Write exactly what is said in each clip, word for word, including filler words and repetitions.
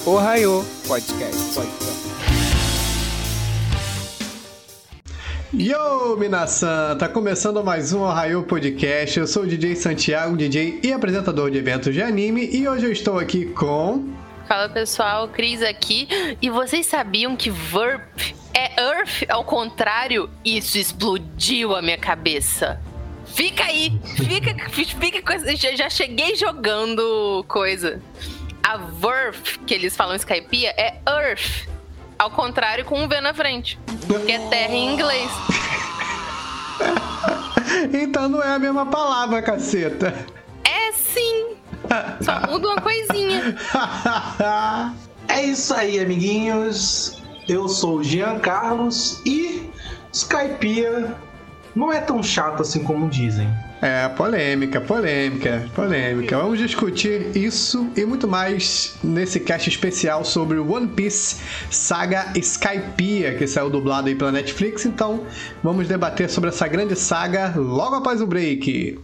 Ohayou Podcast. Yo, minasan! Tá começando mais um Ohayou Podcast. Eu sou o D J Santiago, D J e apresentador de eventos de anime, e hoje eu estou aqui com... Fala pessoal, Cris aqui. E vocês sabiam que Verp é Earth ao contrário? Isso explodiu a minha cabeça. Fica aí, fica, fica com... já, já cheguei jogando coisa. A Verp, que eles falam Skypiea, é Earth ao contrário com um V na frente, que é terra em inglês. Então não é a mesma palavra, caceta. É sim. Só muda uma coisinha. É isso aí, amiguinhos. Eu sou o Jean Carlos e Skypiea não é tão chato assim como dizem. É, polêmica, polêmica, polêmica. Vamos discutir isso e muito mais nesse cast especial sobre One Piece Saga Skypiea, que saiu dublado aí pela Netflix. Então, vamos debater sobre essa grande saga logo após o break.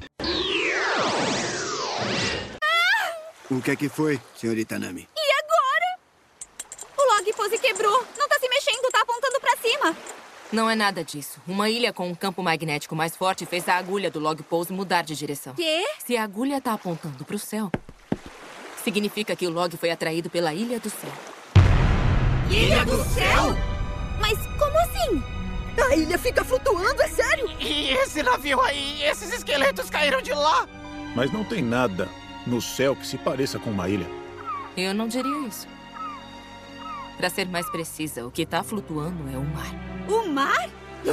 O que é que foi, senhorita Nami? E agora? O log pose quebrou. Não tá se mexendo, tá apontando pra cima. Não é nada disso. Uma ilha com um campo magnético mais forte fez a agulha do log pose mudar de direção. Quê? Se a agulha tá apontando pro céu, significa que o log foi atraído pela Ilha do Céu. Ilha do Céu? Mas como assim? A ilha fica flutuando, é sério? E esse navio aí, esses esqueletos caíram de lá? Mas não tem nada no céu que se pareça com uma ilha. Eu não diria isso. Pra ser mais precisa, o que tá flutuando é o mar. O mar?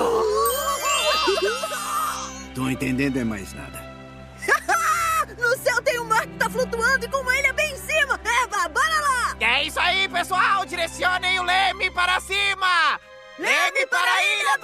Tô entendendo é mais nada. No céu tem um mar que tá flutuando e com uma ilha bem em cima. Eva, bora lá! É isso aí, pessoal! Direcionem o leme para cima! Leme para a Ilha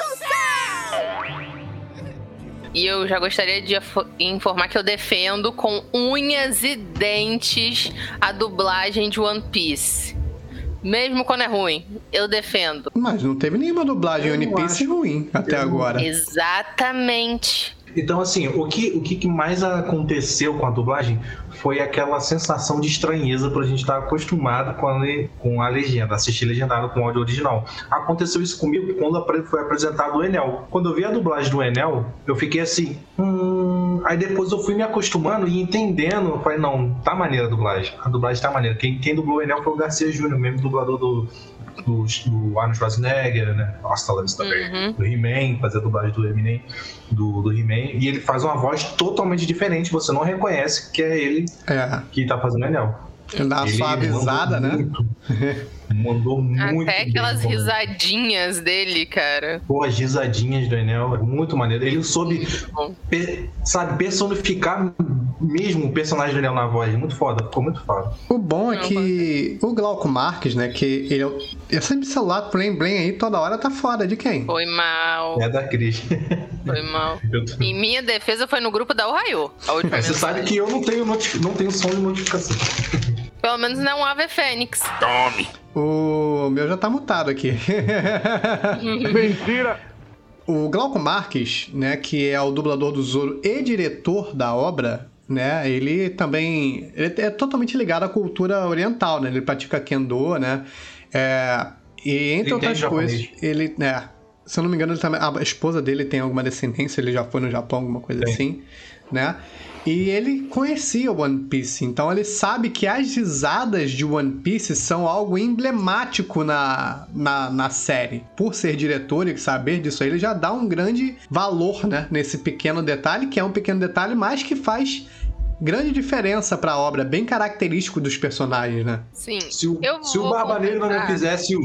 do Céu! E eu já gostaria de informar que eu defendo com unhas e dentes a dublagem de One Piece. Mesmo quando é ruim, eu defendo. Mas não teve nenhuma dublagem One Piece ruim até agora. Exatamente. Então, assim, o que, o que mais aconteceu com a dublagem foi aquela sensação de estranheza pra gente estar acostumado com a, com a legenda, assistir legendado com o áudio original. Aconteceu isso comigo quando foi apresentado o Enel. Quando eu vi a dublagem do Enel, eu fiquei assim... Hum... Aí depois eu fui me acostumando e entendendo. Eu falei, não, tá maneira a dublagem. A dublagem tá maneira. Quem, quem dublou o Enel foi o Garcia Júnior, mesmo dublador do... Do, do Arnold Schwarzenegger, né? Nossa, tá também. Uhum. Do He-Man, fazer a dublagem do Eminem, do, do He-Man. E ele faz uma voz totalmente diferente. Você não reconhece que é ele é. que tá fazendo o Enel. Ele dá uma suavizada, né? Muito, mandou muito. Até aquelas bem, risadinhas dele, cara. Pô, as risadinhas do Enel, é muito maneiro. Ele soube, pe, sabe, personificar mesmo o personagem do Enel na voz. Muito foda, ficou muito foda. O bom é que o Glauco Marques, né, que ele é sempre celular Blém Blém aí, toda hora tá fora. De quem? Foi mal. É da Cris. Foi mal. Tô... Em minha defesa foi no grupo da Ohayou. É, você sabe que eu não tenho, notif... não tenho som de notificação. Pelo menos não é um ave fênix. Tome! O meu já tá mutado aqui. Mentira! O Glauco Marques, né, que é o dublador do Zoro e diretor da obra, né, ele também ele é totalmente ligado à cultura oriental, né, ele pratica Kendo, né, é, e entre ele outras coisas, japonês. ele, né, se eu não me engano, ele também, a esposa dele tem alguma descendência, ele já foi no Japão, alguma coisa Sim. assim, né, e ele conhecia o One Piece, então ele sabe que as risadas de One Piece são algo emblemático na, na, na série. Por ser diretor e saber disso aí, ele já dá um grande valor, né, nesse pequeno detalhe, que é um pequeno detalhe, mas que faz grande diferença pra obra, bem característico dos personagens, né? Sim. Se o, se o Barba Negra não fizesse o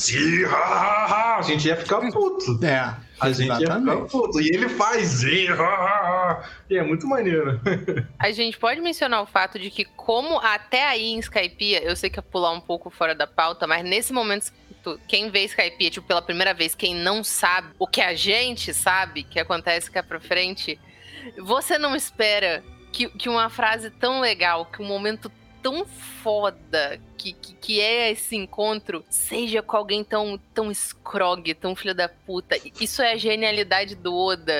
Zirra, a gente ia ficar puto. É. A gente Exatamente. ia ficar puto. E ele faz Zirra. E é muito maneiro. A gente pode mencionar o fato de que, como até aí em Skypiea, eu sei que é pular um pouco fora da pauta, mas nesse momento, quem vê Skypiea, tipo, pela primeira vez, quem não sabe o que a gente sabe que acontece cá pra frente, você não espera Que, que uma frase tão legal, que um momento tão foda que, que, que é esse encontro, seja com alguém tão, tão escrogue, tão filho da puta. Isso é a genialidade do Oda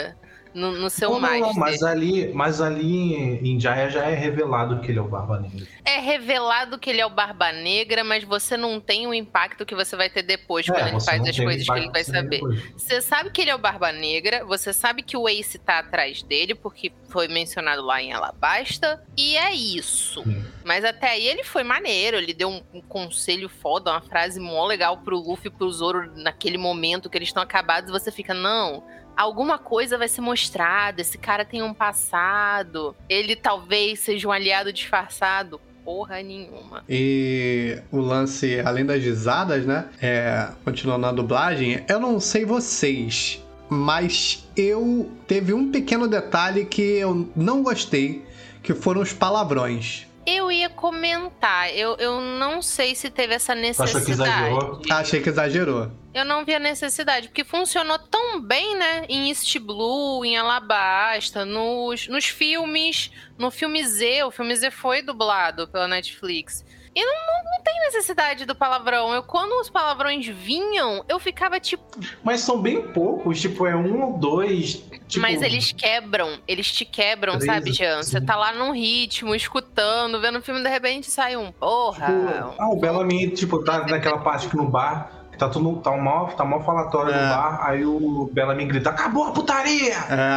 no, no seu não, master. Não, mas ali, mas ali em Jaya já é revelado que ele é o Barba Negra. É revelado que ele é o Barba Negra, mas você não tem o impacto que você vai ter depois, é, quando ele faz as coisas que ele vai saber. Você sabe que ele é o Barba Negra, você sabe que o Ace tá atrás dele, porque foi mencionado lá em Alabasta, e é isso. Sim. Mas até aí ele foi maneiro, ele deu um, um conselho foda, uma frase mó legal pro Luffy e pro Zoro naquele momento que eles estão acabados, e você fica, não... alguma coisa vai ser mostrada, esse cara tem um passado, ele talvez seja um aliado disfarçado. Porra nenhuma. E o lance, além das risadas, né? É, continuando na dublagem, eu não sei vocês, mas eu teve um pequeno detalhe que eu não gostei, que foram os palavrões. Eu ia comentar, eu, eu não sei se teve essa necessidade. Achei que exagerou? Achei que exagerou. Eu não vi a necessidade, porque funcionou tão bem, né? Em East Blue, em Alabasta, nos, nos filmes, no filme Z. O filme Z foi dublado pela Netflix. E não, não, não tem necessidade do palavrão. Eu, quando os palavrões vinham, eu ficava tipo... Mas são bem poucos, tipo, é um ou dois... Tipo... Mas eles quebram, eles te quebram, Três, sabe, Jean? Você tá lá num ritmo, escutando, vendo o filme, de repente sai um porra... Tipo, um... Ah, o Bellamy, tipo, tá naquela parte que no bar... Tá tudo, tá um mal, tá mal falatório é. no bar, aí o Bellamy grita, acabou a putaria!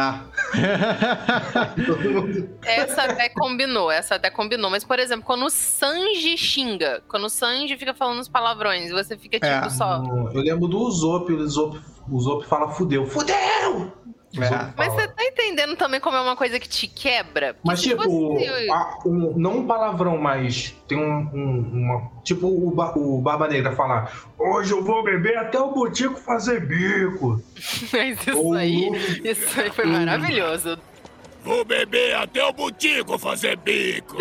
É. Essa até combinou, essa até combinou. Mas, por exemplo, quando o Sanji xinga, quando o Sanji fica falando os palavrões, você fica tipo é. só... Eu lembro do Usopp, o Usopp, o Usopp fala fudeu, fudeu! É. Mas você tá entendendo também como é uma coisa que te quebra? Porque mas tipo, você... a, um, não um palavrão, mas tem um, um uma... Tipo o, o Barba Negra falar, hoje eu vou beber até o botico fazer bico. Mas isso Ou... aí, isso aí foi maravilhoso. Vou beber até o botico fazer bico.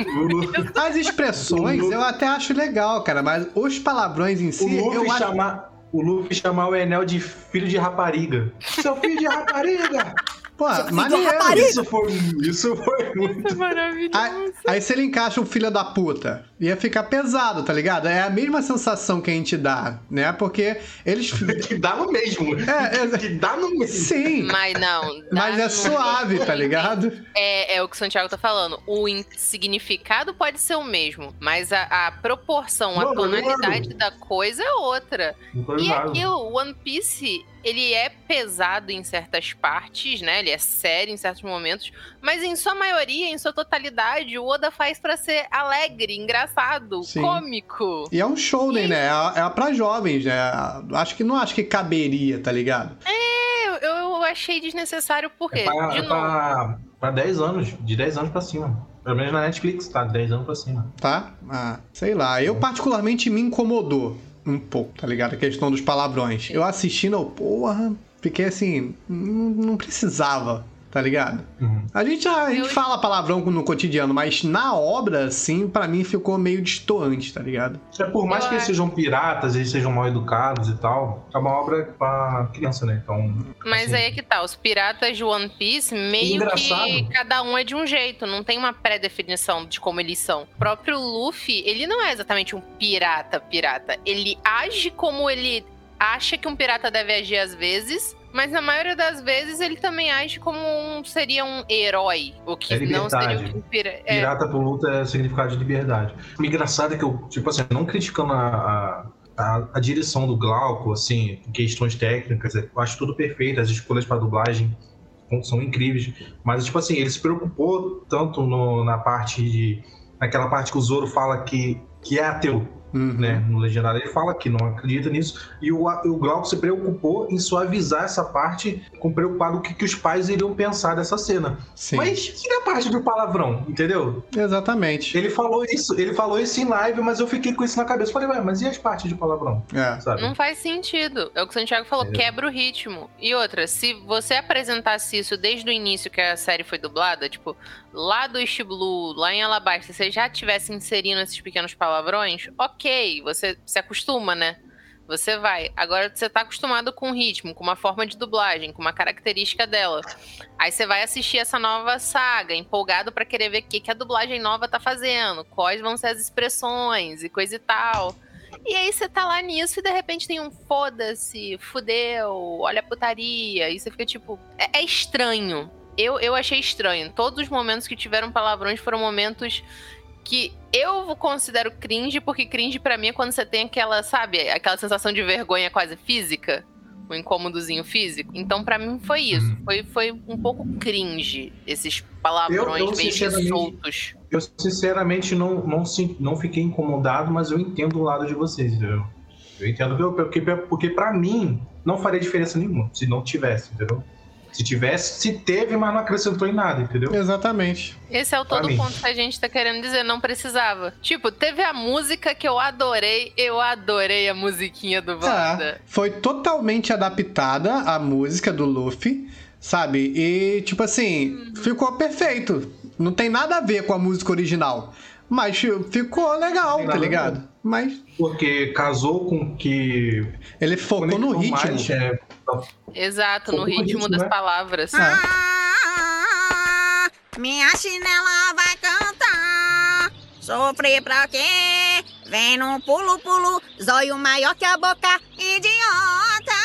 As expressões eu até acho legal, cara, mas os palavrões em si... O Luffy eu chamar... Acho... O Luffy chamar o Enel de filho de rapariga. Seu filho de rapariga! Pô, maneiro. Isso foi, isso foi muito... Isso é maravilhoso. Aí, aí se ele encaixa um filho da puta, ia ficar pesado, tá ligado? É a mesma sensação que a gente dá, né? Porque eles... que dá no mesmo. É, é... Que dá no mesmo. Sim. Mas não. Mas é suave, mesmo. Tá ligado? É, é o que o Santiago tá falando. O significado pode ser o mesmo, mas a, a proporção, não, a tonalidade da coisa é outra. E aqui o One Piece... Ele é pesado em certas partes, né? Ele é sério em certos momentos, mas em sua maioria, em sua totalidade, o Oda faz pra ser alegre, engraçado, Sim. cômico. E é um shonen, e... né? É, é pra jovens, né? Acho que não acho que caberia, tá ligado? É, eu, eu achei desnecessário porque, é pra, de é novo... Pra, pra dez anos, de dez anos pra cima. Pelo menos na Netflix, tá? dez anos pra cima. Tá? Ah, sei lá. Eu particularmente me incomodou um pouco, tá ligado? A questão dos palavrões. Eu assistindo, eu, porra, fiquei assim, não, não precisava, tá ligado? Uhum. A gente, a, a gente eu... fala palavrão no cotidiano, mas na obra, assim, pra mim ficou meio destoante, tá ligado? É, por mais eu que eles sejam piratas, eles sejam mal educados e tal, é uma obra pra criança, né? Então. Mas assim... aí é que tá, os piratas de One Piece, meio Engraçado. que cada um é de um jeito, não tem uma pré-definição de como eles são. O próprio Luffy, ele não é exatamente um pirata, pirata. Ele age como ele acha que um pirata deve agir às vezes, mas na maioria das vezes ele também age como um, seria um herói, o que é não seria um pirata. É. Pirata por luta é significado de liberdade. O engraçado é que eu, tipo assim, não criticando a, a, a direção do Glauco, assim, em questões técnicas, eu acho tudo perfeito, as escolhas para dublagem são incríveis, mas, tipo assim, ele se preocupou tanto no, na parte de... naquela parte que o Zoro fala que, que é ateu. Uhum. Né? No Legendário ele fala que não acredita nisso, e o, o Glauco se preocupou em suavizar essa parte, com preocupado com o que, que os pais iriam pensar dessa cena. Sim. Mas e a parte do palavrão, entendeu? Exatamente. Ele falou isso, ele falou isso em live, mas eu fiquei com isso na cabeça. Falei, ué, mas e as partes de palavrão? É. Sabe? Não faz sentido. É o que o Santiago falou, é. quebra o ritmo. E outra, se você apresentasse isso desde o início que a série foi dublada, tipo, lá do East Blue, lá em Alabasta, você já tivesse inserindo esses pequenos palavrões, ok. Ok, você se acostuma, né? Você vai. Agora você tá acostumado com o ritmo, com uma forma de dublagem, com uma característica dela. Aí você vai assistir essa nova saga, empolgado pra querer ver o que, que a dublagem nova tá fazendo, quais vão ser as expressões e coisa e tal. E aí você tá lá nisso e de repente tem um foda-se, fudeu, olha a putaria. E você fica tipo, é, é estranho. Eu, eu achei estranho. Todos os momentos que tiveram palavrões foram momentos que eu considero cringe, porque cringe pra mim é quando você tem aquela, sabe, aquela sensação de vergonha quase física. Um incômodozinho físico. Então, pra mim, foi isso. Foi, foi um pouco cringe, esses palavrões eu, eu, meio soltos. Eu, sinceramente, não, não, não fiquei incomodado, mas eu entendo o lado de vocês, entendeu? Eu entendo, porque, porque pra mim, não faria diferença nenhuma, se não tivesse, entendeu? Se tivesse, se teve, mas não acrescentou em nada, entendeu? Exatamente. Esse é o todo ponto que a gente tá querendo dizer, não precisava. Tipo, teve a música que eu adorei, eu adorei a musiquinha do Wanda. É, foi totalmente adaptada a música do Luffy, sabe? E, tipo assim, uhum. ficou perfeito. Não tem nada a ver com a música original. Mas ficou legal, tá ligado? Mas... Porque casou com que... Ele focou no ritmo. Mais, é... Exato, no ritmo, ritmo das né? palavras. É. Ah, minha chinela vai cantar. Sofrer pra quê? Vem num pulo-pulo, zóio maior que a boca, idiota.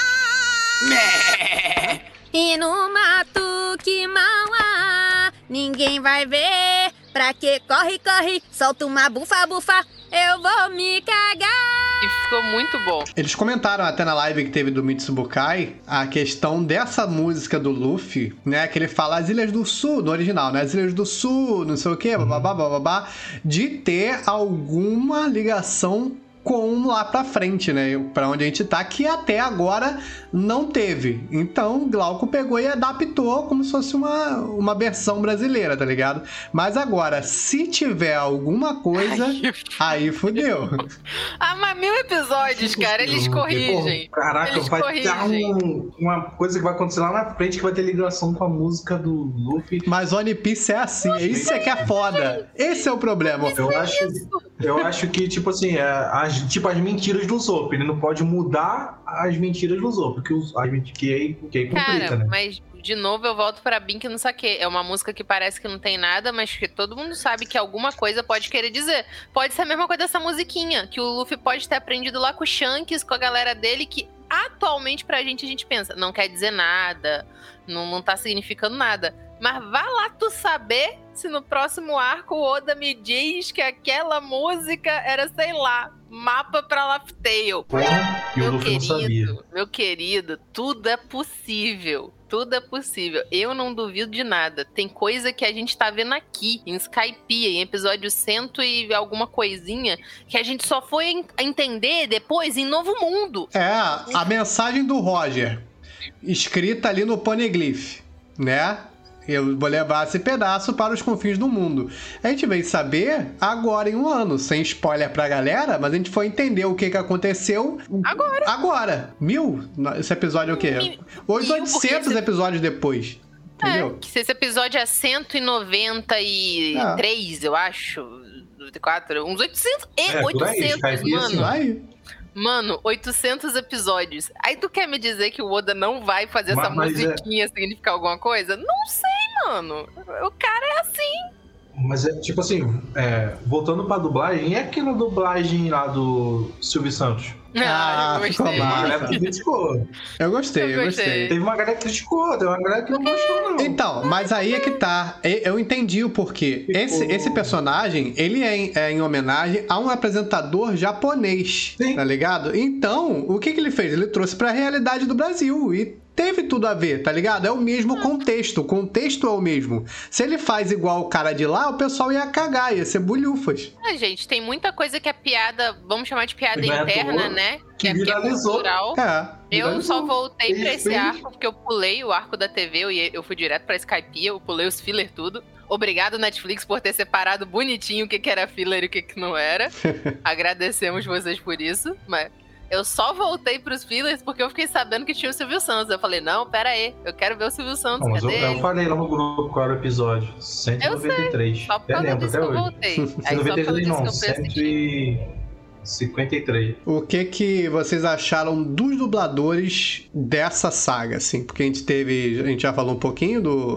E no mato que mal há, ninguém vai ver. Pra que corre, corre, solta uma bufa, bufa, eu vou me cagar. E ficou muito bom. Eles comentaram até na live que teve do Mitsubukai a questão dessa música do Luffy, né? Que ele fala as Ilhas do Sul, no original, né? As Ilhas do Sul, não sei o quê, bababá, bababá, de ter alguma ligação com lá pra frente, né? Pra onde a gente tá, que até agora não teve. Então, Glauco pegou e adaptou como se fosse uma, uma versão brasileira, tá ligado? Mas agora, se tiver alguma coisa, Ai, aí fudeu. Ah, mas mil episódios, cara, eles corrigem. Pô, caraca, eles vai corrigem. ter um, uma coisa que vai acontecer lá na frente que vai ter ligação com a música do Luffy. Mas One Piece é assim, é isso é que é foda. Esse é o problema. Eu acho, eu acho que, tipo assim, é, as, tipo as mentiras do Zop, ele não pode mudar as mentiras do Zop, porque os, as mentiras que aí, que aí complica, Cara, né? mas de novo eu volto pra Bin que não saquei. É uma música que parece que não tem nada, mas que todo mundo sabe que alguma coisa pode querer dizer. Pode ser a mesma coisa dessa musiquinha, que o Luffy pode ter aprendido lá com o Shanks, com a galera dele, que atualmente pra gente a gente pensa, não quer dizer nada, não, não tá significando nada. Mas vá lá tu saber se no próximo arco o Oda me diz que aquela música era, sei lá, mapa pra Laugh Tale. Porra, que o Luffy não sabia. Meu querido, tudo é possível. Tudo é possível. Eu não duvido de nada. Tem coisa que a gente tá vendo aqui, em Skypiea, em episódio cento e alguma coisinha, que a gente só foi entender depois em Novo Mundo. É, a mensagem do Roger, escrita ali no Poneglyph, né? Eu vou levar esse pedaço para os confins do mundo. A gente veio saber agora em um ano, sem spoiler pra galera, mas a gente foi entender o que que aconteceu agora. Agora. Mil? Esse episódio é o quê? Mil, Os oitocentos esse... episódios depois. Entendeu? É, que esse episódio é cento e noventa e três, é. eu acho. noventa e quatro, uns oitocentos. E é, oitocentos, aí, mano. Vai. Mano, oitocentos episódios. Aí tu quer me dizer que o Oda não vai fazer mas, essa mas musiquinha é... significar alguma coisa? Não sei, mano. O cara é assim. Mas é tipo assim, é, voltando pra dublagem, é aquela dublagem lá do Silvio Santos. Ah, ah eu ficou massa. Criticou. Eu gostei, eu, eu gostei. gostei. Teve uma galera que criticou, teve uma galera que não gostou, não. Então, mas aí é que tá. Eu entendi o porquê. Esse, esse personagem, ele é em, é em homenagem a um apresentador japonês, Sim. tá ligado? Então, o que que ele fez? Ele trouxe pra realidade do Brasil e teve tudo a ver, tá ligado? É o mesmo contexto, o contexto é o mesmo. Se ele faz igual o cara de lá, o pessoal ia cagar, ia ser bulhufas. Ah, gente, tem muita coisa que é piada, vamos chamar de piada Não interna, é né? Que, é, que é cultural. É, eu só voltei pra esse fez. arco porque eu pulei o arco da T V, eu, ia, eu fui direto pra Skypiea, eu pulei os filler tudo. Obrigado, Netflix, por ter separado bonitinho o que, que era filler e o que, que não era. Agradecemos vocês por isso, mas... Eu só voltei pros fillers porque eu fiquei sabendo que tinha o Silvio Santos. Eu falei, não, pera aí, eu quero ver o Silvio Santos, não, cadê eu, ele? eu falei lá no grupo qual era o episódio, cento e noventa e três. Eu sei, só por causa disso que eu voltei. Aí, cento e noventa e três não, que eu cento e cinquenta e três. O que que vocês acharam dos dubladores dessa saga, assim? Porque a gente teve, a gente já falou um pouquinho do...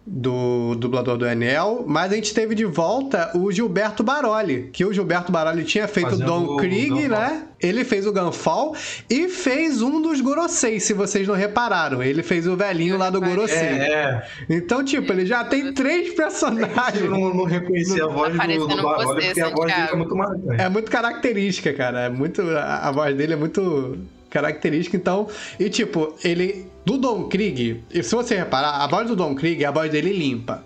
do dublador do Enel, mas a gente teve de volta o Gilberto Baroli, que o Gilberto Baroli tinha feito o Don Krieg, né? Ele fez o Gunfall e fez um dos Gorosei, se vocês não repararam. Ele fez o velhinho lá do Gorosei. É, é. Então, tipo, ele já tem três personagens. Eu não, não reconheci a voz do, do Baroli, porque a voz dele é muito marcante. É muito característica, cara. É muito, a, a voz dele é muito característica, então... E, tipo, ele... Do Don Krieg, e se você reparar, a voz do Don Krieg, a voz dele limpa.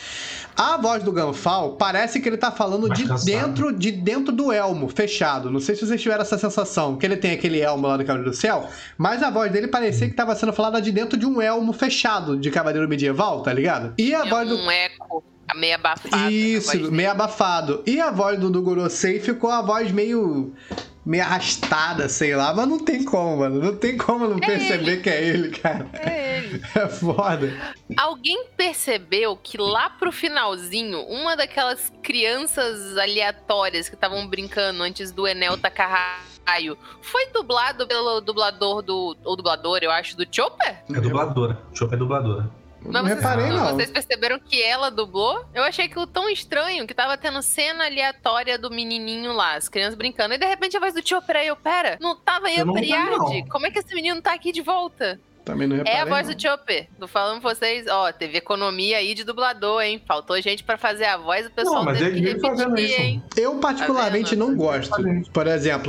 A voz do Gunfall parece que ele tá falando de dentro, de dentro do elmo, fechado. Não sei se vocês tiveram essa sensação, que ele tem aquele elmo lá do Cavaleiro do Céu, mas a voz dele parecia que tava sendo falada de dentro de um elmo fechado de Cavaleiro Medieval, tá ligado? E a é voz do... um eco, meio abafado. Isso, meio abafado. E a voz do, do Gorosei ficou a voz meio... meio arrastada, sei lá, mas não tem como, mano. Não tem como não é perceber ele. Que é ele, cara. É ele. É foda. Alguém percebeu que lá pro finalzinho, uma daquelas crianças aleatórias que estavam brincando antes do Enel tacar raio foi dublado pelo dublador do... ou dublador, eu acho, do Chopper? É dubladora. Chopper é dubladora. Não, não vocês, reparei, não. Vocês perceberam que ela dublou? Eu achei que o tão estranho que tava tendo cena aleatória do menininho lá, as crianças brincando, e de repente a voz do Chopper aí, eu, pera, não tava aí a Priard? Como é que esse menino tá aqui de volta? Também não reparei, é a voz não. do Chopper. Tô falando pra vocês, ó, teve economia aí de dublador, hein? Faltou gente pra fazer a voz, o pessoal não, mas teve ele que repetir, isso. hein? Eu particularmente tá não gosto. Por exemplo,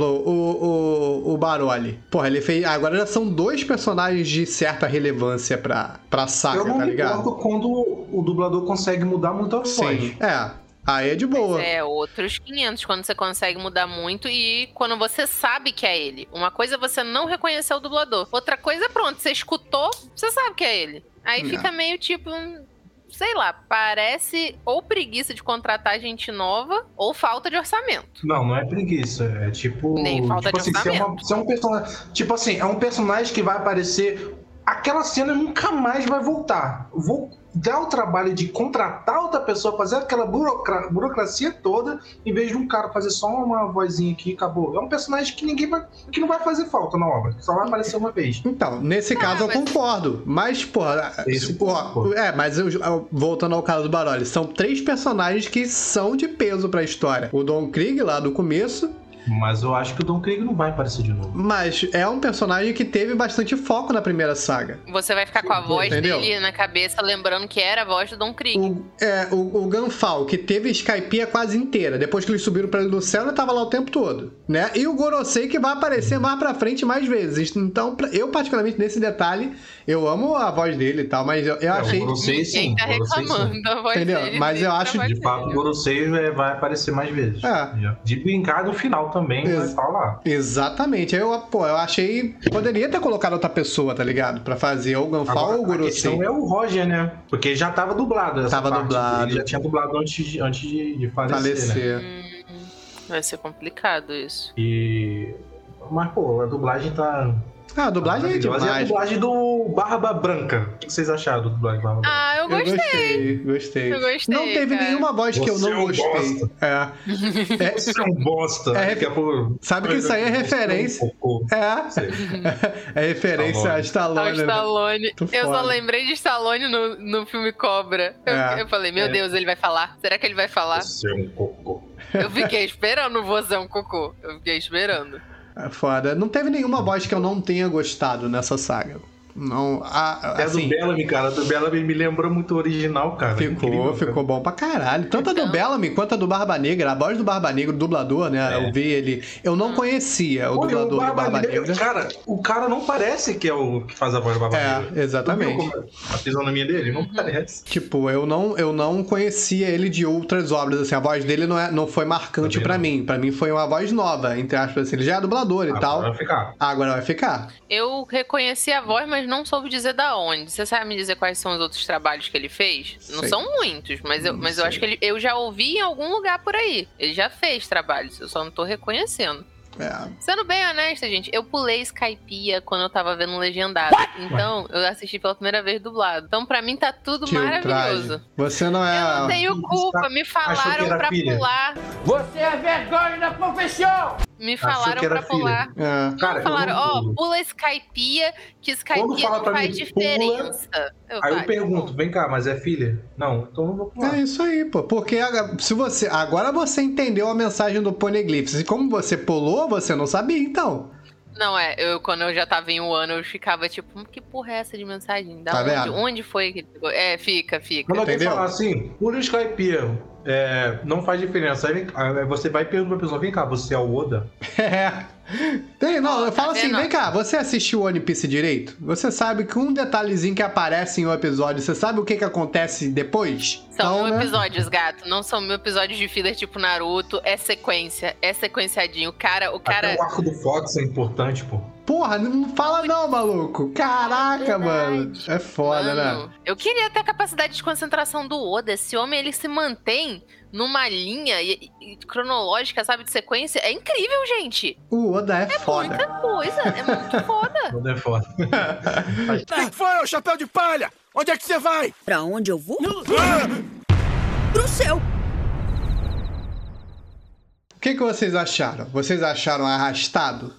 o, o, o Baroli. Porra, ele fez... Agora já são dois personagens de certa relevância pra, pra saga, tá ligado? Eu não gosto quando o dublador consegue mudar muito a voz. Sim, é. Aí é de boa. Mas é outros quinhentos, quando você consegue mudar muito e quando você sabe que é ele. Uma coisa é você não reconhecer o dublador. Outra coisa é pronto, você escutou, você sabe que é ele. Aí não. Fica meio tipo, sei lá, parece ou preguiça de contratar gente nova ou falta de orçamento. Não, não é preguiça, é tipo... Nem falta tipo de assim, orçamento. Se é, uma, se é um personagem... Tipo assim, é um personagem que vai aparecer... Aquela cena nunca mais vai voltar. Vou dar o trabalho de contratar outra pessoa, fazer aquela burocra- burocracia toda, em vez de um cara fazer só uma vozinha aqui e acabou. É um personagem que ninguém vai, que não vai fazer falta na obra, só vai aparecer uma vez. Então, nesse ah, caso mas... eu concordo. Mas, porra, Esse porra, porra. É, mas eu, voltando ao caso do Baroli, são três personagens que são de peso pra história. O Don Krieg, lá do começo. Mas eu acho que o Don Krieg não vai aparecer de novo. Mas é um personagem que teve bastante foco na primeira saga. Você vai ficar com a voz Entendeu? dele na cabeça, lembrando que era a voz do Don Krieg. O, é, o, o Gunfall, que teve Skypiea quase inteira. Depois que eles subiram pra ele do céu, ele tava lá o tempo todo. Né? E o Gorosei, que vai aparecer mais pra frente mais vezes. Então, eu particularmente, nesse detalhe, eu amo a voz dele e tal, mas eu, eu achei... O Gorosei, sim. Quem tá reclamando da voz Entendeu? dele. Mas eu acho... De fato, o Gorosei vai aparecer mais vezes. É. De brincar no final também, Ex- vai estar lá. Exatamente. Eu, pô, eu achei... Poderia ter colocado outra pessoa, tá ligado? Pra fazer ou o Gunfall ou o Gorosei. A questão é o Roger, né? Porque já tava dublado essa Tava parte. dublado. Ele já tinha dublado antes de, antes de, de falecer, falecer. Né? Hum, vai ser complicado isso. E... Mas, pô, a dublagem tá... Ah, a dublagem é demais. E a dublagem do Barba Branca. O que vocês acharam do dublagem do Barba Branca? Ah, eu gostei. Eu gostei, gostei. Eu gostei, não teve cara. nenhuma voz que Você eu não é um gostei. bosta. É. é. Você é um bosta. É, Daqui a pouco... Sabe que isso aí é referência. É. É referência a Stallone. Ao Stallone. Muito Eu foda. só lembrei de Stallone no, no filme Cobra. Eu, É. eu falei, meu É. Deus, ele vai falar? Será que ele vai falar? Você é um cocô. Eu fiquei esperando o vozão cocô. Eu fiquei esperando. É foda. Não teve nenhuma voz que eu não tenha gostado nessa saga. Não, a, É assim, do Bellamy, cara. A do Bellamy me lembrou muito o original, cara. Ficou, Incrível, ficou cara. bom pra caralho. Tanto a do Então. Bellamy quanto a do Barba Negra. A voz do Barba Negra, o dublador, né? É. Eu vi ele. Eu não conhecia o Pô, dublador o do Barba Negra, Negra. Cara, o cara não parece que é o que faz a voz do Barba Negra. É, exatamente. Tu viu como é a fisionomia dele? Não parece. Tipo, eu não, eu não conhecia ele de outras obras, assim, a voz dele não, é, não foi marcante Também pra não. mim. Pra mim foi uma voz nova, entre aspas, assim, ele já é dublador e Agora tal. vai ficar. Agora vai ficar. Eu reconheci a voz, mas não soube dizer da onde. Você sabe me dizer quais são os outros trabalhos que ele fez? Não Sei. são muitos, mas, eu, Não mas eu sei. acho que ele, eu já ouvi em algum lugar por aí. Ele já fez trabalhos, eu só não tô reconhecendo. É. Sendo bem honesta, gente, eu pulei Skypiea quando eu tava vendo legendado. Então, eu assisti pela primeira vez dublado. Então, pra mim, tá tudo Que maravilhoso. ultraje. Você não é... Eu não tenho culpa, me Achou que falaram era pra filha? pular. Você é vergonha da profissão! Me falaram pra pular. É. Cara, Me falaram, ó, oh, pula Skypiea, que Skypiea não faz mim, diferença. Pula, eu aí vai, eu pergunto, vem cá, mas é filha? Não, então não vou pular. É isso aí, pô. Porque se você, agora você entendeu a mensagem do Poneglyphs. E como você pulou, você não sabia, então. Não, é, eu, quando eu já tava em um ano, eu ficava tipo, que porra é essa de mensagem? Da tá onde, vendo? onde foi que ele pegou? É, fica, fica. Quando alguém falar assim, pula Skypiea, é, não faz diferença. Aí, vem, aí você vai e pergunta pra pessoa, vem cá, você é o Oda? É. Tem, não, eu falo tá assim, vendo? vem cá, você assistiu One Piece direito? Você sabe que um detalhezinho que aparece em um episódio, você sabe o que que acontece depois? São então, mil né? episódios, gato. Não são mil episódios de filler tipo Naruto. É sequência. É sequenciadinho. O cara, o cara... Até o arco do Fox é importante, pô. Porra, não fala não, maluco. Caraca, É mano. É foda, Mano, né? eu queria ter a capacidade de concentração do Oda. Esse homem, ele se mantém numa linha e- e- cronológica, sabe, de sequência. É incrível, gente. O Oda é, É foda. muita coisa. É muito foda. Oda é foda. O que foi, ô chapéu de palha? Onde é que você vai? Pra onde eu vou? Ah! Pro céu. O que que vocês acharam? Vocês acharam arrastado?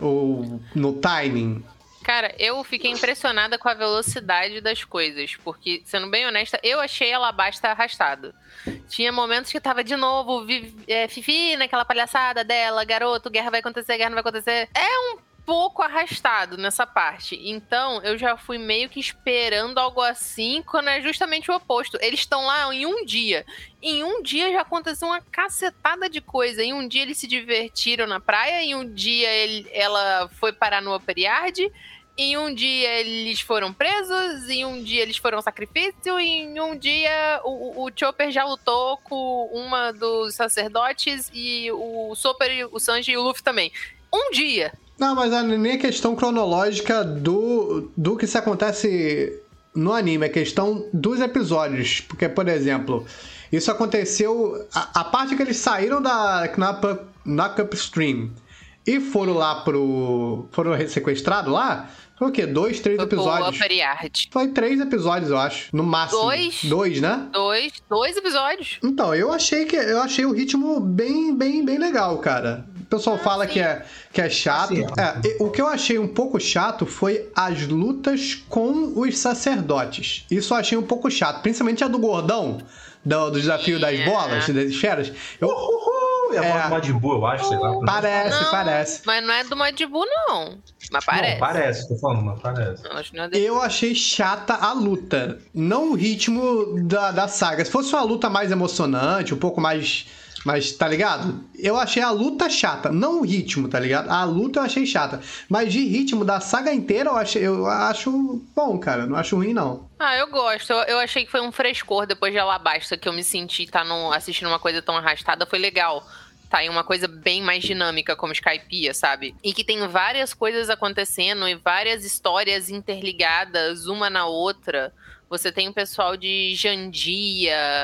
Ou no timing? Cara, eu fiquei impressionada com a velocidade das coisas, porque, sendo bem honesta, eu achei Alabasta arrastado. Tinha momentos que tava de novo, vi, é, Fifi naquela palhaçada dela, garoto, guerra vai acontecer, guerra não vai acontecer. É um pouco arrastado nessa parte. Então, eu já fui meio que esperando algo assim, quando é justamente o oposto. Eles estão lá em um dia. Em um dia já aconteceu uma cacetada de coisa. Em um dia eles se divertiram na praia, em um dia ele, ela foi parar no Upper Yard, em um dia eles foram presos, em um dia eles foram sacrifício, e em um dia o, o Chopper já lutou com uma dos sacerdotes e o Chopper, o Sanji e o Luffy também. Um dia. Não, mas não é nem questão cronológica do, do que se acontece no anime, é questão dos episódios. Porque, por exemplo, isso aconteceu... A, a parte que eles saíram da Knock Up Stream e foram lá pro... Foram sequestrados lá... Foi o quê? Dois, três Foi episódios? pro Upper Yard. Foi três episódios, eu acho. No máximo. Dois? Dois, né? Dois, dois episódios. Então, eu achei que eu achei o ritmo bem, bem, bem legal, cara. O pessoal Ah, fala sim. que é, que é chato. Sim. É, e- o que eu achei um pouco chato foi as lutas com os sacerdotes. Isso eu achei um pouco chato. Principalmente a do gordão, do, do desafio das Yeah. bolas, das esferas. Eu, Uhul! E a É. voz do Majin Buu, eu acho, sei lá. parece, Não, parece. Mas não é do Madibu, não. Mas parece. Não, parece, tô falando, mas parece. Não, acho que não é dele. Eu achei chata a luta, não o ritmo da, da saga. Se fosse uma luta mais emocionante, um pouco mais, mais, tá ligado? Eu achei a luta chata, não o ritmo, tá ligado? A luta eu achei chata, mas de ritmo da saga inteira eu, achei, eu acho bom, cara, não acho ruim, não. Ah, eu gosto. Eu, eu achei que foi um frescor depois de Alabasta, que eu me senti tá num, assistindo uma coisa tão arrastada. Foi legal. Tá em uma coisa bem mais dinâmica, como Skypiea, sabe? E que tem várias coisas acontecendo e várias histórias interligadas uma na outra. Você tem o pessoal de Jandia,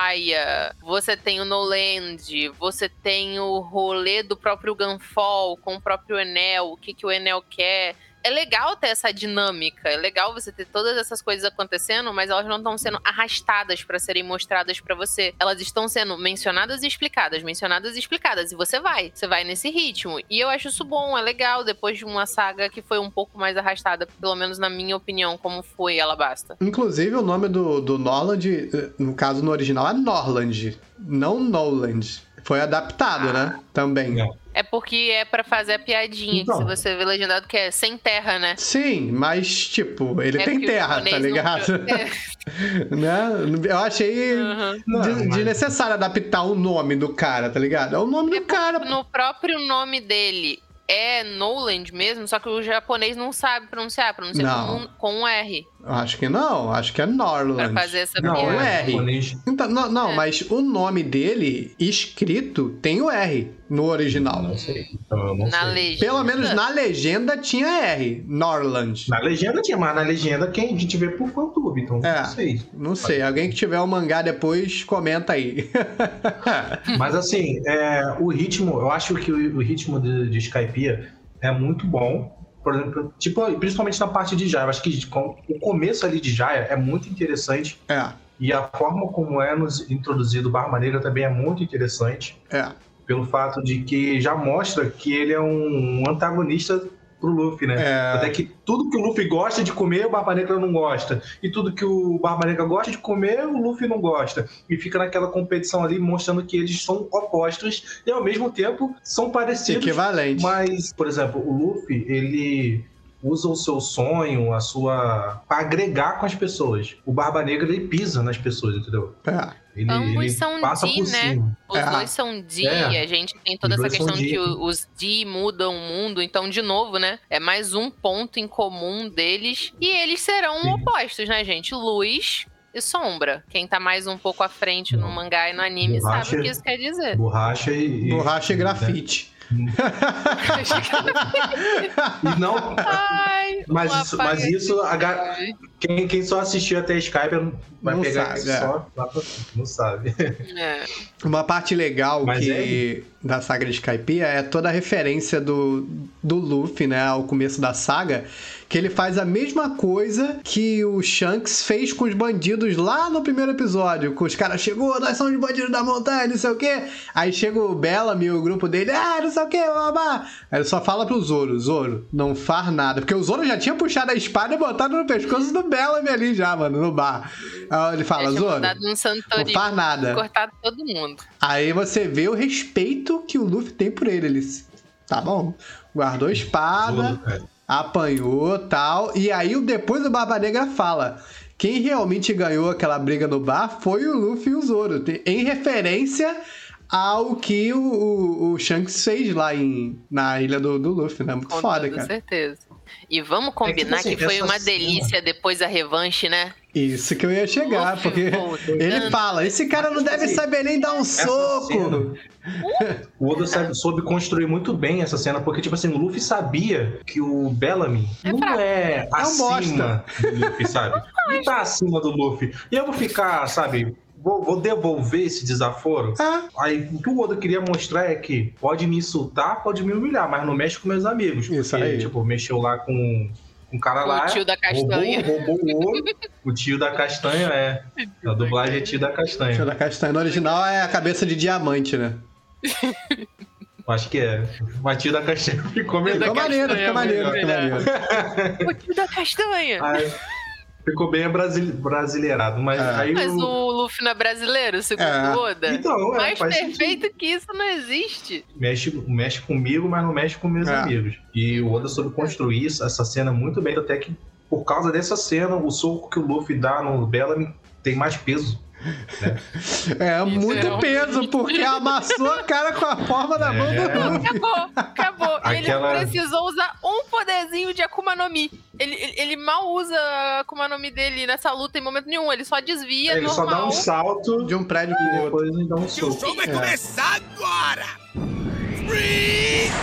Jaya, você tem o Noland, você tem o rolê do próprio Gunfall com o próprio Enel, o que, que o Enel quer. É legal ter essa dinâmica, é legal você ter todas essas coisas acontecendo, mas elas não estão sendo arrastadas pra serem mostradas pra você. Elas estão sendo mencionadas e explicadas, mencionadas e explicadas, e você vai, você vai nesse ritmo. E eu acho isso bom, é legal, depois de uma saga que foi um pouco mais arrastada, pelo menos na minha opinião, como foi Alabasta. Inclusive o nome do, do Norland, no caso no original é Norland, não Noland. Foi adaptado, Ah. né? Também. Não. É porque é pra fazer a piadinha, Então. que se você vê legendado que é sem terra, né? Sim, mas, tipo, ele É tem que o terra, tá japonês não- ligado? É. Né? Eu achei Uhum. de- Não, mas- desnecessário adaptar o nome do cara, tá ligado? É o nome do cara. No próprio nome dele é Noland mesmo, só que o japonês não sabe pronunciar, pronuncia Não. com um, com um R, Acho que não, acho que é pra Norland. fazer essa Não, Com piada. é R. japonês. Então, não, não É. mas o nome dele, escrito, tem o R no original. Não sei. Então, eu não Na sei. legenda. Pelo menos na legenda tinha R, Norland. Na legenda tinha, mas na legenda quem a gente vê por fã-tube, então É. não sei. Não sei, alguém que tiver o mangá depois, comenta aí. Mas assim, é, o ritmo, eu acho que o, o ritmo de, de Skypiea é muito bom. Por exemplo, tipo, principalmente na parte de Jaya. Eu acho que com- o começo ali de Jaya é muito interessante. É, E a forma como é nos introduzido o Barba Negra também é muito interessante. é. pelo fato de que já mostra que ele é um antagonista pro Luffy, né? É... Até que tudo que o Luffy gosta de comer, o Barba Negra não gosta. E tudo que o Barba Negra gosta de comer, o Luffy não gosta. E fica naquela competição ali, mostrando que eles são opostos e, ao mesmo tempo, são parecidos. Equivalentes. Mas, por exemplo, o Luffy, ele usa o seu sonho, a sua... para agregar com as pessoas. O Barba Negra, ele pisa nas pessoas, entendeu? É. Ele, Ambos ele são passa D, por né? cima. Os É. dois são D, É. a gente tem toda Os essa dois são questão de D. que o- os D mudam o mundo, então, de novo, né? É mais um ponto em comum deles. E eles serão Sim. opostos, né, gente? Luz e sombra. Quem tá mais um pouco à frente no mangá e no anime Borracha- sabe o que isso quer dizer. Borracha e... Borracha e grafite. E não... Ai, Mas um isso, mas apaga isso a aqui. ga- quem, quem só assistiu até Skype vai Não pegar sabe, isso é. só lá pra... Não sabe. É. Uma parte legal Mas que da saga de Skypiea é toda a referência do, do Luffy, né, ao começo da saga, que ele faz a mesma coisa que o Shanks fez com os bandidos lá no primeiro episódio, que os caras chegou, nós somos bandidos da montanha, não sei o quê. Aí chega o Bellamy, o grupo dele, ah, não sei o quê, babá. Aí ele só fala pro Zoro, Zoro, não faz nada, porque o Zoro já tinha puxado a espada e botado no pescoço do Bellamy ali já, mano, no bar. Aí ele fala, É, tinha Zoro, mandado um não Santorini, faz nada. cortado todo mundo. Aí você vê o respeito que o Luffy tem por ele. Ele, tá bom, guardou a espada, apanhou e tal. E aí depois o Barba Negra fala: quem realmente ganhou aquela briga no bar foi o Luffy e o Zoro. Em referência ao que o, o, o Shanks fez lá em, na ilha do, do Luffy, né? Muito Com foda, toda cara. certeza. E vamos combinar assim, que foi essa uma cena- delícia depois da revanche, né? Isso que eu ia chegar, Luffy porque voltando. ele fala: esse cara não deve saber nem dar um soco. cena- O Oda sabe- soube construir muito bem essa cena, porque, tipo assim, o Luffy sabia que o Bellamy É não fraco. é É um acima do Luffy, sabe? Não tá acima do Luffy. E eu vou ficar, sabe, vou, vou devolver esse desaforo. Ah, Aí, o que o Oda queria mostrar é que pode me insultar, pode me humilhar, mas não mexe com meus amigos. Isso Porque, aí. tipo, mexeu lá com um cara O lá. tio da castanha. Roubou, roubou o ouro. O tio da castanha, é. A dublagem é tio da castanha. Tio da Castanha. No original é a cabeça de diamante, né? Acho que é. Mas tio da castanha ficou melhor. Ficou maneiro, ficou maneiro, ficou maneiro. O tio da castanha. Aí, ficou bem brasile- brasileirado. Mas É. aí Mas o... o Luffy não é brasileiro, segundo É. o Oda? Então, é, Mais faz perfeito que isso não existe. mexe, mexe comigo, mas não mexe com meus É. amigos. E o Oda soube construir isso- essa cena muito bem, até que por causa dessa cena, o soco que o Luffy dá no Bellamy tem mais peso. É muito é um- peso, porque amassou a cara com a forma da mão É. do Luffy. Acabou, acabou. E Aquela- ele precisou usar um poderzinho de Akuma no Mi. Ele, ele, ele mal usa a Akuma no Mi dele nessa luta em momento nenhum. Ele só desvia, Ele só normal. dá um salto De um prédio e pro outro. depois ele dá um Que o soco. show vai É. começar agora! Freeze!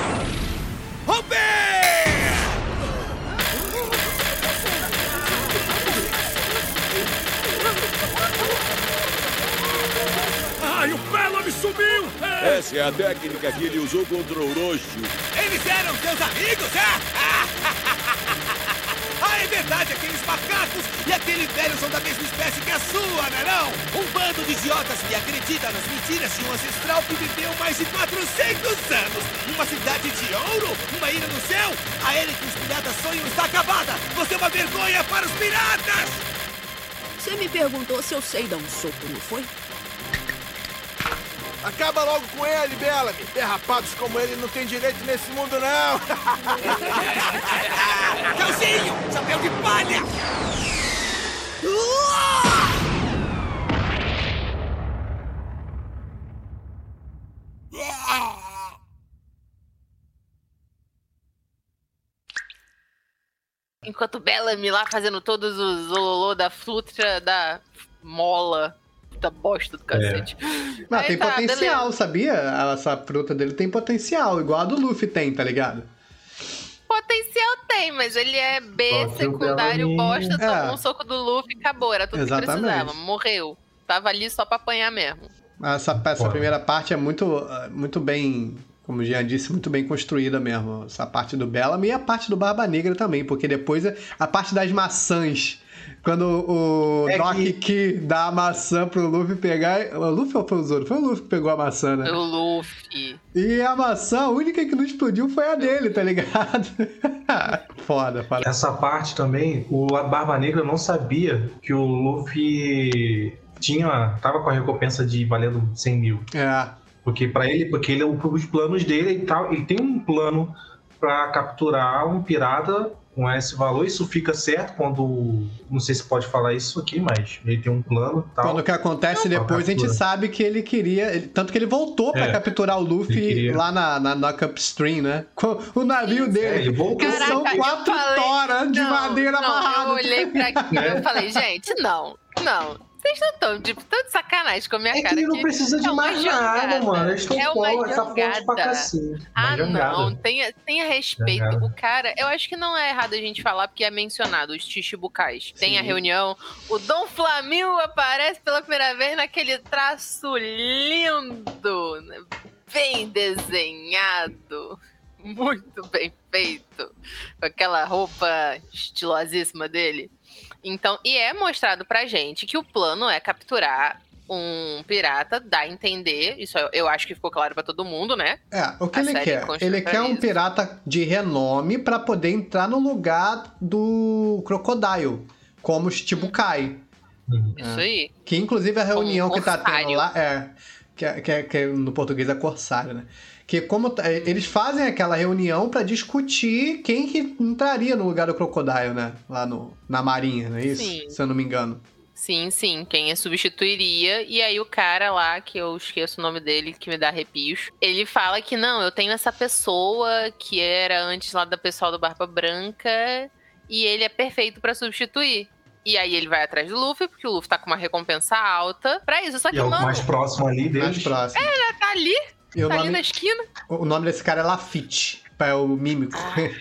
Romper! Ai, o Bellamy sumiu! É. Essa é a técnica que ele usou contra o Orochi. Eles eram seus amigos, é? Ah, é verdade, aqueles macacos e aquele velho são da mesma espécie que a sua, não é não? Um bando de idiotas que acredita nas mentiras de um ancestral que viveu mais de quatrocentos anos. Uma cidade de ouro? Uma ilha no céu? A era que os piratas sonham está acabada. Você é uma vergonha para os piratas! Você me perguntou se eu sei dar um soco, não foi? Acaba logo com ele, Bellamy. Derrapados como ele não tem direito nesse mundo, não. Tchauzinho, chapéu de palha! Enquanto Bellamy lá fazendo todos os ololô da flutra da mola, da bosta do cacete. Não, Aí tem tá, potencial, beleza. sabia? Essa fruta dele tem potencial, igual a do Luffy tem, tá ligado? Potencial tem, mas ele é B, Só que o secundário, Bellamy- bosta, tomou É. um soco do Luffy, acabou, era tudo Exatamente. que precisava, morreu. Tava ali só pra apanhar mesmo. Essa, essa Pô. primeira parte é muito, muito bem, como o Jean disse, muito bem construída mesmo. Essa parte do Bellamy e a parte do Barba Negra também, porque depois a parte das maçãs Quando o É Doc que- Key dá a maçã pro Luffy pegar. O Luffy ou foi o Zoro? Foi o Luffy que pegou a maçã, né? O Luffy. E a maçã, a única que não explodiu foi a dele, tá ligado? Foda, foda. Essa parte também, o Barba Negra não sabia que o Luffy tinha, tava com a recompensa de valendo cem mil. É. Porque para ele, porque ele é os planos dele e tal, ele tem um plano para capturar um pirata com esse valor. Isso fica certo quando, não sei se pode falar isso aqui, mas ele tem um plano e tal. Quando o que acontece Não, depois, a gente captura. sabe que ele queria. ele- tanto que ele voltou pra É, capturar o ele Luffy queria. lá na, na Knock Up Stream, né? Com o navio É, dele. ele voltou. que são Caraca, eu quatro falei- toras de Não, madeira não, amarradas. Eu olhei pra aquilo e eu falei, gente, não, não. Vocês não estão, tipo, tão de sacanagem com a minha É que cara. ele não aqui. precisa de É uma mais nada, jangada. mano. Eles estão É uma fortes, tá forte pra jangada. cacete. Ah, Uma jangada. não, tenha, tenha respeito. Jangada. O cara, eu acho que não é errado a gente falar, porque é mencionado, os Chichibukais. Tem a reunião, o Dom Flamingo aparece pela primeira vez naquele traço lindo, né? Bem desenhado, muito bem feito, com aquela roupa estilosíssima dele. Então, e é mostrado pra gente que o plano é capturar um pirata, dá a entender, isso eu, eu acho que ficou claro pra todo mundo, né? É, o que A ele série quer? construiu Ele pra quer um isso. pirata de renome pra poder entrar no lugar do Crocodile, como o Shichibukai. Isso aí. Que inclusive a reunião Como que tá tendo corsário. lá é que, é- que, é- que é- no português é corsário, né? Que como tá- eles fazem aquela reunião pra discutir quem que entraria no lugar do Crocodile, né? Lá no, na marinha, não é isso? Sim. Se eu não me engano. Sim, sim, quem a substituiria. E aí o cara lá, que eu esqueço o nome dele, que me dá arrepios, ele fala que não, eu tenho essa pessoa que era antes lá da pessoal do Barba Branca e ele é perfeito pra substituir. E aí ele vai atrás do Luffy, porque o Luffy tá com uma recompensa alta pra isso. Só que, E é o mano, mais próximo ali deles. Mais próximo. ele tá ali, E o tá ali nome, na esquina. o nome desse cara é Lafitte, é o mímico.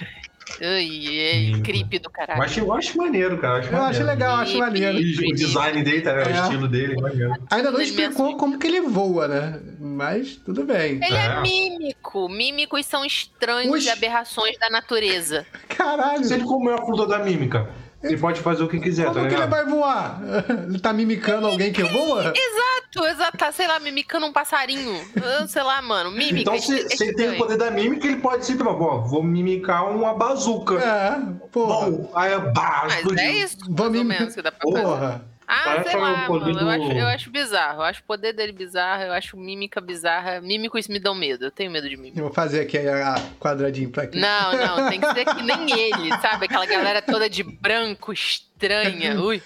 Ai, é creep do caralho. Eu acho, eu acho maneiro, cara. Eu acho, Eu acho maneiro. legal, eu acho maneiro. E o design dele, tá, É. o estilo dele, é maneiro. Ainda não Ele explicou mesmo. como que ele voa, né? Mas tudo bem. Ele é. É. mímico. Mímicos são estranhos Oxi. e aberrações da natureza. Caralho. Se ele comeu a fruta da mímica, ele pode fazer o que quiser, tá Como que ele ligado? vai voar? Ele tá mimicando alguém que voa? Exato, exato. Tá, sei lá, mimicando um passarinho. Eu sei lá, mano. Mímica. Então, se, é se ele tem o estranho. poder da mímica, ele pode ser, tipo, ó, vou mimicar uma bazuca. É, porra. Bom, aí, bah, Mas explodiu. é isso, mais Vou ou mim- menos, que dá pra fazer. Porra. Ah, Parece sei o lá, poder mano. Eu, do- acho, eu acho bizarro. Eu acho o poder dele bizarro. Eu acho mímica bizarra. Mímicos me dão medo. Eu tenho medo de mímica. Eu vou fazer aqui a a quadradinho pra aqui. Não, não. Tem que ser que nem ele, sabe? Aquela galera toda de branco, estranha. Ui.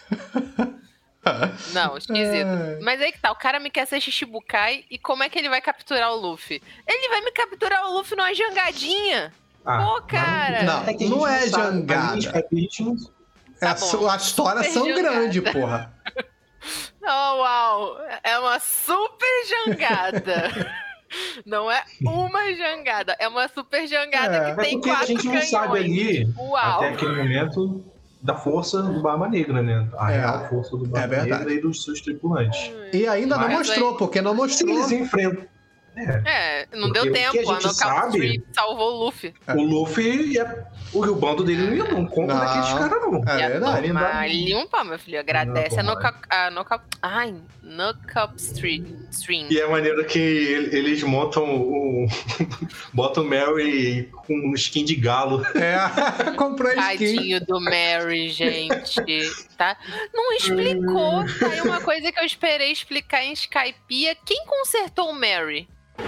Não, esquisito. Ai. Mas aí que tá, o cara me quer ser Shichibukai e como é que ele vai capturar o Luffy? Ele vai me capturar o Luffy numa jangadinha. Ah, Pô, cara. Não, que a gente não é sabe, jangada. A gente, a gente não... É, Tá a bom. su- as histórias Super são jangada. grandes, porra. Oh, uau! É uma super jangada. Não é uma jangada, é uma super jangada É, que É tem porque a quatro gente não canhões. sabe ali, Uau! até aquele momento, da força do Barba Negra, né? A É, real força do é Barba verdade. Negra e dos seus tripulantes. E ainda não Mas mostrou, porque não Se mostrou. eles enfrentam... É, É, não Porque deu o que tempo. a A gente Knockout sabe- Street salvou o Luffy. É. o Luffy e a- o, o bando dele não ia não conta Não. daqueles caras, não. É Ia verdade. tomar ali um pau, meu filho. Agradece a Não, Knockout... A knockout ai, Knockout Street. Stream. E é maneiro que ele- eles montam o. botam o Mary com um skin de galo. É, comprou a skin. Tadinho do Mary, gente. Tá? Não explicou. Tá aí uma coisa que eu esperei explicar em Skypiea. Quem consertou o Mary?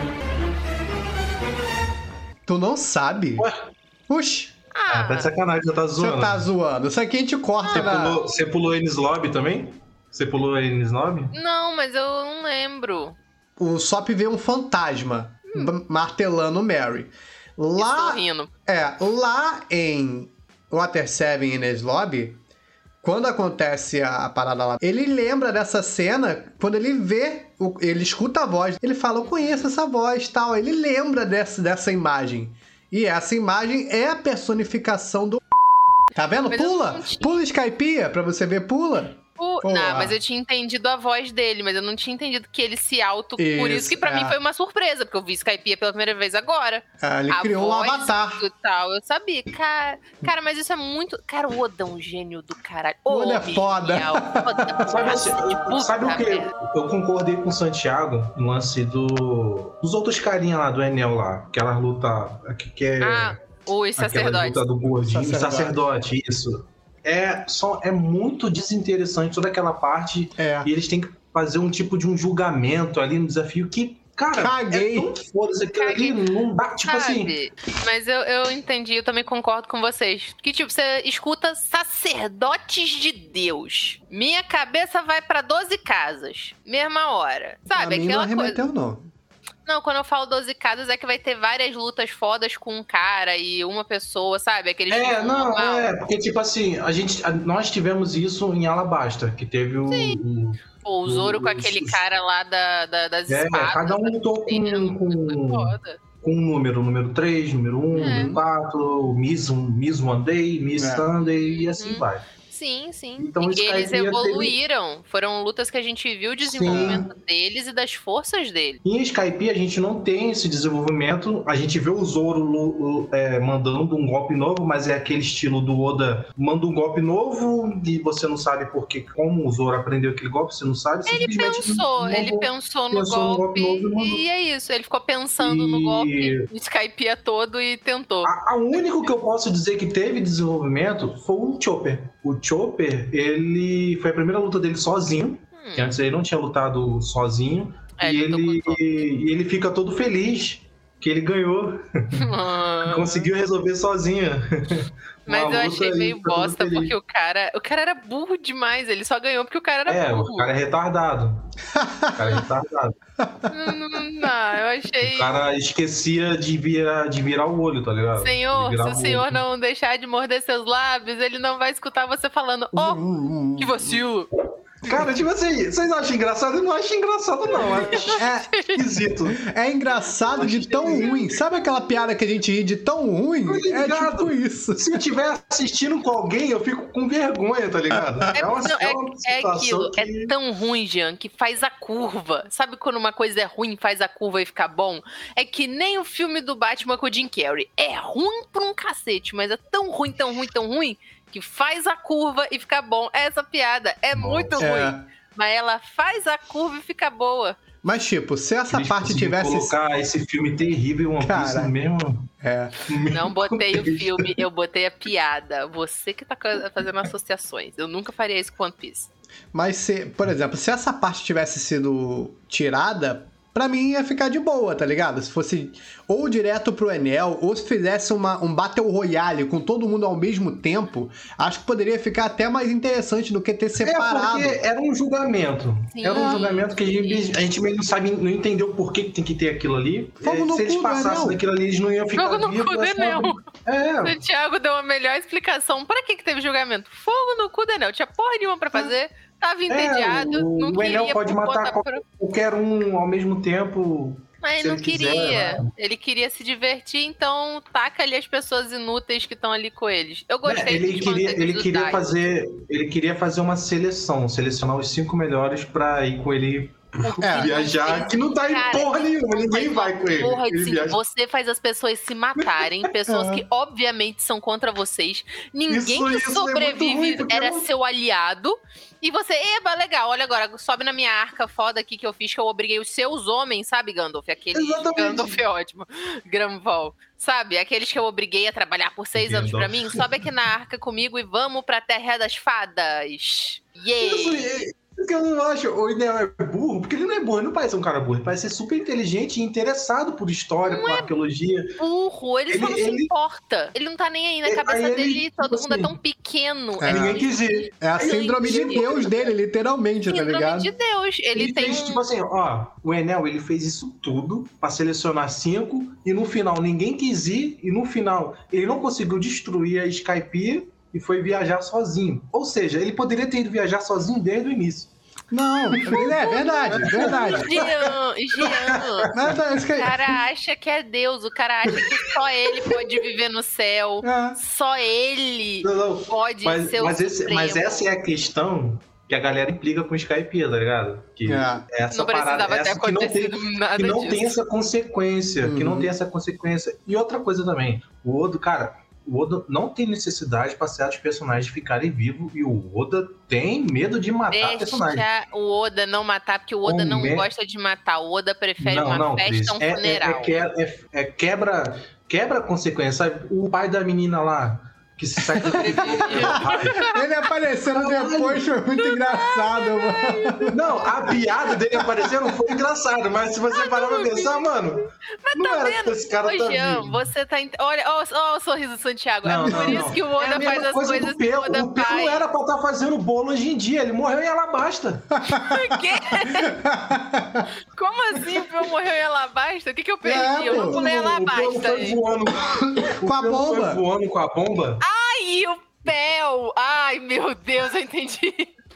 Tu não sabe? Ué? Puxa, Ah, Ah, tá de sacanagem, você tá você zoando. tá zoando. Isso aqui a gente corta Você na... pulou, você pulou Enes Lobby também? Você pulou Enes Lobby? não, mas eu não lembro. O Sop vê um fantasma b- martelando o Mary. Estou Lá, rindo. é, lá em Water seven Ines Lobby, quando acontece a, a parada lá, ele lembra dessa cena, quando ele vê, o- ele escuta a voz, ele fala, eu conheço essa voz, tal, ele lembra dessa, dessa imagem. E essa imagem é a personificação do... Tá vendo? Mas eu Pula! não tinha- Pula Skypiea, pra você ver, pula. O- Não, mas eu tinha entendido a voz dele, mas eu não tinha entendido que ele se auto... Isso, por isso que pra é. mim foi uma surpresa, porque eu vi Skypiea pela primeira vez agora. Ah, ele a criou um avatar. E tal, eu sabia. Cara, cara, mas isso é muito... Cara, o Oda é um gênio do caralho. O Oda é foda. Oda, sabe assim, sabe o que? Eu concordei com o Santiago no lance do... dos outros carinha lá, do Enel lá. Aquela luta... Que, que é... Ah, os sacerdotes. Luta do gordinho, sacerdote. sacerdote, isso. É, só, é muito desinteressante toda aquela parte. É. E eles têm que fazer um tipo de um julgamento ali no desafio que, cara, Caguei. é tão foda-se aquilo ali, não dá, tipo Sabe, assim... Mas eu, eu entendi, eu também concordo com vocês. Que, tipo, você escuta sacerdotes de Deus. Minha cabeça vai pra doze casas. Mesma hora. Sabe, a mim aquela não arremeteu, coisa... não. Não, quando eu falo doze casas é que vai ter várias lutas fodas com um cara e uma pessoa, sabe? Aqueles é, não, normal. é, porque tipo assim, a gente, a, nós tivemos isso em Alabasta, que teve o... Sim. O, o Zoro o, com aquele o, cara lá da, da, das é, espadas. Cada um lutou com, com, com um número, número três, número um, é. número quatro, Miss, Miss One Day, Miss é. Sunday e assim hum. vai. Sim, sim. Então, e eles evoluíram. Teve... Foram lutas que a gente viu o desenvolvimento sim. deles e das forças deles. E em Skypiea a gente não tem esse desenvolvimento. A gente vê o Zoro é, mandando um golpe novo, mas é aquele estilo do Oda. Manda um golpe novo e você não sabe porque, como o Zoro aprendeu aquele golpe, você não sabe. Ele pensou, não, ele pensou no pensou golpe, no golpe novo, e é isso. Ele ficou pensando e... no golpe no Skypiea todo e tentou. A, a único que eu posso dizer que teve desenvolvimento foi o Chopper. O Chopper, ele foi a primeira luta dele sozinho, hum. que antes ele não tinha lutado sozinho, é, e ele, e ele fica todo feliz que ele ganhou, conseguiu resolver sozinho. Mas eu achei meio bosta, porque o cara, o cara era burro demais, ele só ganhou porque o cara era é, burro. É, o cara é retardado. O cara é retardado. Não, não, não, eu achei... O cara esquecia de virar, de virar o olho, tá ligado? Senhor, se o senhor não deixar de morder seus lábios, ele não vai escutar você falando, ó, oh, que vacilo. Cara, tipo assim, vocês acham engraçado? Eu não acho engraçado, não. É esquisito. É engraçado de tão ruim. Sabe aquela piada que a gente ri de tão ruim? É tipo isso. Se eu estiver assistindo com alguém, eu fico com vergonha, tá ligado? É, é, uma, não, é, uma é aquilo, que... é tão ruim, Jean, que faz a curva. Sabe quando uma coisa é ruim, faz a curva e fica bom? É que nem o filme do Batman com o Jim Carrey. É ruim pra um cacete, mas é tão ruim, tão ruim, tão ruim, que faz a curva e fica bom. Essa piada é bom, muito é. ruim, mas ela faz a curva e fica boa. Mas, tipo, se essa Eles parte tivesse... colocar esse filme terrível One Piece no mesmo... É. Não botei o filme, eu botei a piada. Você que tá fazendo associações. Eu nunca faria isso com One Piece. Mas, se, por exemplo, se essa parte tivesse sido tirada... Pra mim ia ficar de boa, tá ligado? Se fosse ou direto pro Enel, ou se fizesse uma, um Battle Royale com todo mundo ao mesmo tempo, acho que poderia ficar até mais interessante do que ter separado. É, porque era um julgamento. Sim. Era um julgamento que a gente, a gente meio não sabe, não entendeu por que tem que ter aquilo ali. Fogo no se eles cu passassem daquilo ali, eles não iam ficar Fogo vivos. no cu do Enel. É. O Thiago deu a melhor explicação. Pra que que teve julgamento? Fogo no cu do Enel. Tinha porra nenhuma pra fazer. Tava entediado, é, o, não o queria. O Enel pode matar qualquer, qualquer um ao mesmo tempo. Mas ele não queria. Quiser, né? Ele queria se divertir, então taca ali as pessoas inúteis que estão ali com eles. Eu gostei. É, ele queria, ele queria fazer, ele queria fazer uma seleção, selecionar os cinco melhores pra ir com ele. É, viajar, que não tá em porra nenhuma, ninguém vai com ele. Porra, ele sim, você faz as pessoas se matarem, pessoas que obviamente são contra vocês. Ninguém isso, que isso sobrevive é ruim, era eu... seu aliado. E você, eba, legal, olha agora, sobe na minha arca foda aqui que eu fiz, que eu obriguei os seus homens, sabe, Gandalf? Aquele Exatamente. Gandalf é ótimo. Granval. Sabe, aqueles que eu obriguei a trabalhar por seis Gandalf. anos pra mim, sobe aqui na arca comigo e vamos pra Terra das Fadas. Yeah! Isso, Porque eu não acho, o Enel é burro, porque ele não é burro, ele não parece ser um cara burro, ele parece ser super inteligente e interessado por história, não por é arqueologia. Burro, ele, ele só não ele... se importa. Ele não tá nem aí na ele, cabeça aí dele, ele, todo tipo mundo assim, é tão pequeno. É, é ninguém quis ir. É a síndrome de Deus dele, literalmente, síndrome tá ligado? Síndrome de Deus. Ele, ele tem fez, um... tipo assim, ó, o Enel, ele fez isso tudo pra selecionar cinco, e no final ninguém quis ir, e no final ele não conseguiu destruir a Skypiea e foi viajar sozinho. Ou seja, ele poderia ter ido viajar sozinho desde o início. Não, é verdade, é verdade. Jean, Jean, Nada, o cara acha que é Deus, o cara acha que só ele pode viver no céu, é. só ele não, não. pode mas, ser mas o esse, Mas essa é a questão que a galera implica com Skypiea, tá ligado? Que É. essa Não precisava parada, ter essa que não tem, acontecido nada que não disso. tem essa consequência, Uhum. que não tem essa consequência. E outra coisa também, o Oda, cara, o Oda não tem necessidade para certos personagens ficarem vivos e o Oda tem medo de matar personagens. Deixa o Oda não matar, porque o Oda O não me- gosta de matar. O Oda prefere Não, uma não, festa Cris, a um é, é, funeral. é, que- é- é quebra, quebra a consequência, sabe? O pai da menina lá, que se sacrificou. Ele aparecendo depois foi muito engraçado, mano. Não, a piada dele aparecendo foi engraçada, mas se você parar pra pensar, mano, Mas não tá era vendo? que esse cara Ô, tá Jean, vivo. você tá... ent- Olha, ó, ó o sorriso do Santiago. Não, é por não, isso não. que o É a Oda mesma faz as coisa coisas do que o Pelo. Oda O Pelo faz. era pra estar fazendo bolo hoje em dia, ele morreu em Alabasta. Por quê? Como assim o Pelo morreu em Alabasta? O que que eu perdi? É, eu não pô. pulei O Pelo Alabasta foi aí. voando Com a o Pelo bomba. Foi voando com a bomba. Ai, o Pel! Ai, meu Deus, eu entendi.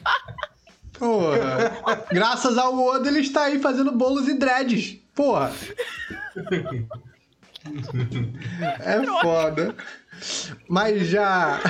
Porra. Graças ao Oda, ele está aí fazendo bolos e dreads. Porra. É foda. Mas já...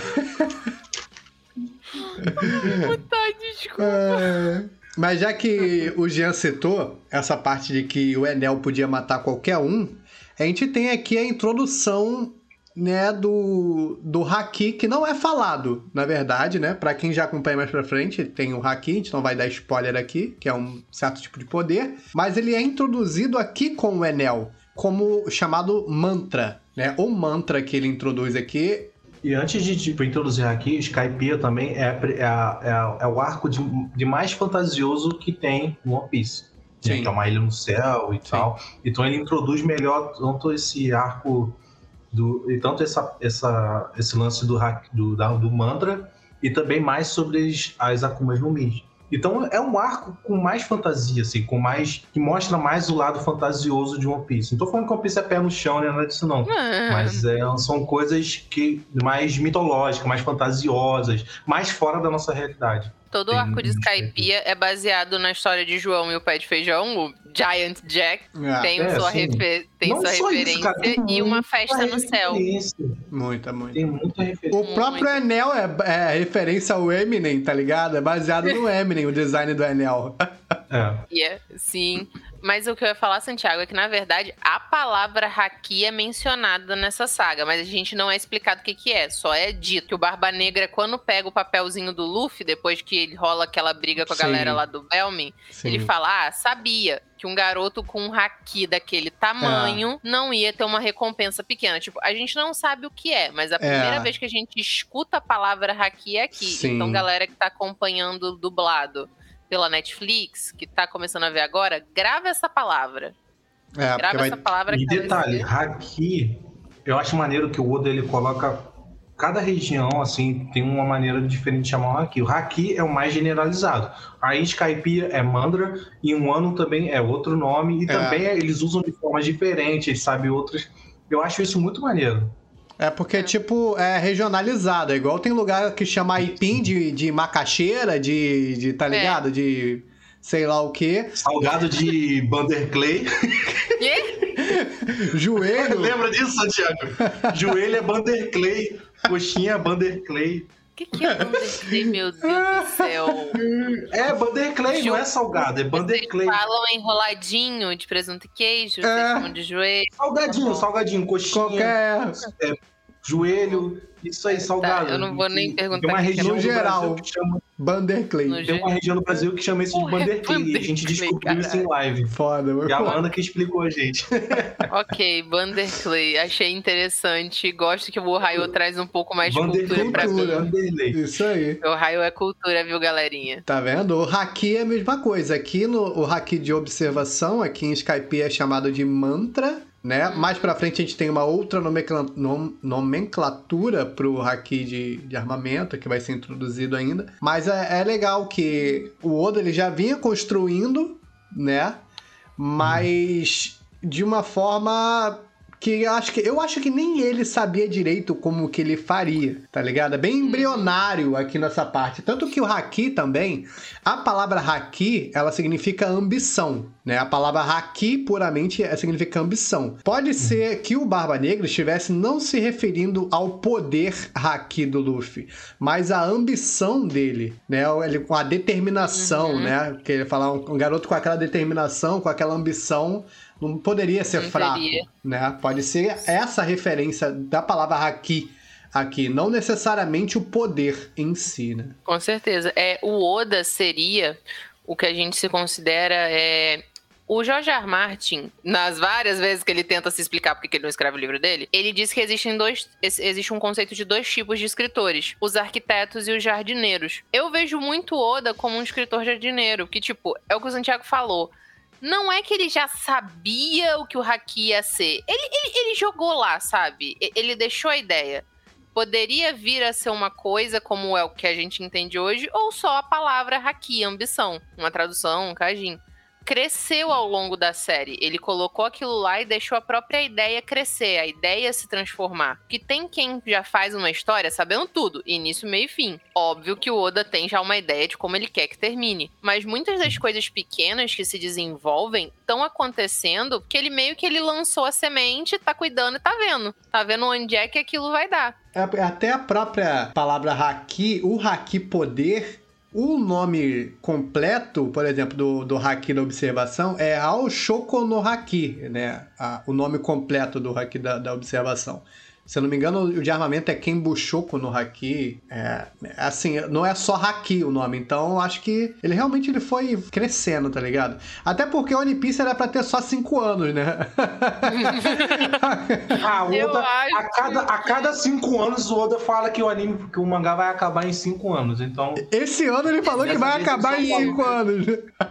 Tá, desculpa. É, Mas já que o Jean citou essa parte de que o Enel podia matar qualquer um, a gente tem aqui a introdução, né, do, do Haki, que não é falado, na verdade, né? Pra quem já acompanha mais pra frente, tem o Haki, a gente não vai dar spoiler aqui, que é um certo tipo de poder, mas ele é introduzido aqui com o Enel, como chamado mantra, né? O mantra que ele introduz aqui. E antes de tipo, introduzir aqui, Skypiea também é, é, a- é, a- é o arco de, de mais fantasioso que tem no One Piece. Sim. Né, que é uma ilha no céu e tal. Então ele introduz melhor tanto esse arco do, e tanto essa, essa, esse lance do, hack- do, da- do mantra e também mais sobre as, as Akumas no Mi. Então é um arco com mais fantasia, assim, com mais. Que mostra mais o lado fantasioso de One Piece. Não tô falando que One Piece é pé no chão, né? Nada disso, não. Ah. Mas é, são coisas que mais mitológicas, mais fantasiosas, mais fora da nossa realidade. Todo o Tem arco de muito Skypiea é baseado na história de João e o pé de feijão, o Giant Jack. É. Tem É, sua, sim. refe- tem Não sua só referência isso, cara, tem e uma muita festa no céu. referência. Muita, muita. Tem muita referência. O próprio Muito. Enel é, é referência ao Eminem, tá ligado? É baseado no Eminem, o design do Enel. É. Yeah, sim. Mas o que eu ia falar, Santiago, é que, na verdade, a palavra haki é mencionada nessa saga, mas a gente não é explicado o que que é. Só é dito que o Barba Negra, quando pega o papelzinho do Luffy, depois que ele rola aquela briga com a Sim. galera lá do Belmin, Sim. ele fala, ah, sabia que um garoto com um haki daquele tamanho não ia ter uma recompensa pequena. Tipo, a gente não sabe o que é, mas a primeira vez que a gente escuta a palavra haki é aqui. Sim. Então, galera que tá acompanhando dublado pela Netflix, que tá começando a ver agora, grava essa palavra. É, porque grava vai... essa palavra E que vai detalhe, ser- Haki, eu acho maneiro que o Oda ele coloca. Cada região, assim, tem uma maneira diferente de chamar o Haki. O Haki é o mais generalizado. Aí Skypiea é Mandra, e um ano também é outro nome, e É. também eles usam de formas diferentes, sabe? Outras. Eu acho isso muito maneiro. É porque, tipo, é regionalizado. É igual tem lugar que chama aipim de, de macaxeira, de, de, tá ligado? De sei lá o quê. Salgado de Banderclay. Quê? Joelho. Lembra disso, Santiago? Joelho é Banderclay, coxinha é Banderclay. O que, que é Banderclay, meu Deus do céu? É, Banderclay, não é salgado, é Banderclay. Vocês falam enroladinho de presunto e queijo, vocês É. chamam de joelho. Salgadinho, salgadinho, coxinha, Qualquer. é, joelho, isso aí, salgado. Tá, eu não vou nem E perguntar Tem uma o que que é região no do geral. Brasil que chama, Banderclay. No tem uma região do Brasil que chama isso de Porra, é Banderclay. E a gente Banderclay, descobriu isso em live. Foda, E a mano. Amanda que explicou a gente. Ok, Banderclay. Achei interessante. Gosto que o Ohio traz um pouco mais de Banderclay, cultura pra mim. cultura. Banderley. Isso aí. O Ohio é cultura, viu, galerinha? Tá vendo? O Haki é a mesma coisa. Aqui no o Haki de observação, aqui em Skypiea é chamado de mantra, né? Mais pra frente a gente tem uma outra nomencla- nom- nomenclatura pro Haki de, de armamento, que vai ser introduzido ainda. Mas é, é legal que o Oda ele já vinha construindo, né? Mas de uma forma que eu acho que eu acho que nem ele sabia direito como que ele faria, tá ligado? É bem embrionário aqui nessa parte. Tanto que o haki também, a palavra haki, ela significa ambição, né? A palavra haki puramente significa ambição. Pode ser que o Barba Negra estivesse não se referindo ao poder haki do Luffy, mas à ambição dele, né? Ele, com a determinação, uhum. né? Que ele falar um, um garoto com aquela determinação, com aquela ambição, não poderia ser não fraco, seria. né? Pode ser essa referência da palavra haki aqui, não necessariamente o poder em si, né? Com certeza. É, o Oda seria o que a gente se considera... É... O George R. R. Martin, nas várias vezes que ele tenta se explicar porque ele não escreve o livro dele, ele diz que existem dois, existe um conceito de dois tipos de escritores, os arquitetos e os jardineiros. Eu vejo muito Oda como um escritor jardineiro, que tipo, é o que o Santiago falou. Não é que ele já sabia o que o haki ia ser. Ele, ele, ele jogou lá, sabe? Ele deixou a ideia. Poderia vir a ser uma coisa como é o que a gente entende hoje, ou só a palavra haki, ambição. Uma tradução, um kanji. Cresceu ao longo da série. Ele colocou aquilo lá e deixou a própria ideia crescer, a ideia se transformar. Que tem quem já faz uma história sabendo tudo, início, meio e fim. Óbvio que o Oda tem já uma ideia de como ele quer que termine. Mas muitas das coisas pequenas que se desenvolvem estão acontecendo porque ele meio que ele lançou a semente, tá cuidando e tá vendo. Tá vendo onde é que aquilo vai dar. Até a própria palavra haki, o haki poder... O nome completo, por exemplo, do, do haki da observação é Aoshoku no Haki, né? A, o nome completo do haki da, da observação. Se eu não me engano, o de armamento é Kenbushoku no Haki. É, assim, não é só Haki o nome. Então, acho que ele realmente ele foi crescendo, tá ligado? Até porque o One Piece era pra ter só cinco anos, né? a, Oda, a, cada, a cada cinco anos, o Oda fala que o anime, que o mangá vai acabar em cinco anos. Então... Esse ano ele falou que vai acabar em cinco anos.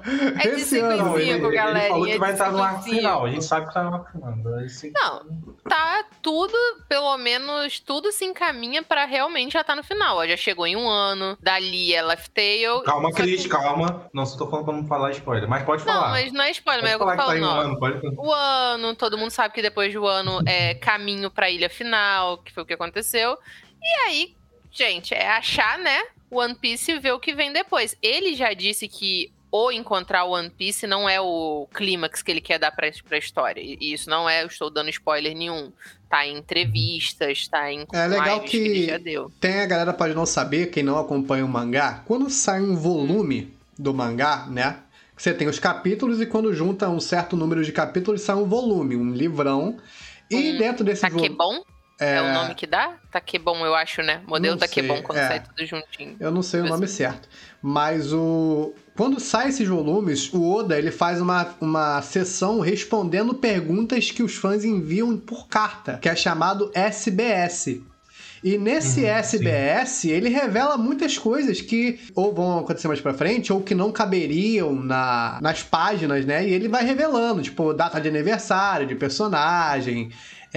É de Esse ano. Não, ele, ele, galera, ele falou que é vai estar no arco final. A gente sabe que tá no arco final. Não, tá tudo, pelo Pelo menos tudo se encaminha pra realmente já tá no final. Ó, já chegou em um ano, dali é Laugh Tale. Calma, Cris, que... calma. Não, só tô falando pra não falar spoiler, mas pode falar. Não, mas não é spoiler, pode mas eu tô falando. Tá um ano, pode... O ano, todo mundo sabe que depois do ano é caminho pra ilha final, que foi o que aconteceu. E aí, gente, é achar, né, One Piece e ver o que vem depois. Ele já disse que ou encontrar o One Piece não é o clímax que ele quer dar pra, pra história. E isso não é, eu estou dando spoiler nenhum. Tá em entrevistas, tá em É legal que, que ele já deu. Tem a galera pode não saber, quem não acompanha o mangá, quando sai um volume do mangá, né? Você tem os capítulos e quando junta um certo número de capítulos sai um volume, um livrão. E um dentro desse volume... Takebon? É... é o nome que dá? Takebon, eu acho, né? Modelo não Takebon, sei, quando é. sai tudo juntinho. Eu não sei o nome certo. Mas o... Quando sai esses volumes, o Oda ele faz uma, uma sessão respondendo perguntas que os fãs enviam por carta, que é chamado S B S. E nesse uhum, S B S, sim. ele revela muitas coisas que ou vão acontecer mais pra frente, ou que não caberiam na, nas páginas, né? E ele vai revelando, tipo, data de aniversário, de personagem...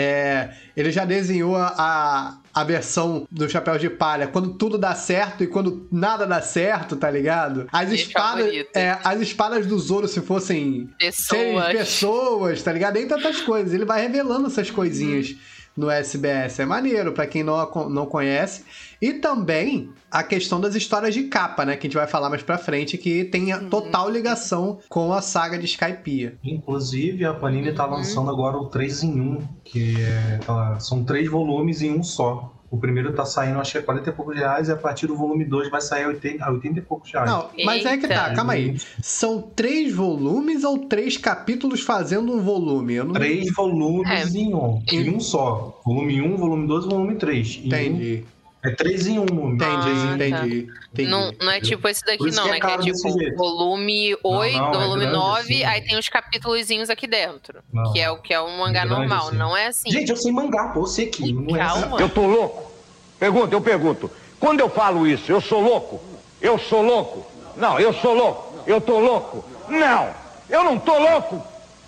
É, ele já desenhou a, a versão do Chapéu de Palha quando tudo dá certo e quando nada dá certo, tá ligado? As Minha espadas é, as espadas do Zoro se fossem pessoas. pessoas, tá ligado? Tem tantas coisas. Ele vai revelando essas coisinhas no S B S. É maneiro pra quem não, não conhece. E também a questão das histórias de capa, né? Que a gente vai falar mais pra frente, que tem a total ligação com a saga de Skypiea. Inclusive, a Panini tá lançando agora o três em um, que é, tá, são três volumes em um só. O primeiro tá saindo, acho que é quarenta e poucos reais, e a partir do volume dois vai sair a oitenta, oitenta e poucos reais. Não, mas é que tá, calma aí. São três volumes ou três capítulos fazendo um volume? Eu não... Três volumes é. em um. Em um só. Volume um, volume dois, volume três. Entendi. Um. É três em um. Entendi, ah, entendi, tá. entendi. Não, não é tipo esse daqui, não, né? Que é, que é tipo volume oito, não, não, volume é grande, nove, assim. Aí tem os capítulozinhos aqui dentro. Não, que é o que é um mangá é grande, normal, assim. Não é assim. Gente, eu sei mangá, pô, eu sei que não é assim. Eu tô louco? Pergunta, eu pergunto. Quando eu falo isso, eu sou louco? Eu sou louco? Não, eu sou louco. Eu tô louco? Não, eu não tô louco.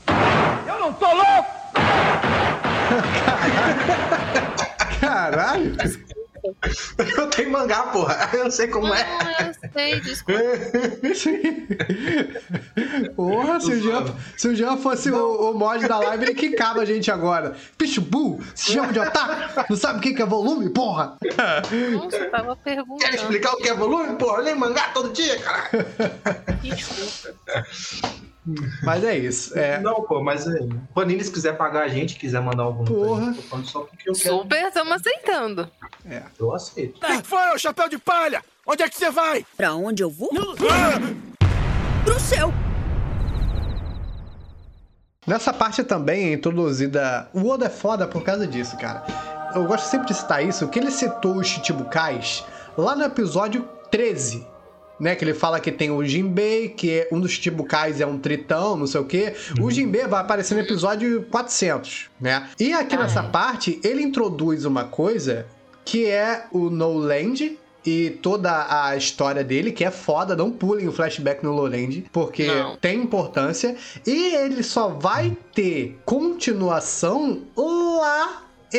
Eu não tô louco. Caralho. Eu tenho mangá, porra. Eu sei como não, é. Eu sei, desculpa. Porra, se o, Jean, se o Jean fosse o, o mod da live, ele quicava a gente agora. Bicho burro, se chama de otaku? Não sabe o que é volume, porra? Nossa, eu tava perguntando. Quer explicar o que é volume, porra? Eu leio mangá todo dia, caralho. Desculpa. Mas é isso. É... Não, pô, mas é. Panini, se quiser pagar a gente, quiser mandar algum. Porra. Gente, tô falando só porque eu quero. Super, estamos aceitando. É. Eu aceito. O que foi, ô chapéu de palha? Onde é que você vai? Pra onde eu vou? Ah! Pro céu. Nessa parte também é introduzida. O Oda é foda por causa disso, cara. Eu gosto sempre de citar isso, que ele citou os Chichibukais lá no episódio treze. Né, que ele fala que tem o Jinbei, que é um dos Chichibukais é um tritão, não sei o quê. Uhum. O Jinbei vai aparecer no episódio quatrocentos, né? E aqui ah, nessa é. parte, ele introduz uma coisa que é o No Land e toda a história dele, que é foda, não pulem o flashback no Lowland, porque não. tem importância. E ele só vai ter continuação lá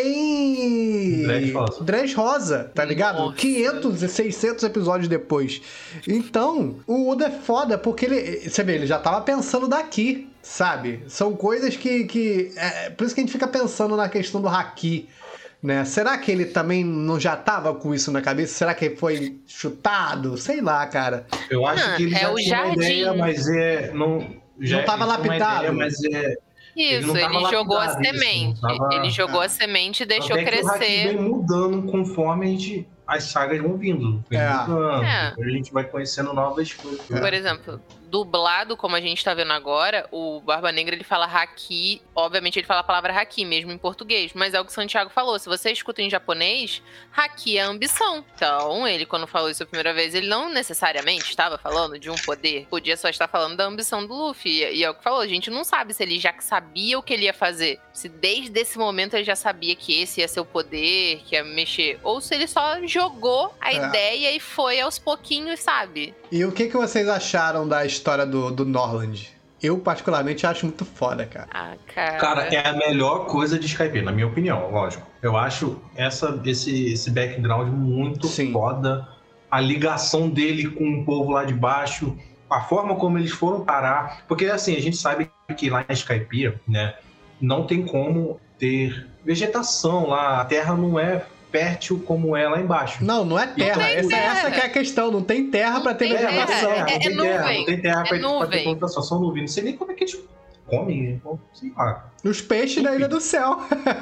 em Dressrosa. Dressrosa, tá ligado? Nossa. quinhentos e seiscentos episódios depois. Então, o Oda é foda porque ele, você vê, ele já tava pensando daqui, sabe? São coisas que, que é, por isso que a gente fica pensando na questão do haki, né? Será que ele também não já tava com isso na cabeça? Será que ele foi chutado? Sei lá, cara. Eu acho ah, que ele é já o tinha jardim. uma ideia, mas é não já não tava lapidado, ideia, mas é Isso, ele, ele jogou a semente. Tava... Ele jogou a semente e deixou Até crescer. Que o vem mudando conforme a gente, as sagas vão vindo. Vem é. mudando. É. A gente vai conhecendo novas coisas. É. Por exemplo, dublado, como a gente tá vendo agora, o Barba Negra ele fala haki. Obviamente ele fala a palavra haki mesmo em português. Mas é o que o Santiago falou. Se você escuta em japonês, haki é ambição. Então, ele quando falou isso a primeira vez, ele não necessariamente estava falando de um poder. Podia só estar falando da ambição do Luffy. E é o que falou, a gente não sabe se ele já sabia o que ele ia fazer. Se desde esse momento ele já sabia que esse ia ser o poder, que ia mexer. Ou se ele só jogou a é. ideia e foi aos pouquinhos, sabe? E o que, que vocês acharam da história do, do Norland? Eu, particularmente, acho muito foda, cara. Ah, cara. Cara, é a melhor coisa de Skype, na minha opinião, lógico. Eu acho essa, esse, esse background muito Sim. foda. A ligação dele com o povo lá de baixo, a forma como eles foram parar. Porque, assim, a gente sabe que lá em Skypiea, né, não tem como ter vegetação lá. A terra não é fértil como é lá embaixo. Não, não é terra. Não essa, terra. essa que é a questão. Não tem terra para ter vegetação. É, é, não tem é terra, nuvem. Não tem terra é para ter plantação. Só nuvem. Não sei nem como é que eles comem. Sei lá. Os peixes da Ilha do Céu.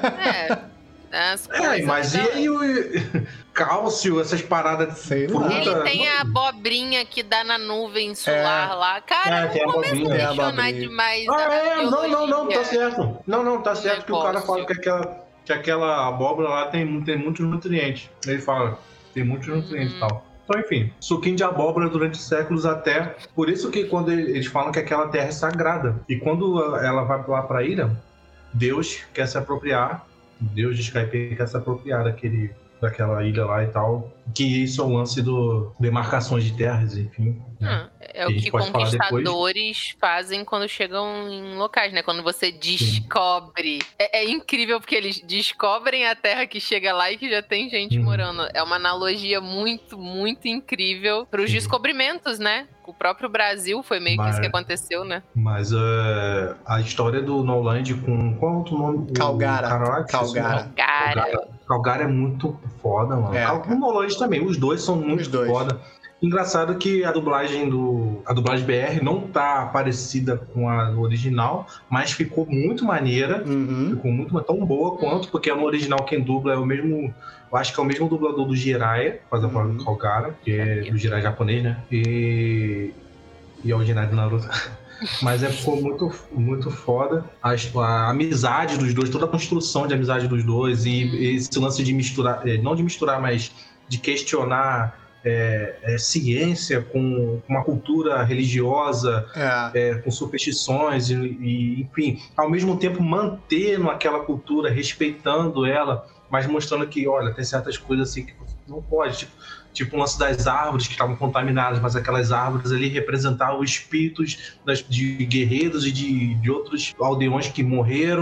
É. As é, mas e aí o cálcio, essas paradas Sei fruta, lá. Ele tem não... a abobrinha que dá na nuvem solar é. lá. Cara, é, tem não a começa a questionar demais. Ah, é, não, não, não, tá certo. Não, não, tá certo que o cara fala que aquela, que aquela abóbora lá tem, tem muitos nutrientes. Ele fala, tem muitos nutrientes e hum. tal. Então, enfim, suquinho de abóbora durante séculos até. Por isso que quando eles falam que aquela terra é sagrada. E quando ela vai lá pra ilha, Deus quer se apropriar. Deus de Skype quer se apropriar daquele, daquela ilha lá e tal. Que isso é o lance do demarcações de terras, enfim. Ah, é o que conquistadores fazem quando chegam em locais, né? Quando você descobre. É, é incrível porque eles descobrem a terra que chega lá e que já tem gente hum. morando. É uma analogia muito, muito incrível para os descobrimentos, né? O próprio Brasil foi meio mas, que isso que aconteceu, né? Mas uh, a história do Norland com... Qual é o outro nome? Calgara. Calgara. Calgara. Calgara é muito foda, mano. É, o Norland também. Os dois são muito dois. foda. Engraçado que a dublagem do... A dublagem B R não tá parecida com a do original, mas ficou muito maneira. Uhum. Ficou muito tão boa quanto, porque no original quem dubla é o mesmo... Eu acho que é o mesmo dublador do Jiraiya, faz a voz uhum. do Calgara, que é do Jiraiya japonês, né? E... E é o Jiraiya do Naruto. Mas é, ficou muito, muito foda. A, a amizade dos dois, toda a construção de amizade dos dois e esse lance de misturar... Não de misturar, mas de questionar... É, é, ciência com uma cultura religiosa, é. É, com superstições e, e, enfim, ao mesmo tempo mantendo aquela cultura, respeitando ela, mas mostrando que, olha, tem certas coisas assim que não pode, tipo, tipo o lance das árvores que estavam contaminadas, mas aquelas árvores ali representavam os espíritos das, de guerreiros e de, de outros aldeões que morreram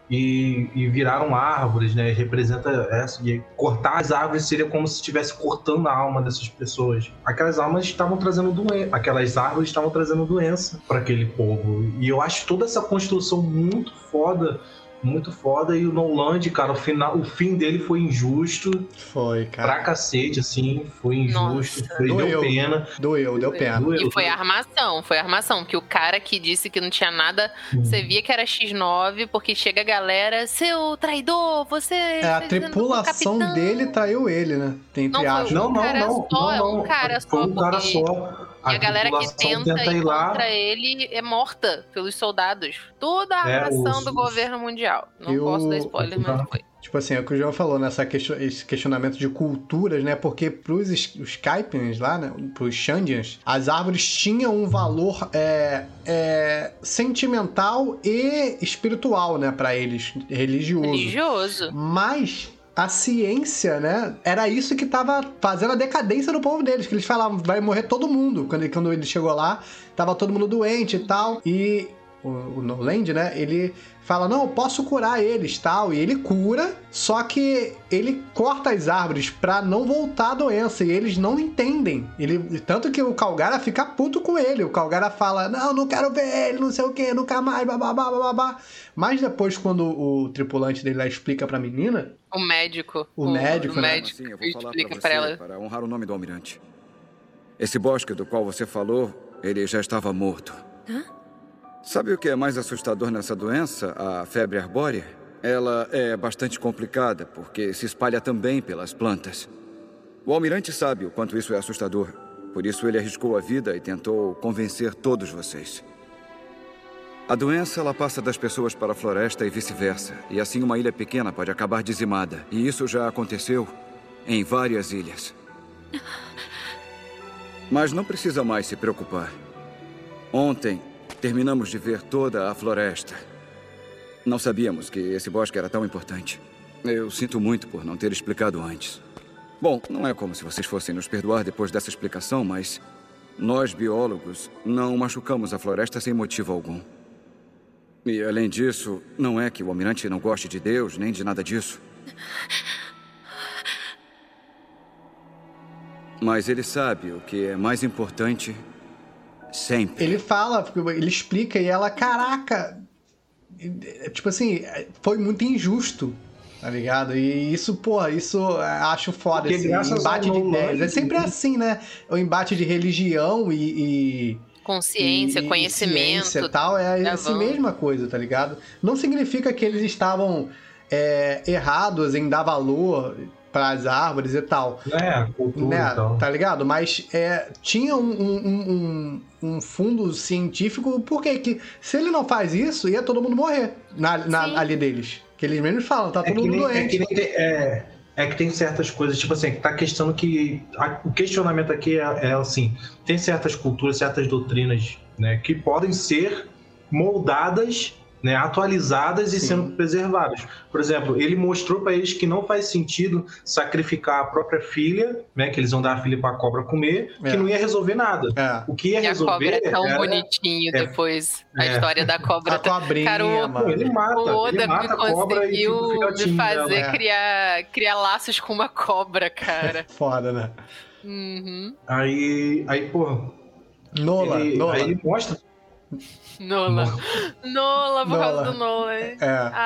e, e viraram árvores, né? Representa essa. E cortar as árvores seria como se estivesse cortando a alma dessas pessoas. Aquelas almas estavam trazendo doença, aquelas árvores estavam trazendo doença para aquele povo. E eu acho toda essa construção muito foda. Muito foda, e o Noland, cara, o, final, o fim dele foi injusto. Foi, cara. Pra cacete, assim, foi injusto. Foi, deu pena. Doeu, deu pena. E foi armação, foi armação. Que o cara que disse que não tinha nada, hum. você via que era xis nove, porque chega a galera, seu traidor, você... É, a tripulação dele traiu ele, né? Tem não, foi não, um não, cara não, só, não, não. um cara foi só. um cara só. E a, a galera que tenta, tenta ir ir lá. contra ele é morta pelos soldados. Toda a É, armação os- do governo mundial. Não Eu- posso dar spoiler, mas foi. Tipo assim, é o que o João falou, né? Essa question- esse questionamento de culturas, né? Porque pros es- os Skypians lá, né? Pros Shandians, as árvores tinham um valor é, é, sentimental e espiritual, né? Pra eles, religioso. Religioso. Mas a ciência, né? Era isso que tava fazendo a decadência do povo deles. Que eles falavam, vai morrer todo mundo. Quando ele, quando ele chegou lá, tava todo mundo doente e tal. E o, o Noland, né? Ele fala, não, eu posso curar eles, tal. E ele cura, só que ele corta as árvores pra não voltar a doença. E eles não entendem. Ele, tanto que o Calgara fica puto com ele. O Calgara fala, não, não quero ver ele, não sei o que, nunca mais, bababá, bababá. Mas depois, quando o tripulante dele lá explica pra menina... O médico. O médico, o né? médico Sim, eu vou falar explica pra pra você, ela. para honrar o nome do almirante. Esse bosque do qual você falou, ele já estava morto. Hã? Sabe o que é mais assustador nessa doença, a febre arbórea? Ela é bastante complicada, porque se espalha também pelas plantas. O almirante sabe o quanto isso é assustador. Por isso ele arriscou a vida e tentou convencer todos vocês. A doença, ela passa das pessoas para a floresta e vice-versa. E assim uma ilha pequena pode acabar dizimada. E isso já aconteceu em várias ilhas. Mas não precisa mais se preocupar. Ontem, terminamos de ver toda a floresta. Não sabíamos que esse bosque era tão importante. Eu sinto muito por não ter explicado antes. Bom, não é como se vocês fossem nos perdoar depois dessa explicação, mas nós, biólogos, não machucamos a floresta sem motivo algum. E, além disso, não é que o almirante não goste de Deus, nem de nada disso. Mas ele sabe o que é mais importante sempre. Ele fala, ele explica, e ela, caraca, tipo assim, foi muito injusto, tá ligado? E isso, pô, isso acho foda, Porque esse graças embate ao de Nolan, ideias. É sempre assim, né? O embate de religião e... e... Consciência, e, conhecimento. Ciência e tal, é essa Gravão. mesma coisa, tá ligado? Não significa que eles estavam é, errados em dar valor para as árvores e tal. É, a cultura Né? e tal. Tá ligado? Mas é, tinha um, um, um, um fundo científico, porque que, se ele não faz isso, ia todo mundo morrer na, na, ali deles. Que eles mesmos falam, tá É todo que mundo nem- é doente. que nem tem- é, é que tem certas coisas, tipo assim, que tá questionando que. a- o questionamento aqui é, é assim: tem certas culturas, certas doutrinas, né, que podem ser moldadas, né, atualizadas e Sim. sendo preservadas. Por exemplo, ele mostrou para eles que não faz sentido sacrificar a própria filha, né, que eles vão dar a filha para a cobra comer, É. que não ia resolver nada. É. O que ia E a resolver cobra é tão era- bonitinho é. depois. A É. história da cobra. A cobrinha, Cara, o, mano. Ele mata, o Oda ele mata me a cobra e fica o conseguiu filhotinho me fazer dela. É. criar, criar laços com uma cobra, cara. Foda, né? Uhum. Aí, aí, pô, Nola, ele, Nola. aí ele mostra. Nola. Nola, por causa Nola. do Nola. É.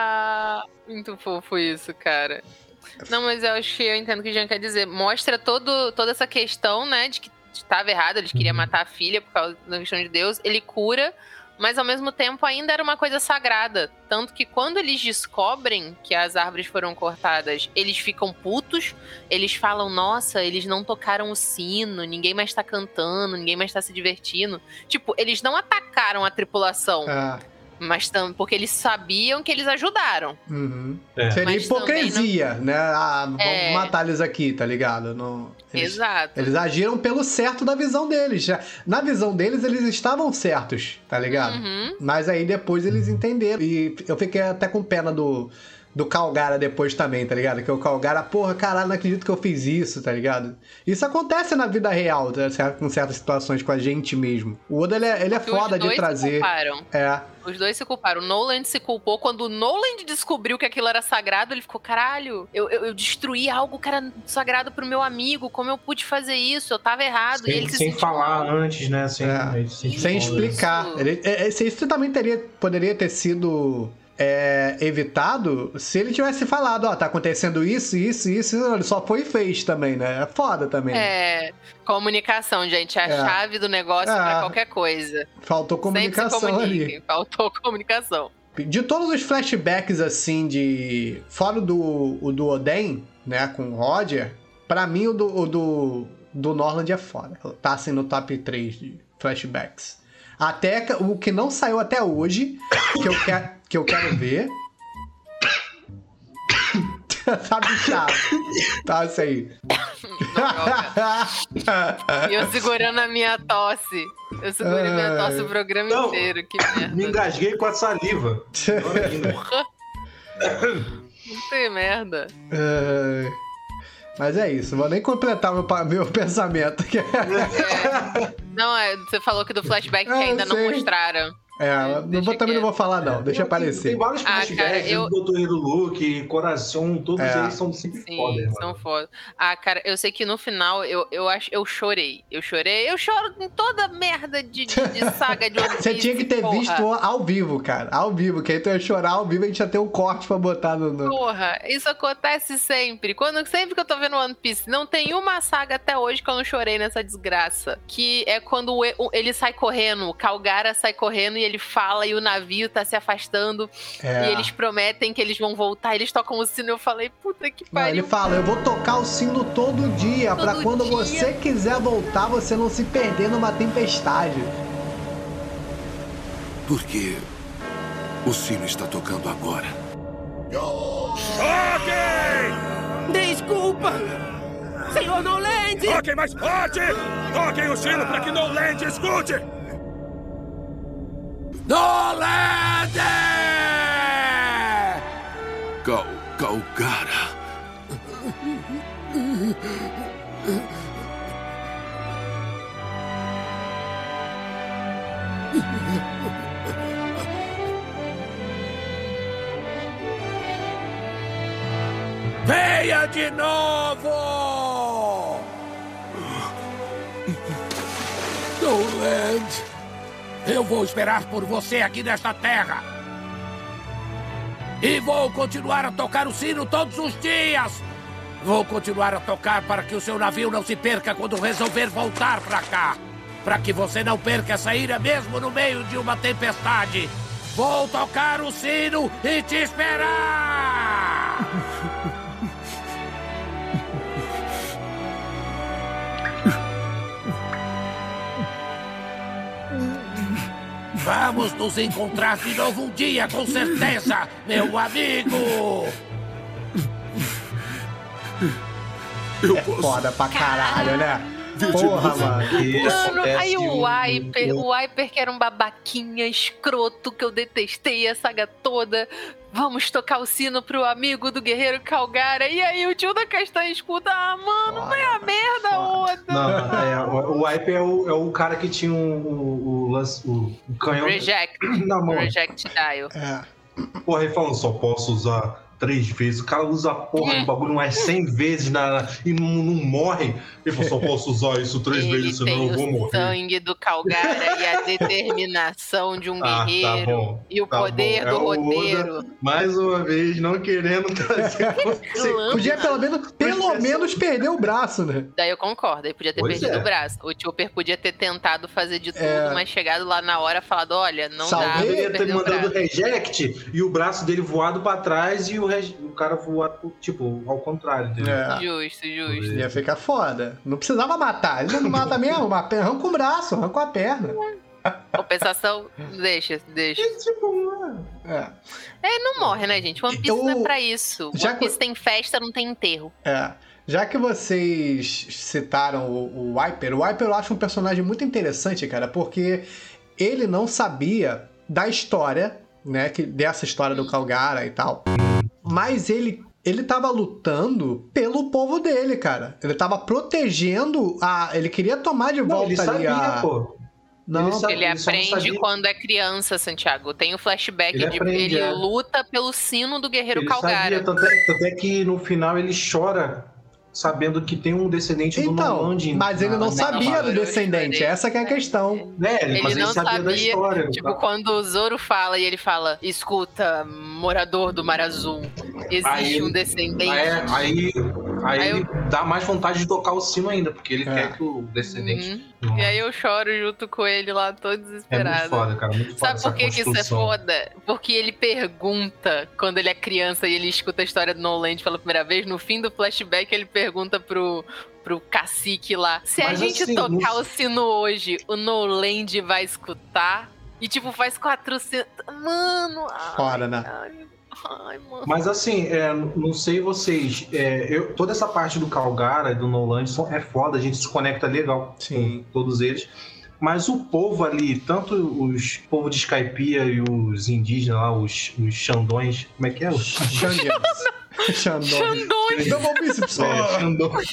Ah, muito fofo isso, cara. Não, mas eu acho que eu entendo o que o Jean quer dizer. Mostra todo, toda essa questão, né, de que estava errado, eles queriam matar a filha por causa da questão de Deus. Ele cura, mas ao mesmo tempo ainda era uma coisa sagrada. Tanto que quando eles descobrem que as árvores foram cortadas, eles ficam putos, eles falam, nossa, eles não tocaram o sino, ninguém mais tá cantando, ninguém mais tá se divertindo. Tipo, eles não atacaram a tripulação, É. mas tam, porque eles sabiam que eles ajudaram. Uhum. É. Seria Mas também hipocrisia, né? Ah, vamos É. matar eles aqui, tá ligado? Não, eles, Exato. eles agiram pelo certo da visão deles. Já- Na visão deles, eles estavam certos, tá ligado? Uhum. Mas aí depois eles entenderam. E eu fiquei até com pena do, do Calgara depois também, tá ligado? Que o Calgara, porra, caralho, não acredito que eu fiz isso, tá ligado? Isso acontece na vida real, tá? Com certas situações, com a gente mesmo. O Oda, ele é, ele é foda de trazer. Se culparam. É. Os dois se culparam. O Noland se culpou. Quando o Noland descobriu que aquilo era sagrado, ele ficou, caralho, eu, eu, eu destruí algo que era sagrado pro meu amigo, como eu pude fazer isso? Eu tava errado. Sem, e ele se sem falar mal. antes, né? Sem, é. sem, sem explicar. Ele, isso, isso também teria, poderia ter sido... É, evitado se ele tivesse falado, ó, tá acontecendo isso, isso, isso, ele só foi e fez também, né? É foda também. É, comunicação, gente, é a é. chave do negócio é. pra qualquer coisa. Faltou comunicação ali. Faltou comunicação. De todos os flashbacks, assim, de... Fora do, o do Oden, né, com o Roger, pra mim o do, o do, do Norland é foda. Tá, assim, no top três de flashbacks. Até o que não saiu até hoje, que eu quero, que eu quero ver. Tá bichado. Tá isso aí. E eu segurando a minha tosse. Eu segurei a minha tosse o programa não, inteiro. Que merda. Me engasguei com a saliva. Não tem merda. Uh, mas é isso. Vou nem completar meu, meu pensamento. É. Não, é, você falou que do flashback que ainda não mostraram. É, não vou, também não vou falar, não. Deixa aparecer. Tem vários flashbacks, ah, eu... do doutor do Luke, Coração, todos é. eles são sempre Sim, foda. são foda. Ah, cara, eu sei que no final eu, eu, acho, eu chorei. Eu chorei. Eu choro em toda merda de, de, de saga de One Piece. Você tinha que ter porra. visto ao vivo, cara. Ao vivo, que aí tu ia chorar ao vivo e a gente ia ter um corte pra botar no... no... Porra, isso acontece sempre. Quando, sempre que eu tô vendo One Piece, não tem uma saga até hoje que eu não chorei nessa desgraça. Que é quando o, ele sai correndo, o Calgara sai correndo e ele fala e o navio tá se afastando é. e eles prometem que eles vão voltar, eles tocam o sino, eu falei, puta que pariu. Não, ele fala, eu vou tocar o sino todo dia, todo pra quando dia. você quiser voltar, você não se perder numa tempestade. Por que o sino está tocando agora? Toquem! Desculpa! Senhor Noland! Toquem mais forte! Toquem o sino pra que Noland escute! Noland! Cal... Calgara. Venha de novo! Noland! Eu vou esperar por você aqui nesta terra. E vou continuar a tocar o sino todos os dias. Vou continuar a tocar para que o seu navio não se perca quando resolver voltar para cá. Para que você não perca essa ilha mesmo no meio de uma tempestade. Vou tocar o sino e te esperar. Vamos nos encontrar de novo um dia, com certeza, meu amigo! Eu é posso... foda pra caralho, né? Porra, mano. Mano, aí o Wiper, o Wiper que era um babaquinha escroto que eu detestei a saga toda. Vamos tocar o sino pro amigo do guerreiro Calgara. E aí o tio da Castanha escuta, ah, mano, vai a merda, Oda. Não, é, o Wiper é o, é o cara que tinha um, o, o, o, o canhão Reject. na mão. Reject dial. É. Porra, ele falando, só posso usar três vezes. O cara usa a porra do bagulho mais cem vezes na, na, e não, não morre. Ele falou, só posso usar isso três Ele vezes, senão eu vou morrer. O sangue do Calgara e a determinação de um ah, guerreiro. Tá bom, e o tá poder bom. do é roteiro. Oda, mais uma vez, não querendo trazer. Podia pelo menos, pelo menos perder o braço, né? Daí eu concordo, ele podia ter pois perdido é. o braço. O Chopper podia ter tentado fazer de tudo, é. mas chegado lá na hora falado, olha, não Salve. dá. Ele ia ter mandado o reject e o braço dele voado pra trás e o, rege... o cara voado, tipo, ao contrário. Entendeu? É. Justo, justo. Ia ficar foda. Não precisava matar. Ele não mata mesmo, arranca o braço, arranca a perna. Compensação, deixa, deixa. É. É, não morre, né, gente? One Piece eu... não é pra isso. Já One Piece que... tem festa, não tem enterro. É. Já que vocês citaram o, o Wiper, o Wiper eu acho um personagem muito interessante, cara, porque ele não sabia da história, né, que, dessa história do Calgara e tal. Mas ele... Ele tava lutando pelo povo dele, cara. Ele tava protegendo a... Ele queria tomar de volta não, ele ali sabia, a... Pô. Não, ele, sabe, ele ele aprende quando é criança, Santiago. Tem o flashback ele de aprende, ele é. luta pelo sino do guerreiro ele Calgara. Sabia, tanto, é, tanto é que no final ele chora sabendo que tem um descendente do então, Noland. Mas ele não na, sabia na do descendente, essa que é a questão. É, ele, Ele mas não ele sabia, sabia, da história. tipo, tá? quando o Zoro fala e ele fala, escuta, morador do Mar Azul, existe aí, um descendente. Aí, aí, aí, aí ele eu... dá mais vontade de tocar o sino ainda, porque ele é. quer que o descendente... Uhum. E aí eu choro junto com ele lá, todo desesperado. É muito foda, cara, muito foda. Sabe por que, que isso é foda? Porque ele pergunta, quando ele é criança e ele escuta a história do Noland pela primeira vez, no fim do flashback ele pergunta pro, pro cacique lá, se Mas a gente assim, tocar não... o sino hoje, o Noland vai escutar? E tipo, faz quatrocentos... Mano... Fora, né? Ai, ai, mano. Mas assim, é, não sei vocês, é, eu, toda essa parte do Calgara, do Noland, é foda, a gente se conecta legal Sim. com todos eles. Mas o povo ali, tanto os povo de Skypiea e os indígenas lá, os, os Xandões, como é que é? Os Xandões. Xandões. Double bíceps. É, Xandões.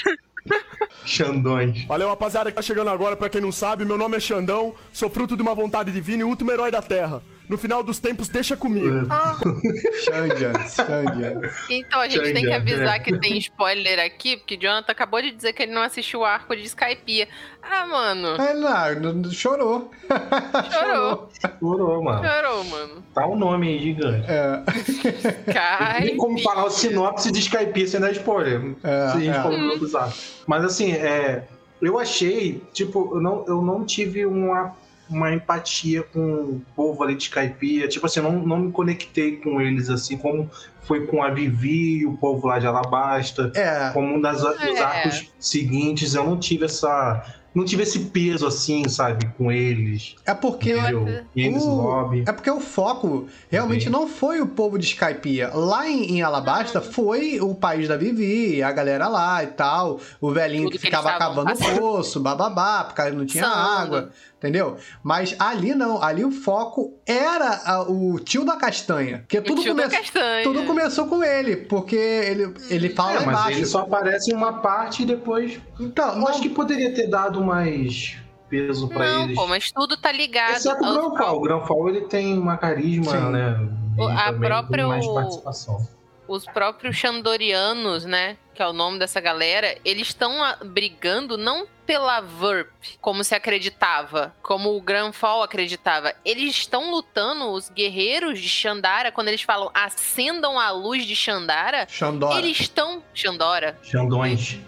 Xandões. Valeu, rapaziada que tá chegando agora. Pra quem não sabe, meu nome é Xandão, sou fruto de uma vontade divina e último herói da Terra. No final dos tempos, deixa comigo. Ah. Xandian, Xandian. Então, a gente Xandian, tem que avisar é. que tem spoiler aqui, porque o Jonathan acabou de dizer que ele não assistiu o arco de Skypiea. Ah, mano. É, não, chorou. Chorou. Chorou, mano. Chorou, mano. Tá o um nome aí gigante. É. Skypiea. Nem como falar o sinopse de Skypiea sem dar spoiler. É, se a gente é. for improvisar. Mas assim, é, eu achei, tipo, eu não, eu não tive uma, uma empatia com o povo ali de Skypiea. Tipo assim, eu não, não me conectei com eles assim, como foi com a Vivi e o povo lá de Alabasta. É. Como um das, dos É. arcos seguintes, eu não tive essa... Não tive esse peso assim, sabe, com eles. É porque entendeu? Eles o, lobby. é porque o foco realmente Sim. não foi o povo de Skypiea. Lá em, em Alabasta foi o país da Vivi, a galera lá e tal, o velhinho Tudo que que ficava eles estavam cavando poço, bababá, porque não tinha Sando. água, entendeu? Mas ali não, ali o foco era a- o tio da castanha. Porque tudo, tio da come- castanha. tudo começou com ele, porque ele, ele fala É, lá mas embaixo. ele só aparece em uma parte e depois... Então, Eu não, acho que poderia ter dado mais peso pra Não, eles. pô, mas tudo tá ligado. Exceto o aos Granfall. O Granfall, ele tem uma carisma, Sim. né? O- E a também própria- tem mais participação. Os próprios Xandorianos, né, que é o nome dessa galera, eles estão ah, brigando não pela Verp, como se acreditava, como o Granfall acreditava. Eles estão lutando, os guerreiros de Xandara, quando eles falam acendam a luz de Xandara, Xandora. eles estão... Xandora. Xandões.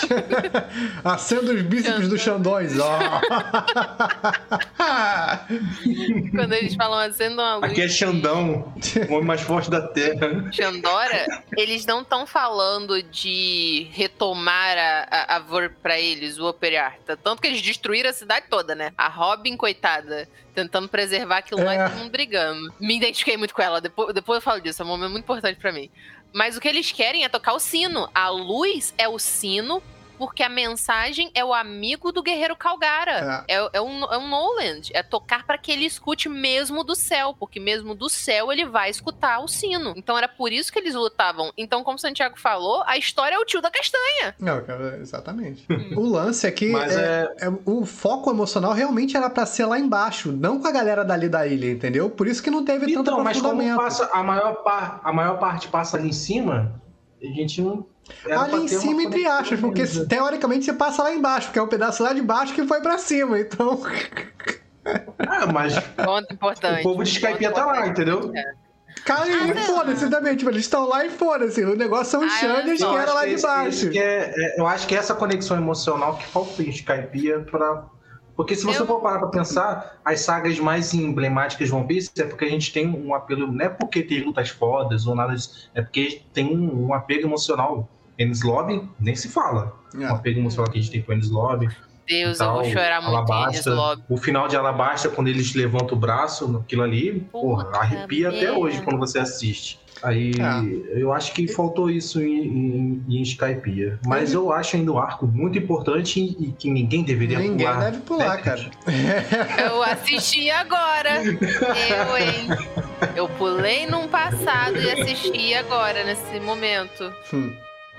Acenda os bíceps dos Xandões, ó. Quando eles falam acendam a luz Aqui é Xandão, o homem mais forte da Terra. Xandora, eles não estão falando de retomar a, a, a Verp pra eles, o Operarta. Tanto que eles destruíram a cidade toda, né? A Robin, coitada, tentando preservar aquilo lá É. e todo mundo brigando. Me identifiquei muito com ela, depois, depois eu falo disso, é um momento muito importante pra mim. Mas o que eles querem é tocar o sino. A luz é o sino, porque a mensagem é o amigo do guerreiro Calgara. É, é, um, é um Noland. É tocar para que ele escute mesmo do céu, porque mesmo do céu ele vai escutar o sino. Então era por isso que eles lutavam. Então, como o Santiago falou, a história é o tio da castanha. Não, cara, exatamente. O lance é que Mas é, é- o foco emocional realmente era pra ser lá embaixo, não com a galera dali da ilha, entendeu? Por isso que não teve tanto Então, mas como aprofundamento. passa, a, maior par, a maior parte passa ali em cima, a gente não... era Ali pra em ter uma cima, entre conexão aspas, porque mesmo. teoricamente você passa lá embaixo, porque é o pedaço lá de baixo que foi pra cima, então... Ah, mas Ponto importante. o povo de Skypiea tá lá, entendeu? Cara, e foda-se também, tipo, eles estão lá e foda-se, o negócio são os Ah, Xandias que Não, era acho lá que de esse- baixo. esse que é- é- eu acho que é essa conexão emocional que falta em Skypiea pra... Porque se você Eu- for parar pra pensar, as sagas mais emblemáticas de One Piece é porque a gente tem um apelo, não é porque tem lutas fodas ou nada disso, é porque tem um, um apego emocional. Enies Lobby, nem se fala. É. Um apego emocional que a gente tem com Enies Lobby. Deus, e eu vou tal, chorar muito em Alabasta, Slob. o final de Alabasta, quando eles levantam o braço, aquilo ali, porra, Puta arrepia até merda. hoje quando você assiste. Aí É. eu acho que faltou isso em, em, em Skypiea. Mas eu acho ainda o arco muito importante e que ninguém deveria Ninguém pular. deve pular, né? cara. Eu assisti agora. Eu, hein? Eu pulei num passado e assisti agora, nesse momento. Hum.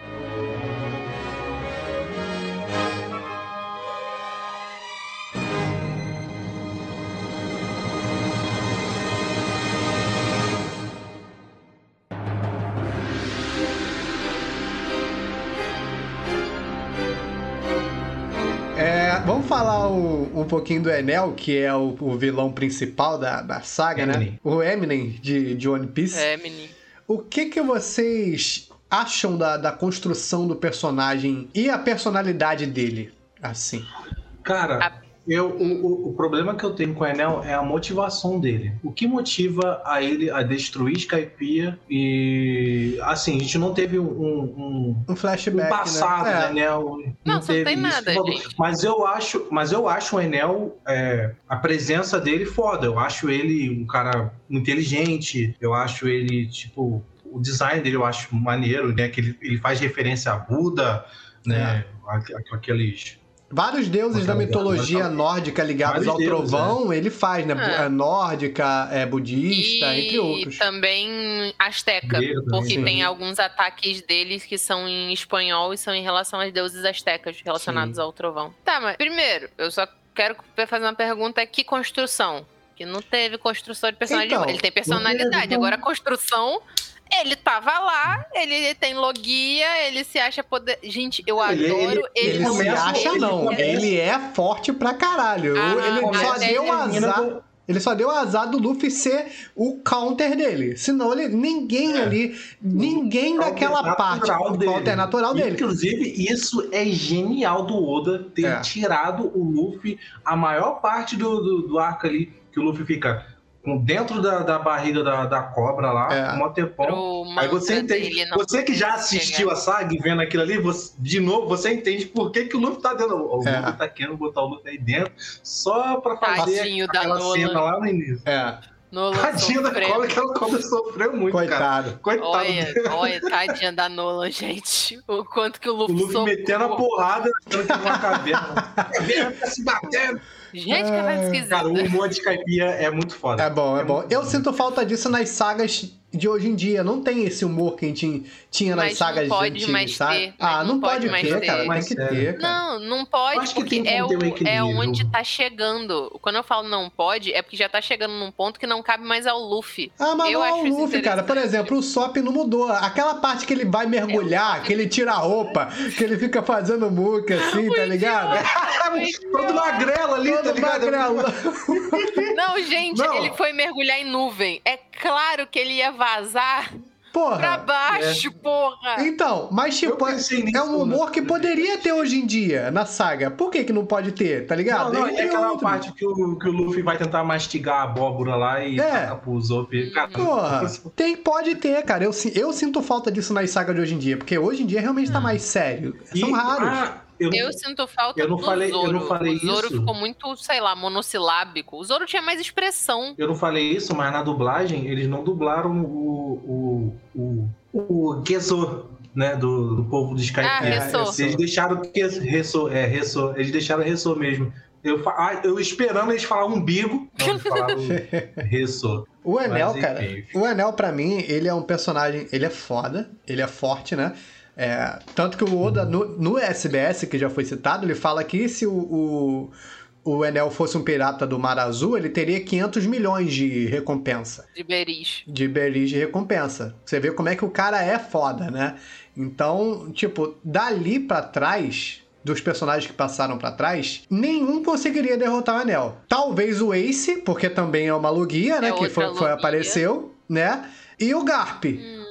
É, vamos falar um, um pouquinho do Enel, que é o, o vilão principal da, da saga, Eminem. né? O Eminem de, de One Piece. Eminem. O que que vocês acham da, da construção do personagem e a personalidade dele, assim? Cara, A... eu, o, o problema que eu tenho com o Enel é a motivação dele. O que motiva a ele a destruir Skypiea e... Assim, a gente não teve um... Um, um flashback, um passado, né? né? Enel, não, não só teve tem nada, isso. gente. Mas eu acho, mas eu acho o Enel, é, a presença dele foda. Eu acho ele um cara inteligente. Eu acho ele, tipo... O design dele eu acho maneiro, né? Que ele, ele faz referência a Buda, né? É. Aqueles... Vários deuses da mitologia nórdica ligados ao deuses, trovão, é. ele faz, né? Ah. Nórdica, é, budista, e entre outros. E também Azteca, Grego, porque sim. tem alguns ataques deles que são em espanhol e são em relação aos deuses aztecas relacionados Sim. ao trovão. Tá, mas primeiro, eu só quero fazer uma pergunta: que construção? Que não teve construção de personagem. Então, ele tem personalidade, então... agora a construção... Ele tava lá, ele tem logia, ele se acha poder... Gente, eu Ele- adoro... ele- Ele, Ele se começa- acha, ele não. começa- Ele é forte pra caralho. Ah, ele mas só ele deu um termina azar. com- Ele só deu azar do Luffy ser o counter dele. Senão ele, ninguém É. ali, ninguém O daquela counter parte. natural O dele. counter natural dele. Inclusive, isso é genial do Oda ter É. tirado o Luffy a maior parte do, do, do arco ali, que o Luffy fica com- dentro da, da barriga da, da cobra lá, É. um mó tempão. Pro Aí você mantra entende, dele não você que já chegar. assistiu a saga e vendo aquilo ali, você- de novo, você entende por que, que o Luffy tá dentro. O É. Luffy tá querendo botar o Luffy aí dentro só pra fazer Tadinho da aquela Nolan. cena lá no início. É, Nolan Tadinha da sofreu. cobra, aquela cobra sofreu muito, cara. coitado. Coitado. Olha, olha, tadinha da Nolan, gente. O quanto que o O Luffy, Luffy sofreu. metendo a porrada, achando que era uma caverna. A caverna tá se batendo. Gente, que coisa esquisita. Cara, o humor de Skypiea é muito foda. É bom, é bom. muito Eu bom. sinto falta disso nas sagas de hoje em dia. Não tem esse humor que a gente tinha nas Mas sagas não pode antigas, mais sabe? ter, Ah, mas não, não pode, pode mais ter, ter. cara. Tem Mas que é. ter, cara. Não, não pode, Acho que porque tem é, como ter um o, é equilíbrio. onde tá chegando. Quando eu falo não pode, é porque já tá chegando num ponto que não cabe mais ao Luffy. Ah, mas eu não é acho o isso Luffy, cara. Por interessante. exemplo, o Sop não mudou. Aquela parte que ele vai mergulhar, que ele tira a roupa, que ele fica fazendo muca assim, tá ligado? Todo magrelo ali, tá Todo ligado? magrelo. Não, gente, Não. ele foi mergulhar em nuvem. É claro que ele ia vazar pra Porra. baixo, porra. Então, mas Eu tipo, pensei é nisso, um humor né? que poderia ter hoje em dia na saga. Por que que não pode ter, tá ligado? Não, não, Entre é aquela outros. parte que o, que o Luffy vai tentar mastigar a abóbora lá e É. taca pro Zop. Cara, Porra, tem, pode ter, cara. Eu, si- eu sinto falta disso nas sagas de hoje em dia, porque hoje em dia realmente tá mais sério. São e- raros. ah, eu, Eu sinto falta Eu não do falei- eu Zoro. não falei o Zoro isso. ficou muito, sei lá, monossilábico. O Zoro tinha mais expressão. eu não falei isso, mas na dublagem eles não dublaram o, o, o, o Gezo, né, do, do povo de Skypiea. Ah, Ressô. Eles deixaram que Ressô, é, Ressô, eles deixaram Ressô mesmo. Eu, fa- ah, eu esperando eles falar umbigo, não, eles falaram Ressô. O Enel, Mas, cara, enfim. o Enel pra mim, ele é um personagem, ele é foda, ele é forte, né? É, tanto que o Oda, no, no S B S, que já foi citado, ele fala que se o, o, o Enel fosse um pirata do Mar Azul, ele teria quinhentos milhões de recompensa. De Beris. De beris de recompensa. Você vê como é que o cara é foda, né? Então, tipo, dali pra trás, dos personagens que passaram pra trás, nenhum conseguiria derrotar o Enel. Talvez o Ace, porque também é uma logia, né? É que outra foi, foi logia. apareceu, né? E o Garp.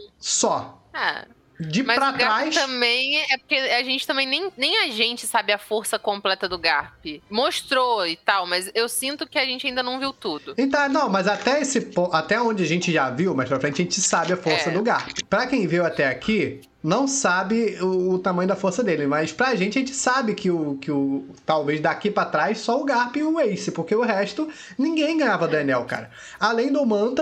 Só. Ah, De mas pra o Garp trás. também é porque a gente também nem, nem a gente sabe a força completa do Garp. Mostrou e tal, mas eu sinto que a gente ainda não viu tudo. Então, não, mas até esse po- até onde a gente já viu, mas pra frente a gente sabe a força É. do Garp. Pra quem viu até aqui, não sabe o, o tamanho da força dele, mas pra gente a gente sabe que o, que o talvez daqui pra trás só o Garp e o Ace, porque o resto ninguém ganhava do Enel, cara. Além do mantra,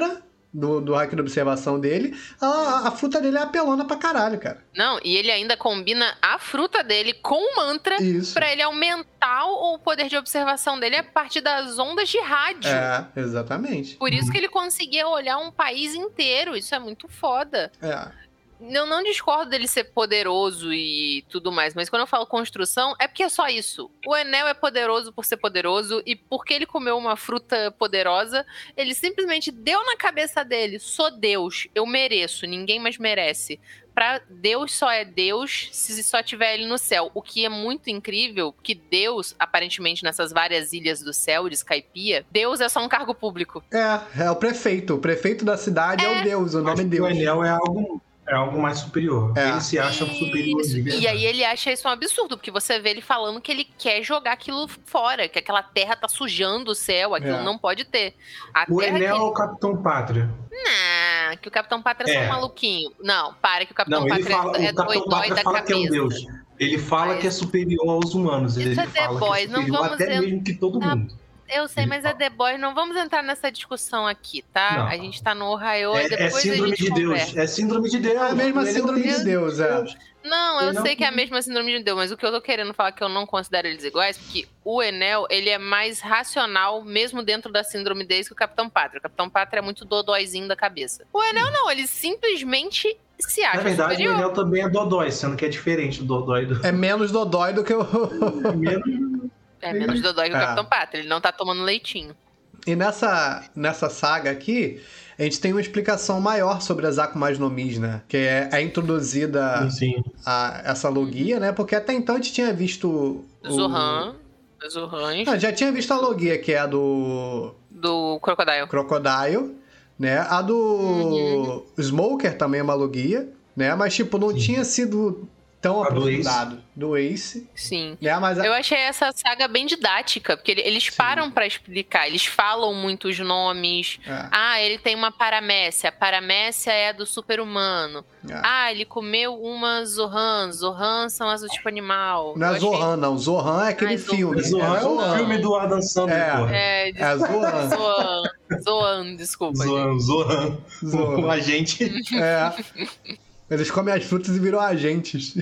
do, do hack de observação dele, a, a fruta dele é apelona pra caralho, cara. Não, e ele ainda combina a fruta dele com o mantra Isso. pra ele aumentar o poder de observação dele a partir das ondas de rádio. É, exatamente. Por isso que ele conseguia olhar um país inteiro. Isso é muito foda. É. Eu não discordo dele ser poderoso e tudo mais, mas quando eu falo construção, é porque é só isso. O Enel é poderoso por ser poderoso e porque ele comeu uma fruta poderosa, ele simplesmente deu na cabeça dele, sou Deus, eu mereço, ninguém mais merece. Pra Deus só é Deus se só tiver ele no céu. O que é muito incrível, que Deus, aparentemente nessas várias ilhas do céu de Skypiea, Deus é só um cargo público. É, é o prefeito. O prefeito da cidade é, é o Deus, o nome é Deus. O Enel é algo... É algo mais superior. É. Ele se acha isso. superior. E aí ele acha isso um absurdo, porque você vê ele falando que ele quer jogar aquilo fora, que aquela terra tá sujando o céu, aquilo é. não pode ter. A o terra Enel que... é o Capitão Pátria. Não, que o Capitão Pátria é só um maluquinho. Não, para que o Capitão não, Pátria fala, é doidói da fala cabeça. Que é um Deus. Ele fala Mas... que é superior aos humanos. Isso ele é The Boys, não vamos... até eu... mesmo que todo tá... mundo. Eu sei, mas é The Boys, não vamos entrar nessa discussão aqui, tá? Não. A gente tá no Ohio é, e depois é síndrome a gente de conversa. Deus. É síndrome de Deus. É a mesma síndrome de Deus, é. Não, eu não... sei que é a mesma síndrome de Deus, mas o que eu tô querendo falar é que eu não considero eles iguais, porque o Enel, ele é mais racional, mesmo dentro da síndrome deles, que o Capitão Pátria. O Capitão Pátria é muito dodóizinho da cabeça. O Enel não, ele simplesmente se acha Na verdade, superior. o Enel também é dodói, sendo que é diferente do dodói do... É menos dodói do que o... é menos... É menos dodói que o é. Capitão Pátria, ele não tá tomando leitinho. E nessa, nessa saga aqui, a gente tem uma explicação maior sobre as Akumas no Mis, né? Que é, é introduzida sim. A, essa logia, né? Porque até então a gente tinha visto... O... Zohan, Zohans. Não, já tinha visto a logia, que é a do... Do Crocodile. Crocodile, né? A do uhum. Smoker também é uma logia, né? Mas, tipo, não sim. tinha sido... tão aprofundado do Ace. Sim. Né? Mas a... Eu achei essa saga bem didática, porque eles Sim. param pra explicar, eles falam muitos nomes. É. Ah, ele tem uma paramécia. A paramécia é a do super-humano. É. Ah, ele comeu uma Zohan. Zohan são as do tipo animal. Não é achei... Zohan, não. Zohan é aquele ah, filme. Zohan é, é o filme do Adam Sandler, é. porra. É, é Zohan. Zohan. Zohan, desculpa. Zohan, Zohan. Zohan. O agente. É. Eles comem as frutas e viram agentes.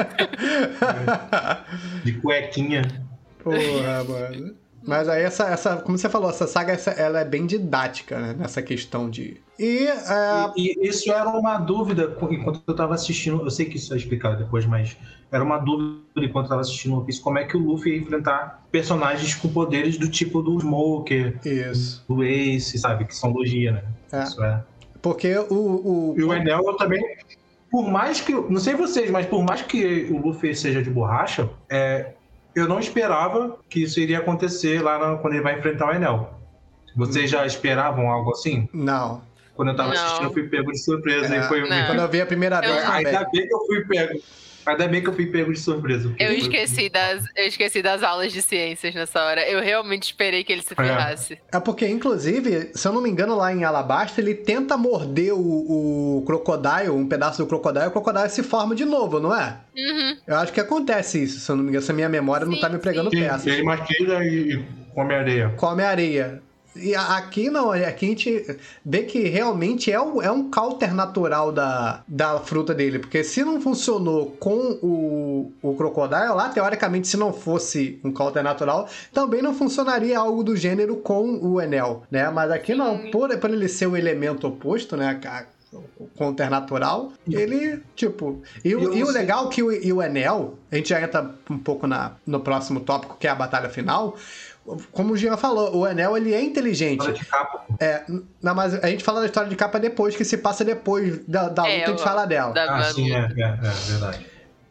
De cuequinha. Porra, mano. Mas aí essa, essa, como você falou, essa saga essa, ela é bem didática, né? Nessa questão de... E, é... e, e isso era uma dúvida enquanto eu tava assistindo, eu sei que isso é explicado depois, mas era uma dúvida enquanto eu tava assistindo One Piece, como é que o Luffy ia enfrentar personagens com poderes do tipo do Smoker, isso. do Ace, sabe? Que são logia, né? É. Isso é. Porque o... o... E o Enel eu também... Por mais que... Não sei vocês, mas por mais que o Luffy seja de borracha, é, eu não esperava que isso iria acontecer lá na, quando ele vai enfrentar o Enel. Vocês já esperavam algo assim? Não. Quando eu tava não. assistindo, eu fui pego de surpresa. É, e foi... Quando eu vi a primeira vez também. Ainda bem que eu fui pego. Ainda bem que eu fui pego de surpresa. Eu esqueci, das, eu esqueci das aulas de ciências nessa hora. Eu realmente esperei que ele se ferrasse. É, é porque, inclusive, se eu não me engano, lá em Alabasta, ele tenta morder o, o Crocodile, um pedaço do Crocodile, e o Crocodile se forma de novo, não é? Uhum. Eu acho que acontece isso, se eu não me engano. Essa minha memória sim, não tá me pregando sim. peças. Ele maquilha e come areia. Come areia. E aqui não, aqui a gente vê que realmente é um, é um counter natural da, da fruta dele, porque se não funcionou com o, o Crocodile lá, teoricamente se não fosse um counter natural, também não funcionaria algo do gênero com o Enel, né? Mas aqui não, por, por ele ser o elemento oposto, né? O counter natural, ele, tipo... E, e o legal é que o, e o Enel, a gente já entra um pouco na, no próximo tópico, que é a batalha final. Como o Jean falou, o Enel, ele é inteligente. História de capa. É, não, mas a gente fala da história de capa depois, que se passa depois da, da luta, é, a gente fala dela. Da, ah, sim, é, é, é verdade.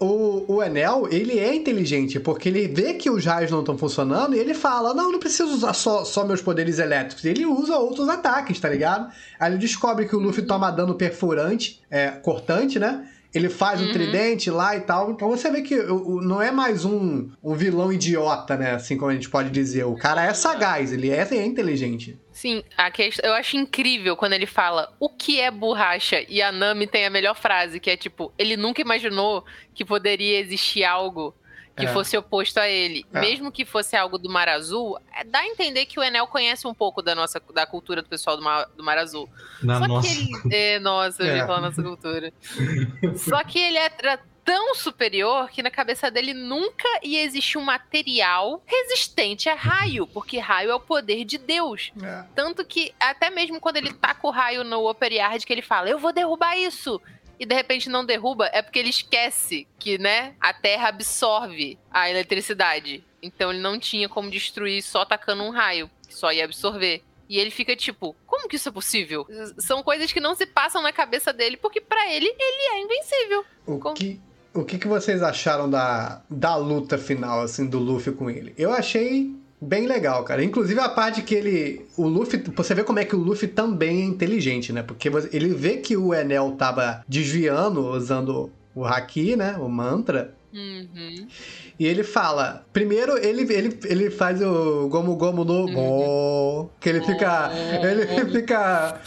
O, o Enel, ele é inteligente, porque ele vê que os raios não estão funcionando e ele fala, não, não preciso usar só, só meus poderes elétricos. Ele usa outros ataques, tá ligado? Aí ele descobre que o Luffy toma dano perfurante, é, cortante, né? Ele faz um uhum. tridente lá e tal. Então você vê que o, o, não é mais um, um vilão idiota, né? Assim como a gente pode dizer. O cara é sagaz, ele é, é inteligente. Sim, a questão, eu acho incrível quando ele fala o que é borracha, e a Nami tem a melhor frase, que é tipo, ele nunca imaginou que poderia existir algo que É. fosse oposto a ele. É. Mesmo que fosse algo do Mar Azul, é, dá a entender que o Enel conhece um pouco da nossa da cultura do pessoal do Mar, do Mar Azul. Na Só nossa. que ele. É, nossa, eu É. ia falar nossa cultura. Só que ele era tão superior que na cabeça dele nunca ia existir um material resistente a raio, porque raio é o poder de Deus. É. Tanto que até mesmo quando ele taca o raio no Upper Yard, que ele fala, eu vou derrubar isso, e de repente não derruba, é porque ele esquece que, né, a Terra absorve a eletricidade. Então ele não tinha como destruir só tacando um raio, que só ia absorver. E ele fica tipo, como que isso é possível? São coisas que não se passam na cabeça dele, porque pra ele, ele é invencível. O Com- que, o que, que vocês acharam da, da luta final, assim, do Luffy com ele? Eu achei bem legal, cara. Inclusive a parte que ele... O Luffy... Você vê como é que o Luffy também é inteligente, né? Porque você- ele vê que o Enel tava desviando, usando o Haki, né? O mantra. Uhum. E ele fala... Primeiro, ele, ele, ele faz o Gomu Gomu no... Go, que ele fica... Ele fica...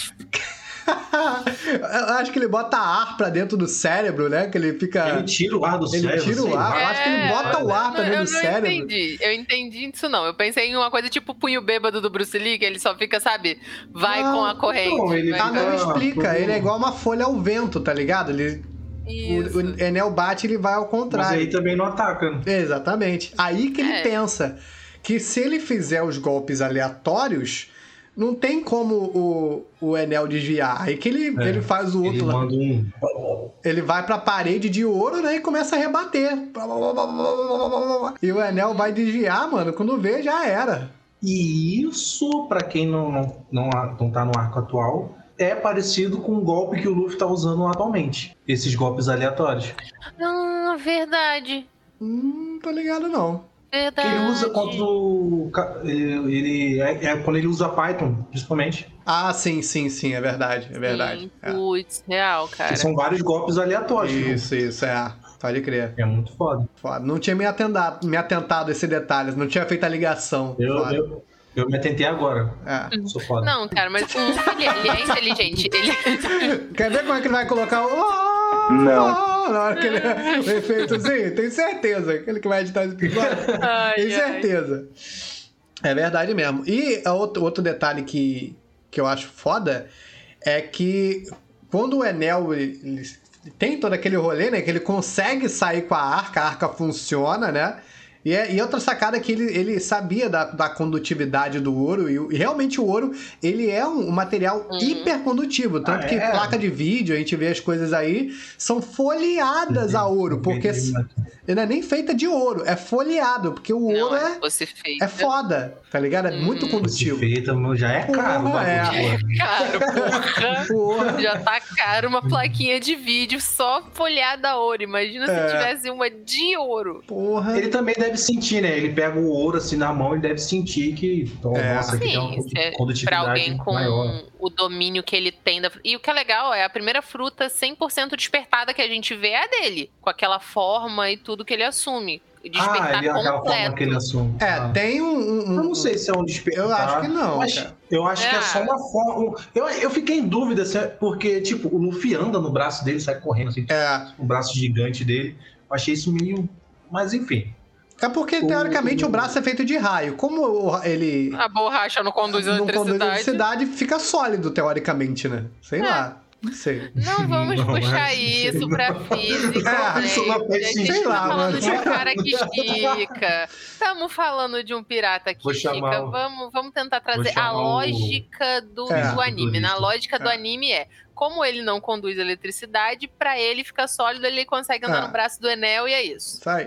Eu acho que ele bota ar pra dentro do cérebro, né? Que ele fica... Ele tira o ar do Ele cérebro. tira o sei ar. lá. Eu acho que ele bota o ar pra Não, dentro eu do não cérebro. entendi. Eu entendi isso não. Eu pensei em uma coisa tipo o punho bêbado do Bruce Lee, que ele só fica, sabe, vai Não, com a corrente. não, ele vai Ah, com- não Ah, explica. tudo- Ele é igual uma folha ao vento, tá ligado? Ele, Isso. o, o Enel bate, ele vai ao Mas contrário. aí também não ataca. né? Exatamente. Aí que ele É. pensa que se ele fizer os golpes aleatórios, não tem como o, o Enel desviar. Aí que ele, É. ele faz o Ele outro lá. manda um... Ele vai pra parede de ouro, né? E começa a rebater. E o Enel vai desviar, mano. Quando vê, já era. E isso, pra quem não, não, não, não tá no arco atual, é parecido com o golpe que o Luffy tá usando atualmente. Esses golpes aleatórios. Ah, verdade. Hum, tô ligado não. Que Verdade. ele usa contra o... ca- Ele, ele- é, é quando ele usa Python, principalmente. Ah, sim, sim, sim. É verdade. É verdade. Sim, É. putz, real, cara. Que são vários golpes aleatórios. Isso, isso, é. Pode crer. É muito foda. Foda. Não tinha me atentado, me atentado a esse detalhe, não tinha feito a ligação. Eu, Foda. eu, eu me atentei agora. É. Sou foda. Não, cara, mas o Luffy, ele, ele é inteligente. Ele... Quer ver como é que ele vai colocar o... Não. Na hora que ele... O efeitozinho? Tenho certeza. Aquele que vai editar esse episódio. Ai, Tenho ai. certeza. É verdade mesmo. E a outro, outro detalhe que, que eu acho foda é que quando o Enel ele, ele tem todo aquele rolê, né? Que ele consegue sair com a arca, a arca funciona, né? E, é, e outra sacada é que ele, ele sabia da, da condutividade do ouro, e, o- e realmente o ouro, ele é um, um material Uhum. hipercondutivo, tanto Ah, que é? placa de vídeo, a gente vê as coisas aí, são folheadas a ouro, porque ele não é nem feita de ouro, é folheado, porque o Não, ouro é, é, fosse feita. é foda, tá ligado? É muito condutivo. Feita, meu, já é caro. o Porra, é. bagulho. Caro, porra. Porra. Já tá caro uma plaquinha de vídeo só folhada a ouro. Imagina se É. tivesse uma de ouro. Porra. Ele também deve sentir, né? Ele pega o ouro assim na mão e deve sentir que. Então, É. nossa, aqui tem uma Sim, se é pra condutividade alguém com maior. o domínio que ele tem. Da... E o que é legal é a primeira fruta cem por cento despertada que a gente vê é a dele. Com aquela forma e tudo que ele assume. Despertar Ah, ele, aquela forma completo. que ele assume. É, Ah. tem um... um- Eu não sei se é um despertar. Eu acho que não, Mas cara. eu acho que é só É. uma forma. Eu, eu fiquei em dúvida, se é porque, tipo, o Luffy anda no braço dele, sai correndo, assim, É. o braço gigante dele. Eu achei isso meio. Mas enfim. É porque, teoricamente, o braço é feito de raio. Como o- ele A borracha não conduz não conduz eletricidade. eletricidade, fica sólido, teoricamente, né? Sei É. lá. Não sei. Não vamos Não, puxar mas- isso pra física, É, isso não gente. faz A gente sentido. tá Sei lá, falando mano. de um cara que estica. Estamos falando de um pirata que Vou estica. chamar o- Vamos, vamos tentar trazer a chamar o- lógica do, É. do anime. Na Turista. lógica do É. anime é, como ele não conduz eletricidade, pra ele ficar sólido, ele consegue andar É. no braço do Enel e é isso. Sai.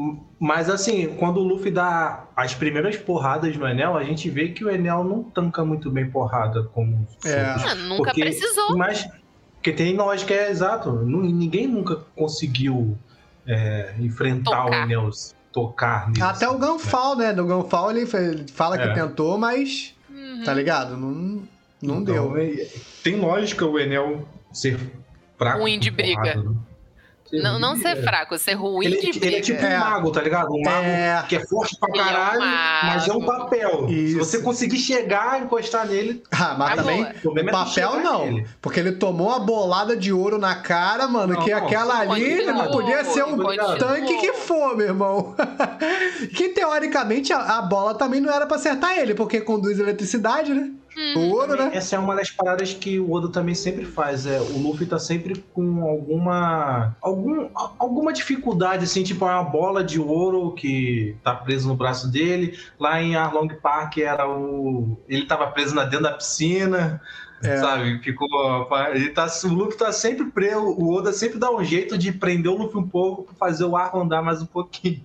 Mas assim, quando o Luffy dá as primeiras porradas no Enel, a gente vê que o Enel não tanca muito bem porrada como os É. outros. Ah, nunca Porque- precisou. Mas, porque tem lógica, é exato. Nu- Ninguém nunca conseguiu é, enfrentar Tocar. o Enel, tocar nisso. Até o Gunfall, né? Do Gunfall ele fe- ele fala que É. tentou, mas... Uhum. Tá ligado? Não, não Então, deu. é- tem lógica o Enel ser fraco. Ruim de com briga. porrada, né? Não, não ser fraco, ser ruim ele, de briga. ele é tipo um mago, tá ligado? Um mago É. que é forte pra caralho, Ele é um mas é um mago. papel. Isso. Se você conseguir chegar, encostar nele... Ah, mas Tá também, boa. O problema o é tu papel chegar não. nele. Porque ele tomou uma bolada de ouro na cara, mano, Não, que não, aquela ali continuou, não podia ser um continuou. tanque que for, meu irmão. Que teoricamente a, a bola também não era pra acertar ele, porque conduz eletricidade, né? O ouro, né? Essa é uma das paradas que o Oda também sempre faz. É, o Luffy tá sempre com alguma algum, alguma dificuldade, assim, tipo uma bola de ouro que tá preso no braço dele. Lá em Arlong Park era o... ele tava preso na dentro da piscina, É. sabe? Ficou... Ele tá, o Luffy tá sempre preso, o Oda sempre dá um jeito de prender o Luffy um pouco pra fazer o arco andar mais um pouquinho.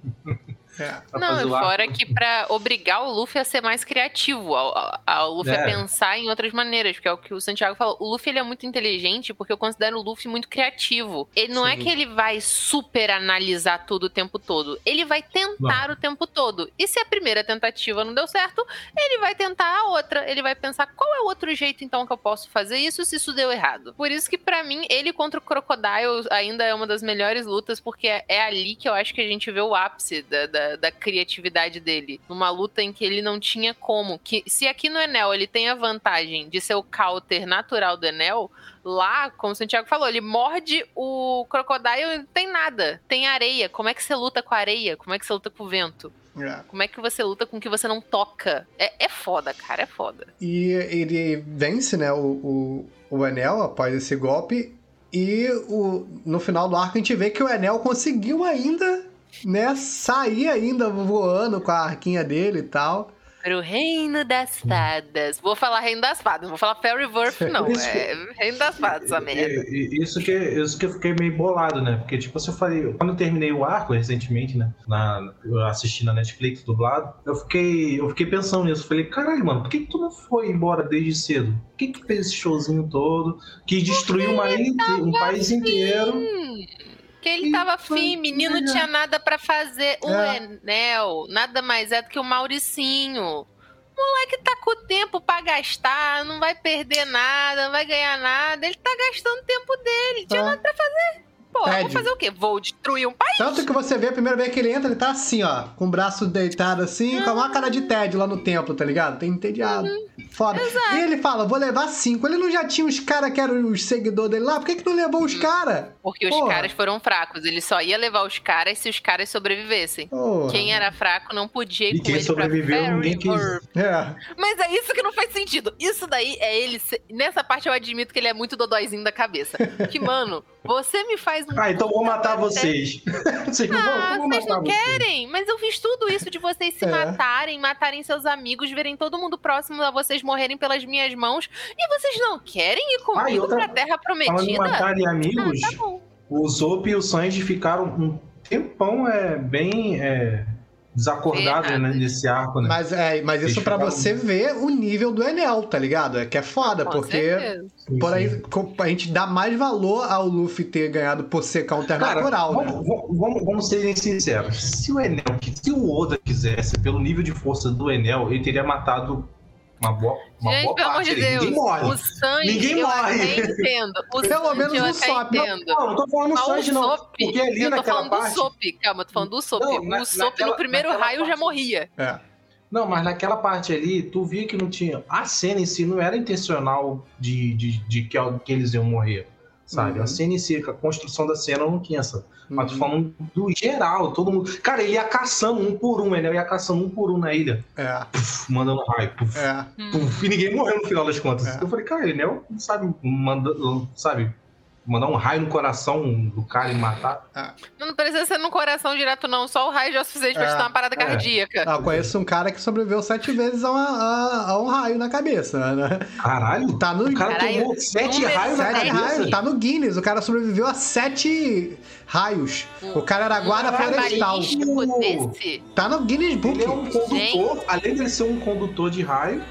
É. Pra Não, fazer e o arco. fora que pra obrigar o Luffy a ser mais criativo, ao, ao- ao Luffy É. a pensar em outras maneiras, porque é o que o Santiago falou. O Luffy ele é muito inteligente porque eu considero o Luffy muito criativo. Ele não é Sim. que ele vai super analisar tudo o tempo todo. Ele vai tentar o tempo todo. E se a primeira tentativa não deu certo, ele vai tentar a outra. Ele vai pensar qual é o outro jeito então que eu posso fazer isso se isso deu errado. Por isso que pra mim, ele contra o Crocodile ainda é uma das melhores lutas, porque é, é ali que eu acho que a gente vê o ápice da, da, da criatividade dele. Numa luta em que ele não tinha como. Que, se aqui no Enel ele tem a vantagem de ser o counter natural do Enel, lá, como o Santiago falou, ele morde o Crocodile e não tem nada. Tem areia. Como é que você luta com a areia? Como é que você luta com o vento? É. Como é que você luta com o que você não toca? É, é foda, cara, é foda. E ele vence, né, o, o, o Enel após esse golpe. E o, no final do arco a gente vê que o Enel conseguiu ainda, né, sair ainda voando com a arquinha dele e tal. Pro Reino das Fadas. Vou falar Reino das Fadas, não vou falar Fairyworth, não. Isso- É Reino das Fadas, essa merda. E- e- Isso que, isso que eu fiquei meio bolado, né? Porque, tipo, se eu falei, quando eu terminei o arco recentemente, né? Na, eu assisti na Netflix dublado, eu fiquei, eu fiquei pensando nisso. Falei, caralho, mano, por que, que tu não foi embora desde cedo? Por que, que tu fez esse showzinho todo? Que destruiu uma ilha, inte- um país inteiro. Hum, que ele tava afim, menino não tinha nada pra fazer. O É. Enel nada mais é do que o Mauricinho. O moleque tá com o tempo pra gastar, não vai perder nada, não vai ganhar nada. Ele tá gastando o tempo dele, não tinha É. nada pra fazer. Pô, eu vou Ted. fazer o quê? Vou destruir um país? Tanto que você vê a primeira vez que ele entra, ele tá assim, ó, com o braço deitado assim, com uma cara de Ted lá no templo, tá ligado? Tem entediado. Foda. E ele fala, vou levar cinco. Ele não já tinha os caras que eram os seguidores dele lá? Por que que não levou os caras? Porque os Porra. caras foram fracos. Ele só ia levar os caras se os caras sobrevivessem. Porra. Quem era fraco não podia ir E com quem ele sobreviveu, pra ninguém quis. Fairyworth. É. Mas é isso que não faz sentido. Isso daí é ele... ser- Nessa parte eu admito que ele é muito dodóizinho da cabeça. Que, mano, você me faz um... Ah, então vou matar vocês. Vocês não vão, Ah, eu vou vocês matar não vocês. querem? Mas eu fiz tudo isso de vocês se É. matarem, matarem seus amigos, verem todo mundo próximo a vocês morrerem pelas minhas mãos. E vocês não querem ir comigo Ah, e outra- pra Terra Falando em Prometida? matarem amigos, Ah, tá bom. o Zop e o Sanji ficaram um tempão é, bem é, desacordados, né, Errados. nesse arco, né? Mas, é, mas isso Eles pra ficaram- você ver o nível do Enel, tá ligado? É que é foda, Com porque certeza. por aí com- a gente dá mais valor ao Luffy ter ganhado por ser counter Cara, natural, né? vamos, vamos- vamos, vamos ser sinceros. Se o Enel, se o Oda quisesse, pelo nível de força do Enel, ele teria matado uma boa, uma Gente, boa pelo amor parte de ali. Deus, Ninguém morre. o Sanji Ninguém eu morre. até entendo. O Pelo Sanji menos eu o até Sop. entendo. Não, não tô falando Mas Sanji, o não. Sop, Porque ali eu tô naquela falando parte... do Sop, calma, tô falando do Sop. Não, na- o Sop naquela- no primeiro naquela raio já parte- morria. É. Não, mas naquela parte ali, tu via que não tinha... A cena em si não era intencional de, de, de que, que eles iam morrer, sabe? Uhum. A cena em si, a construção da cena não tinha essa. Mas tô Uhum. falando do geral, todo mundo... Cara, ele ia caçando um por um, ele ia caçando um por um na ilha. É. Puf, mandando raio. Puf, É. puf, e ninguém morreu no final das contas. É. Eu falei, cara, ele não sabe, manda, sabe, mandar um raio no coração do cara e matar. Não precisa ser no coração direto, não. Só o raio já é o suficiente pra É, te dar uma parada é. cardíaca. Ah, eu conheço um cara que sobreviveu sete vezes a, uma- a- a um raio na cabeça, né? Caralho, Tá no, o cara Caralho, tomou sete número raios na sete sete cabeça. raios, tá no Guinness. O cara sobreviveu a sete raios. O cara era guarda Um florestal. balístico desse? Tá no Guinness Book. Ele é um condutor, além dele ser um condutor de raio,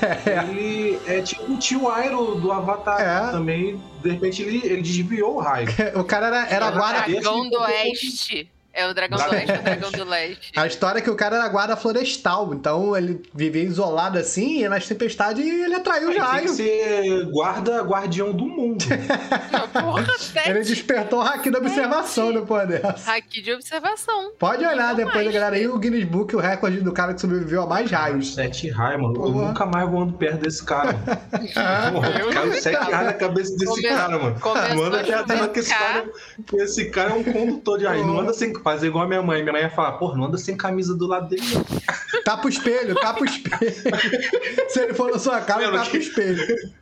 ele é tipo o tio Airo do Avatar. É. Também, de repente, ele, ele desviou o raio. O cara era, era É o guarda. dragão do oeste. É o dragão do leste, é o dragão do leste. A história é que o cara era guarda florestal, então ele vivia isolado assim, e nas tempestades ele atraiu o Tem raio. que ser guarda, guardião do mundo. Porra, Ele despertou o haki da observação depois dessa. Haki de observação. Pode olhar depois, mais, galera, aí o Guinness Book, o recorde do cara que sobreviveu a mais raios. Sete raios, mano. Eu Porra. nunca mais vou andar perto desse cara. Porra, caiu sete raios na cabeça desse Come- cara, mano. começou Não anda a perto dele, que esse cara, esse cara é um condutor de raio. Não anda sem fazer igual a minha mãe. Minha mãe ia falar, porra, não anda sem camisa do lado dele. Tapa o espelho, tapa o espelho. Se ele for na sua cara, tapa o espelho.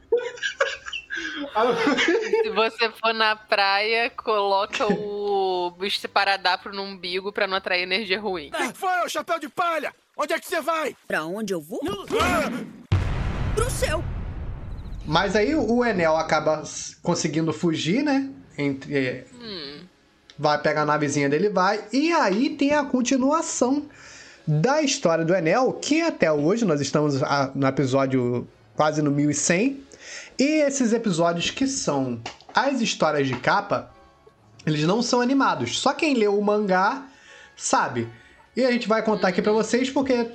Se você for na praia, coloca o bicho separadapro no umbigo pra não atrair energia ruim. O que foi, ô chapéu de palha? Onde é que você vai? Pra onde eu vou? Ah! Pro céu. Mas aí o Enel acaba s- conseguindo fugir, né? Entre... Hum. Vai pegar a navezinha dele, vai. E aí tem a continuação da história do Enel, que até hoje nós estamos a- no episódio quase no mil e cem. E esses episódios que são as histórias de capa, eles não são animados. Só quem leu o mangá sabe. E a gente vai contar aqui pra vocês porque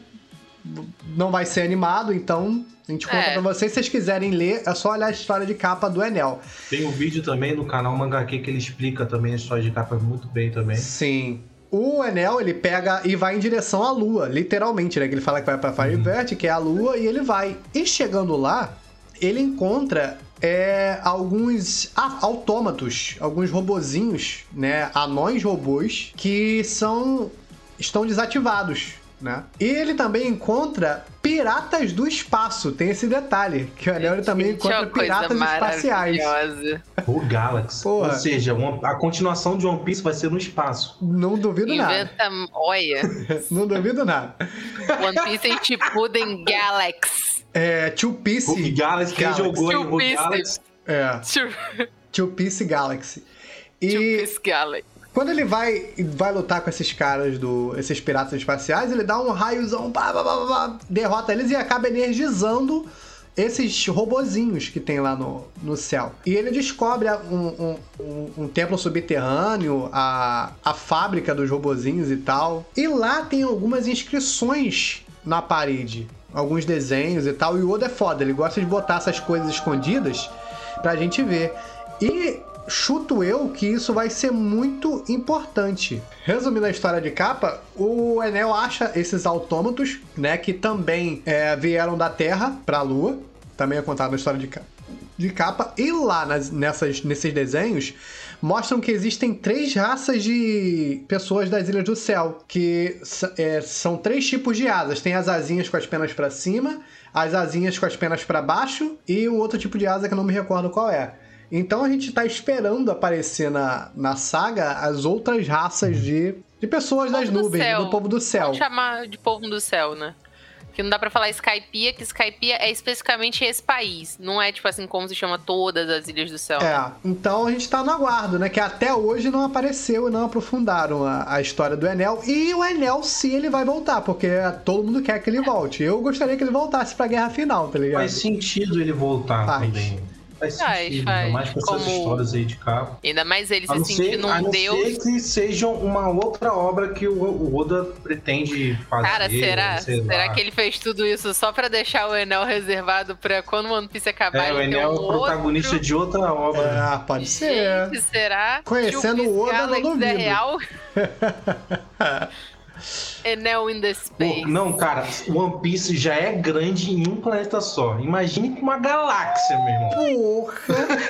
não vai ser animado, então a gente conta É. pra vocês. Se vocês quiserem ler, é só olhar a história de capa do Enel. Tem um vídeo também no canal Mangaque que ele explica também a história de capa muito bem também. Sim. O Enel, ele pega e vai em direção à Lua, literalmente, né? Que ele fala que vai pra Fireverse, que é a Lua, e ele vai. E chegando lá, ele encontra é, alguns ah, autômatos, alguns robozinhos, né? Anões robôs, que são estão desativados, né? E ele também encontra piratas do espaço, tem esse detalhe, que o Enel ele também Gente, encontra é uma coisa piratas espaciais. maravilhosa. O Galaxy. Porra. Ou seja, uma- a continuação de One Piece vai ser no espaço. Não duvido nada. Inventa. Olha. Não duvido nada. One Piece em Shippuden Galaxy. É, Two Piece O Galaxy, quem Galaxy. jogou em Two o Piece. Galaxy. É, Two Two Piece Galaxy. E Piece Galaxy. quando ele vai, vai lutar com esses caras, do, esses piratas espaciais, ele dá um raiozão, pá, pá, pá, pá, pá, derrota eles e acaba energizando esses robozinhos que tem lá no, no céu. E ele descobre um, um, um, um templo subterrâneo, a, a fábrica dos robozinhos e tal. E lá tem algumas inscrições na parede, alguns desenhos e tal. E o Oda é foda, ele gosta de botar essas coisas escondidas pra gente ver. E chuto eu que isso vai ser muito importante. Resumindo a história de capa, o Enel acha esses autômatos, né, que também é, vieram da Terra pra Lua. Também é contado na história de capa. De capa. E lá nas, nessas, nesses desenhos mostram que existem três raças de pessoas das Ilhas do Céu, que s- é, são três tipos de asas. Tem as asinhas com as penas pra cima, as asinhas com as penas pra baixo e o outro tipo de asa que eu não me recordo qual é. Então a gente tá esperando aparecer na, na saga as outras raças de, de pessoas das Povo do nuvens, céu. do povo do céu. Vamos chamar de povo do céu, né? Que não dá pra falar Skypiea, que Skypiea é especificamente esse país. Não é, tipo assim, como se chama todas as Ilhas do Céu. É, então a gente tá no aguardo, né? Que até hoje não apareceu e não aprofundaram a, a história do Enel. E o Enel, sim, ele vai voltar, porque todo mundo quer que ele volte. Eu gostaria que ele voltasse pra guerra final, tá ligado? Faz sentido ele voltar Faz. também. Faz Faz, sentido, faz. ainda mais com essas Como- histórias aí de capa. Ainda mais ele A não se ser, sentindo a um não deus. ser que sejam uma outra obra que o, o Oda pretende fazer. Cara, será? sei Será lá. que ele fez tudo isso só pra deixar o Enel reservado pra quando o One Piece acabar? É, o ele ter Enel é um o protagonista outro... de outra obra. Ah, pode ser. Gente, será? Conhecendo que o Oda, Galaxy não duvido. É real? Enel in the space. Pô, não, cara, One Piece já é grande em um planeta só. Imagine com uma galáxia, meu irmão. Porra!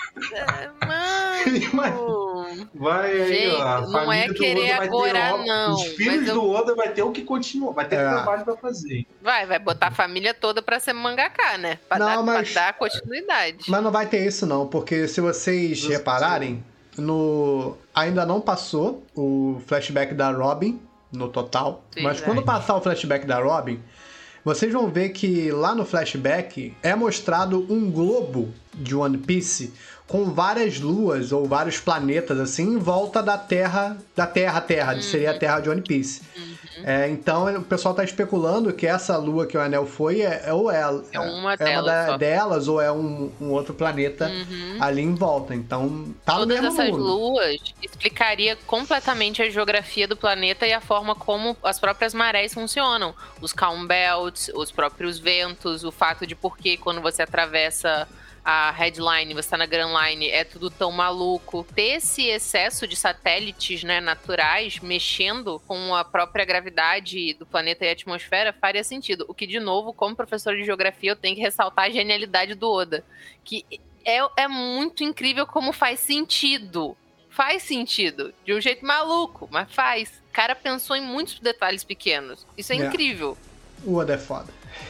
Mano. Vai aí, Gente, ó. A não família é do querer Oda vai ter agora, obra- não, Os filhos mas eu- do Oda vai ter o que continuar, vai ter É. trabalho pra fazer. Vai, vai botar a família toda pra ser mangaká, né? Pra, Não, dar, mas- pra dar continuidade. Mas não vai ter isso não, porque se vocês repararem, no ainda não passou o flashback da Robin no total, Sim, mas é. quando passar o flashback da Robin, vocês vão ver que lá no flashback é mostrado um globo de One Piece com várias luas ou vários planetas assim em volta da Terra, da Terra Terra, que seria a Terra de One Piece. Uhum. É, então o pessoal tá especulando que essa lua que o anel foi é, é ou é, é uma, é delas, uma da, delas ou é um, um outro planeta uhum. ali em volta. Então tá no mesmo mundo. Todas essas luas explicaria completamente a geografia do planeta e a forma como as próprias marés funcionam. Os calm belts, os próprios ventos, o fato de por que quando você atravessa a headline, você tá na Grand Line, é tudo tão maluco. Ter esse excesso de satélites, né, naturais mexendo com a própria gravidade do planeta e a atmosfera faria sentido. O que, de novo, como professor de geografia, eu tenho que ressaltar a genialidade do Oda. Que é, é muito incrível como faz sentido. Faz sentido. De um jeito maluco, mas faz. O cara pensou em muitos detalhes pequenos. Isso é, é. incrível. O Oda é foda.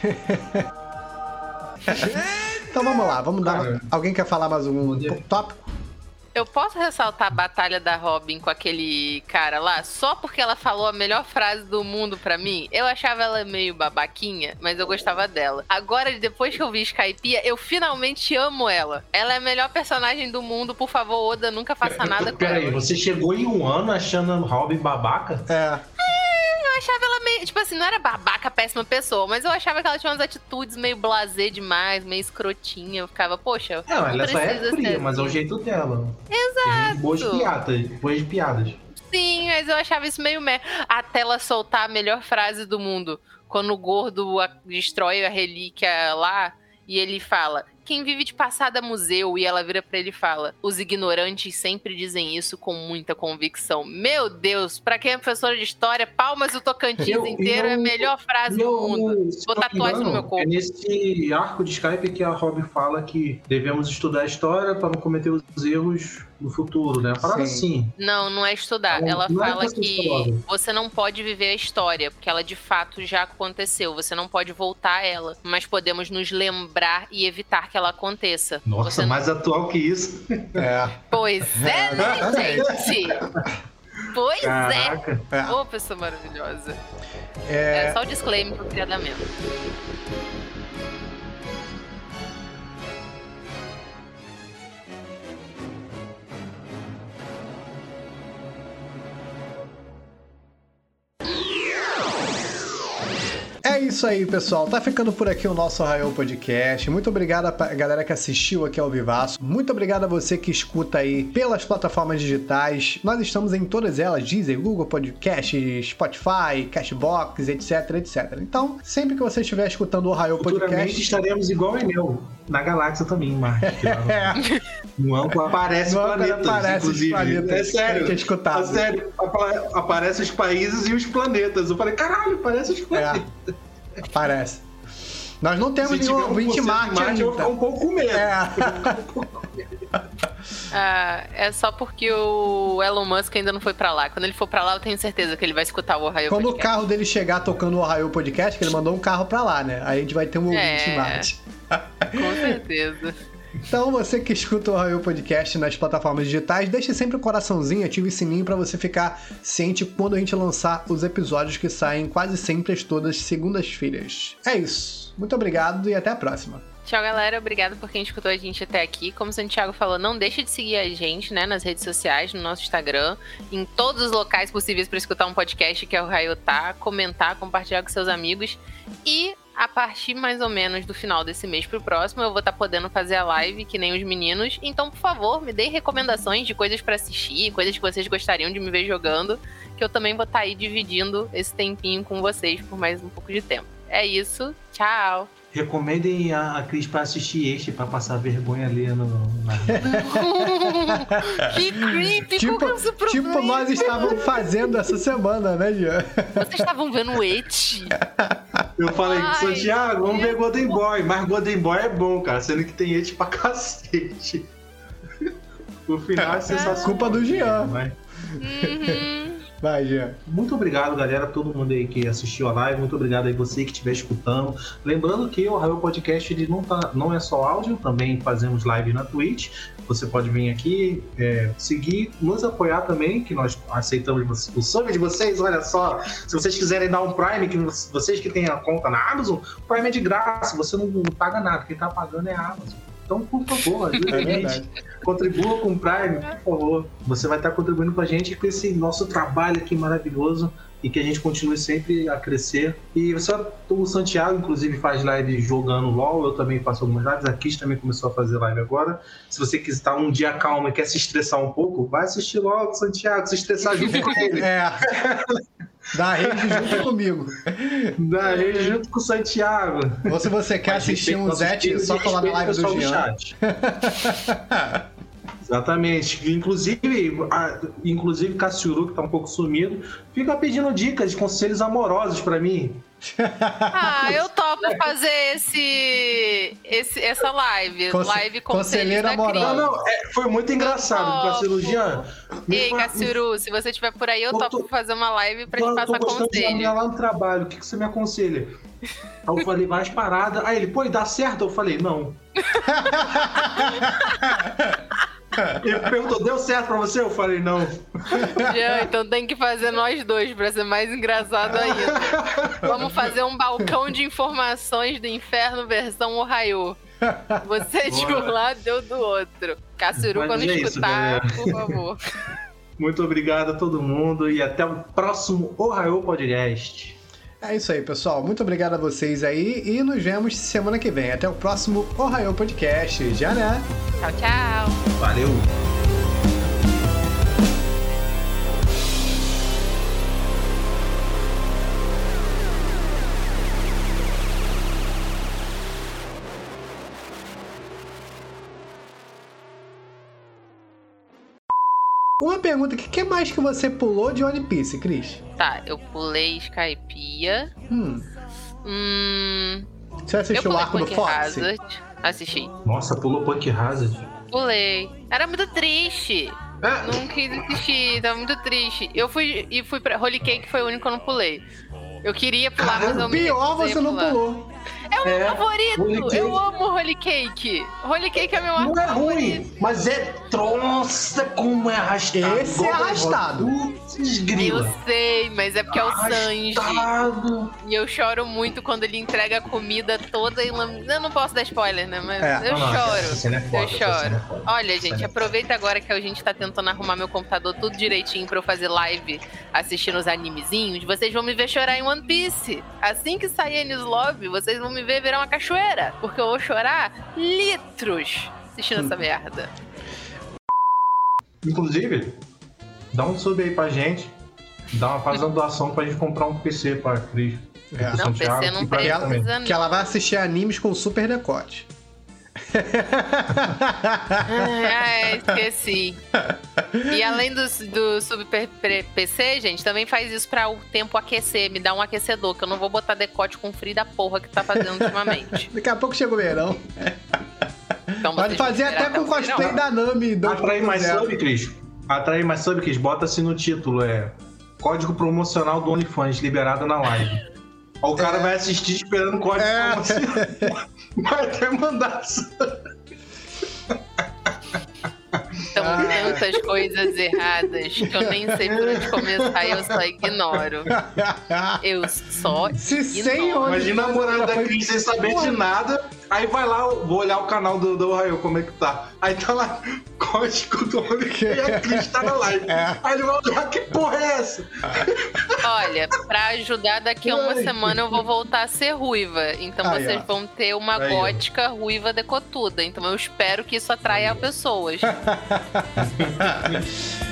Então vamos lá, vamos dar. Uma... Alguém quer falar mais um tópico? Eu posso ressaltar a batalha da Robin com aquele cara lá, só porque ela falou a melhor frase do mundo pra mim? Eu achava ela meio babaquinha, mas eu gostava dela. Agora, depois que eu vi Skypiea, eu finalmente amo ela. Ela é a melhor personagem do mundo, por favor, Oda, nunca faça nada com Pera ela. Peraí, você chegou em um ano achando a Robin babaca? É. Eu achava ela meio, tipo assim, não era babaca, péssima pessoa, mas eu achava que ela tinha umas atitudes meio blasé demais, meio escrotinha. Eu ficava, poxa, não, não ela só é fria, mas é o jeito dela. Exato. Boas piadas, boas piadas. Sim, mas eu achava isso meio meh. Até ela soltar a melhor frase do mundo, quando o gordo destrói a relíquia lá, e ele fala: quem vive de passada museu, e ela vira pra ele e fala: os ignorantes sempre dizem isso com muita convicção. Meu Deus, pra quem é professora de história, palmas do Tocantins eu, inteiro eu, é a melhor frase eu, do mundo. Vou tatuar isso no meu corpo. É nesse arco de Skype que a Robin fala que devemos estudar a história para não cometer os erros no futuro, né? Parada assim. Não, não é estudar. Ela não fala é que você não pode viver a história, porque ela de fato já aconteceu. Você não pode voltar a ela, mas podemos nos lembrar e evitar que ela aconteça. Nossa, você mais não... atual que isso. É. Pois é, né, gente? Pois Caraca. é. Ô, oh, pessoa maravilhosa. É... é só o disclaimer que eu queria dar mesmo. É isso aí, pessoal. Tá ficando por aqui o nosso Arraial Podcast. Muito obrigado a galera que assistiu aqui ao vivaço. Muito obrigado a você que escuta aí pelas plataformas digitais. Nós estamos em todas elas, Deezer, Google Podcast, Spotify, Cashbox, etc, etcétera. Então, sempre que você estiver escutando o Arraial Podcast... Futuramente estaremos igual o Enel, na galáxia também, Marcos. No amplo aparece no planetas, aparece inclusive. Planetas, é sério, é sério. Aparece os países e os planetas. Eu falei, caralho, aparece os planetas. É. Parece. Nós não temos Se nenhum ouvinte Marte ainda. Eu vou ficar um pouco com medo. É. ah, é só porque o Elon Musk ainda não foi pra lá. Quando ele for pra lá, eu tenho certeza que ele vai escutar o Ohio Quando Podcast. Quando o carro dele chegar tocando o Ohio Podcast, que ele mandou um carro pra lá, né? Aí a gente vai ter um ouvinte é. Marte. Com certeza. Então, você que escuta o Arraial Podcast nas plataformas digitais, deixe sempre o coraçãozinho, ative o sininho para você ficar ciente quando a gente lançar os episódios que saem quase sempre às todas segundas-feiras. É isso. Muito obrigado e até a próxima. Tchau, galera. Obrigado por quem escutou a gente até aqui. Como o Santiago falou, não deixe de seguir a gente, né, nas redes sociais, no nosso Instagram, em todos os locais possíveis para escutar um podcast que é o Arraial tá, comentar, compartilhar com seus amigos e... a partir mais ou menos do final desse mês pro próximo, eu vou estar tá podendo fazer a live, que nem os meninos. Então, por favor, me deem recomendações de coisas pra assistir, coisas que vocês gostariam de me ver jogando, que eu também vou estar tá aí dividindo esse tempinho com vocês por mais um pouco de tempo. É isso, tchau! Recomendem a, a Cris pra assistir este, pra passar vergonha ali no... Na... Que creepy, tipo, qual que é o seu problema? Tipo, nós estávamos fazendo essa semana, né, Jean? Vocês estavam vendo o Eti. Eu falei com o Santiago, vamos ver Golden Boy, mas Golden Boy é bom, cara, sendo que tem Eti pra cacete. O final é sensacional. Culpa do Jean. Mas... Uhum. Vai, Jean. Muito obrigado, galera, todo mundo aí que assistiu a live, muito obrigado aí você que estiver escutando. Lembrando que o Arraial Podcast ele não, tá, não é só áudio, também fazemos live na Twitch. Você pode vir aqui, é, seguir, nos apoiar também, que nós aceitamos o sonho de vocês. Olha só, se vocês quiserem dar um Prime, que vocês que têm a conta na Amazon, o Prime é de graça, você não, não paga nada, quem tá pagando é a Amazon. Então, por favor, ajude a gente. Contribua com o Prime, por favor. Você vai estar contribuindo com a gente com esse nosso trabalho aqui maravilhoso e que a gente continue sempre a crescer. E você, o Santiago, inclusive, faz live jogando LOL, eu também faço algumas lives, a Kiss também começou a fazer live agora. Se você quiser estar um dia calmo e quer se estressar um pouco, vai assistir logo, Santiago, se estressar junto com ele. É. Dá rede junto comigo. Dá rede junto com o Santiago. Ou se você quer assistir um Zete, só colar na live do Jean. Exatamente. Inclusive, a, inclusive Cassiuru, que tá um pouco sumido, fica pedindo dicas de conselhos amorosos pra mim. Ah, eu topo fazer esse, esse, essa live. Conse live conselheiro da Cris. Não, não, é, foi muito engraçado com a cirurgia. Ei, Cassiuru, se você estiver por aí, eu topo tô, fazer uma live pra te passar conselho. Eu lá no trabalho, o que, que você me aconselha? Aí eu falei, várias paradas. Aí ele, pô, dá certo? Eu falei, não. Ele perguntou, deu certo pra você? Eu falei, não. Já, então tem que fazer nós dois pra ser mais engraçado ainda. Vamos fazer um balcão de informações do inferno versão Ohio. Você de um lado, eu do outro. Cassiuru, quando é escutar, isso, por favor. Muito obrigado a todo mundo e até o próximo Ohio Podcast. É isso aí, pessoal. Muito obrigado a vocês aí e nos vemos semana que vem. Até o próximo Ohio Podcast. Já, né? Tchau, tchau. Valeu. Uma pergunta, o que mais que você pulou de One Piece, Cris? Tá, eu pulei Skypiea. Hum. Hum... Você assistiu o arco do Fox? Assisti. Nossa, pulou Punk Hazard? Pulei. Era muito triste. Ah. Não quis assistir, tava muito triste. Eu fui e fui pra Holy Cake, foi o único que eu não pulei. Eu queria pular, Caramba, mas eu pior você pular. não pulou. É o meu é, favorito! Eu amo Holy Cake! Holy Cake é meu arco Não é favorito. ruim, mas é... Nossa, como é arrastado. Esse é arrastado. Eu sei, mas é porque é o Sanji. E eu choro muito quando ele entrega a comida toda e... Eu não posso dar spoiler, né? Mas é. eu não, choro. Essa cena é foda, eu choro. É foda. Olha, essa gente, é aproveita agora que a gente tá tentando arrumar meu computador tudo direitinho pra eu fazer live assistindo os animezinhos. Vocês vão me ver chorar em One Piece. Assim que sair Enies Lobby, vocês vão me ver virar uma cachoeira. Porque eu vou chorar litros assistindo essa merda. Inclusive, dá um sub aí pra gente. Dá uma faz uma doação pra gente comprar um P C pra Cris. É. Não, P C não precisa não. Que ela vai assistir animes com super decote. Ah, esqueci. E além do, do Super P C, gente, também faz isso pra o tempo aquecer. Me dá um aquecedor, que eu não vou botar decote com frio da porra que tá fazendo ultimamente. Daqui a pouco chega o verão. Então, pode fazer até com cosplay da Nami. Atrair mais sub, Cris. Atrair mais sub, Cris. Bota assim no título, é... Código promocional do OnlyFans, liberado na live. Ó, o cara é. vai assistir esperando o código é. promocional. Vai até mandar sub. São tantas coisas erradas que eu nem sei por onde começar e eu só ignoro. Eu só Se ignoro. Imagina a namorada da Cris sem saber de nada. Aí vai lá, vou olhar o canal do, do Ohio, como é que tá. Aí tá lá, código do Ohio e a Cris tá na live. É. Aí ele vai olhar, que porra é essa? Olha, pra ajudar, daqui a uma Ai. semana eu vou voltar a ser ruiva. Então Ai, vocês ó. vão ter uma Ai, gótica ó. ruiva decotuda. Então eu espero que isso atraia Ai. pessoas.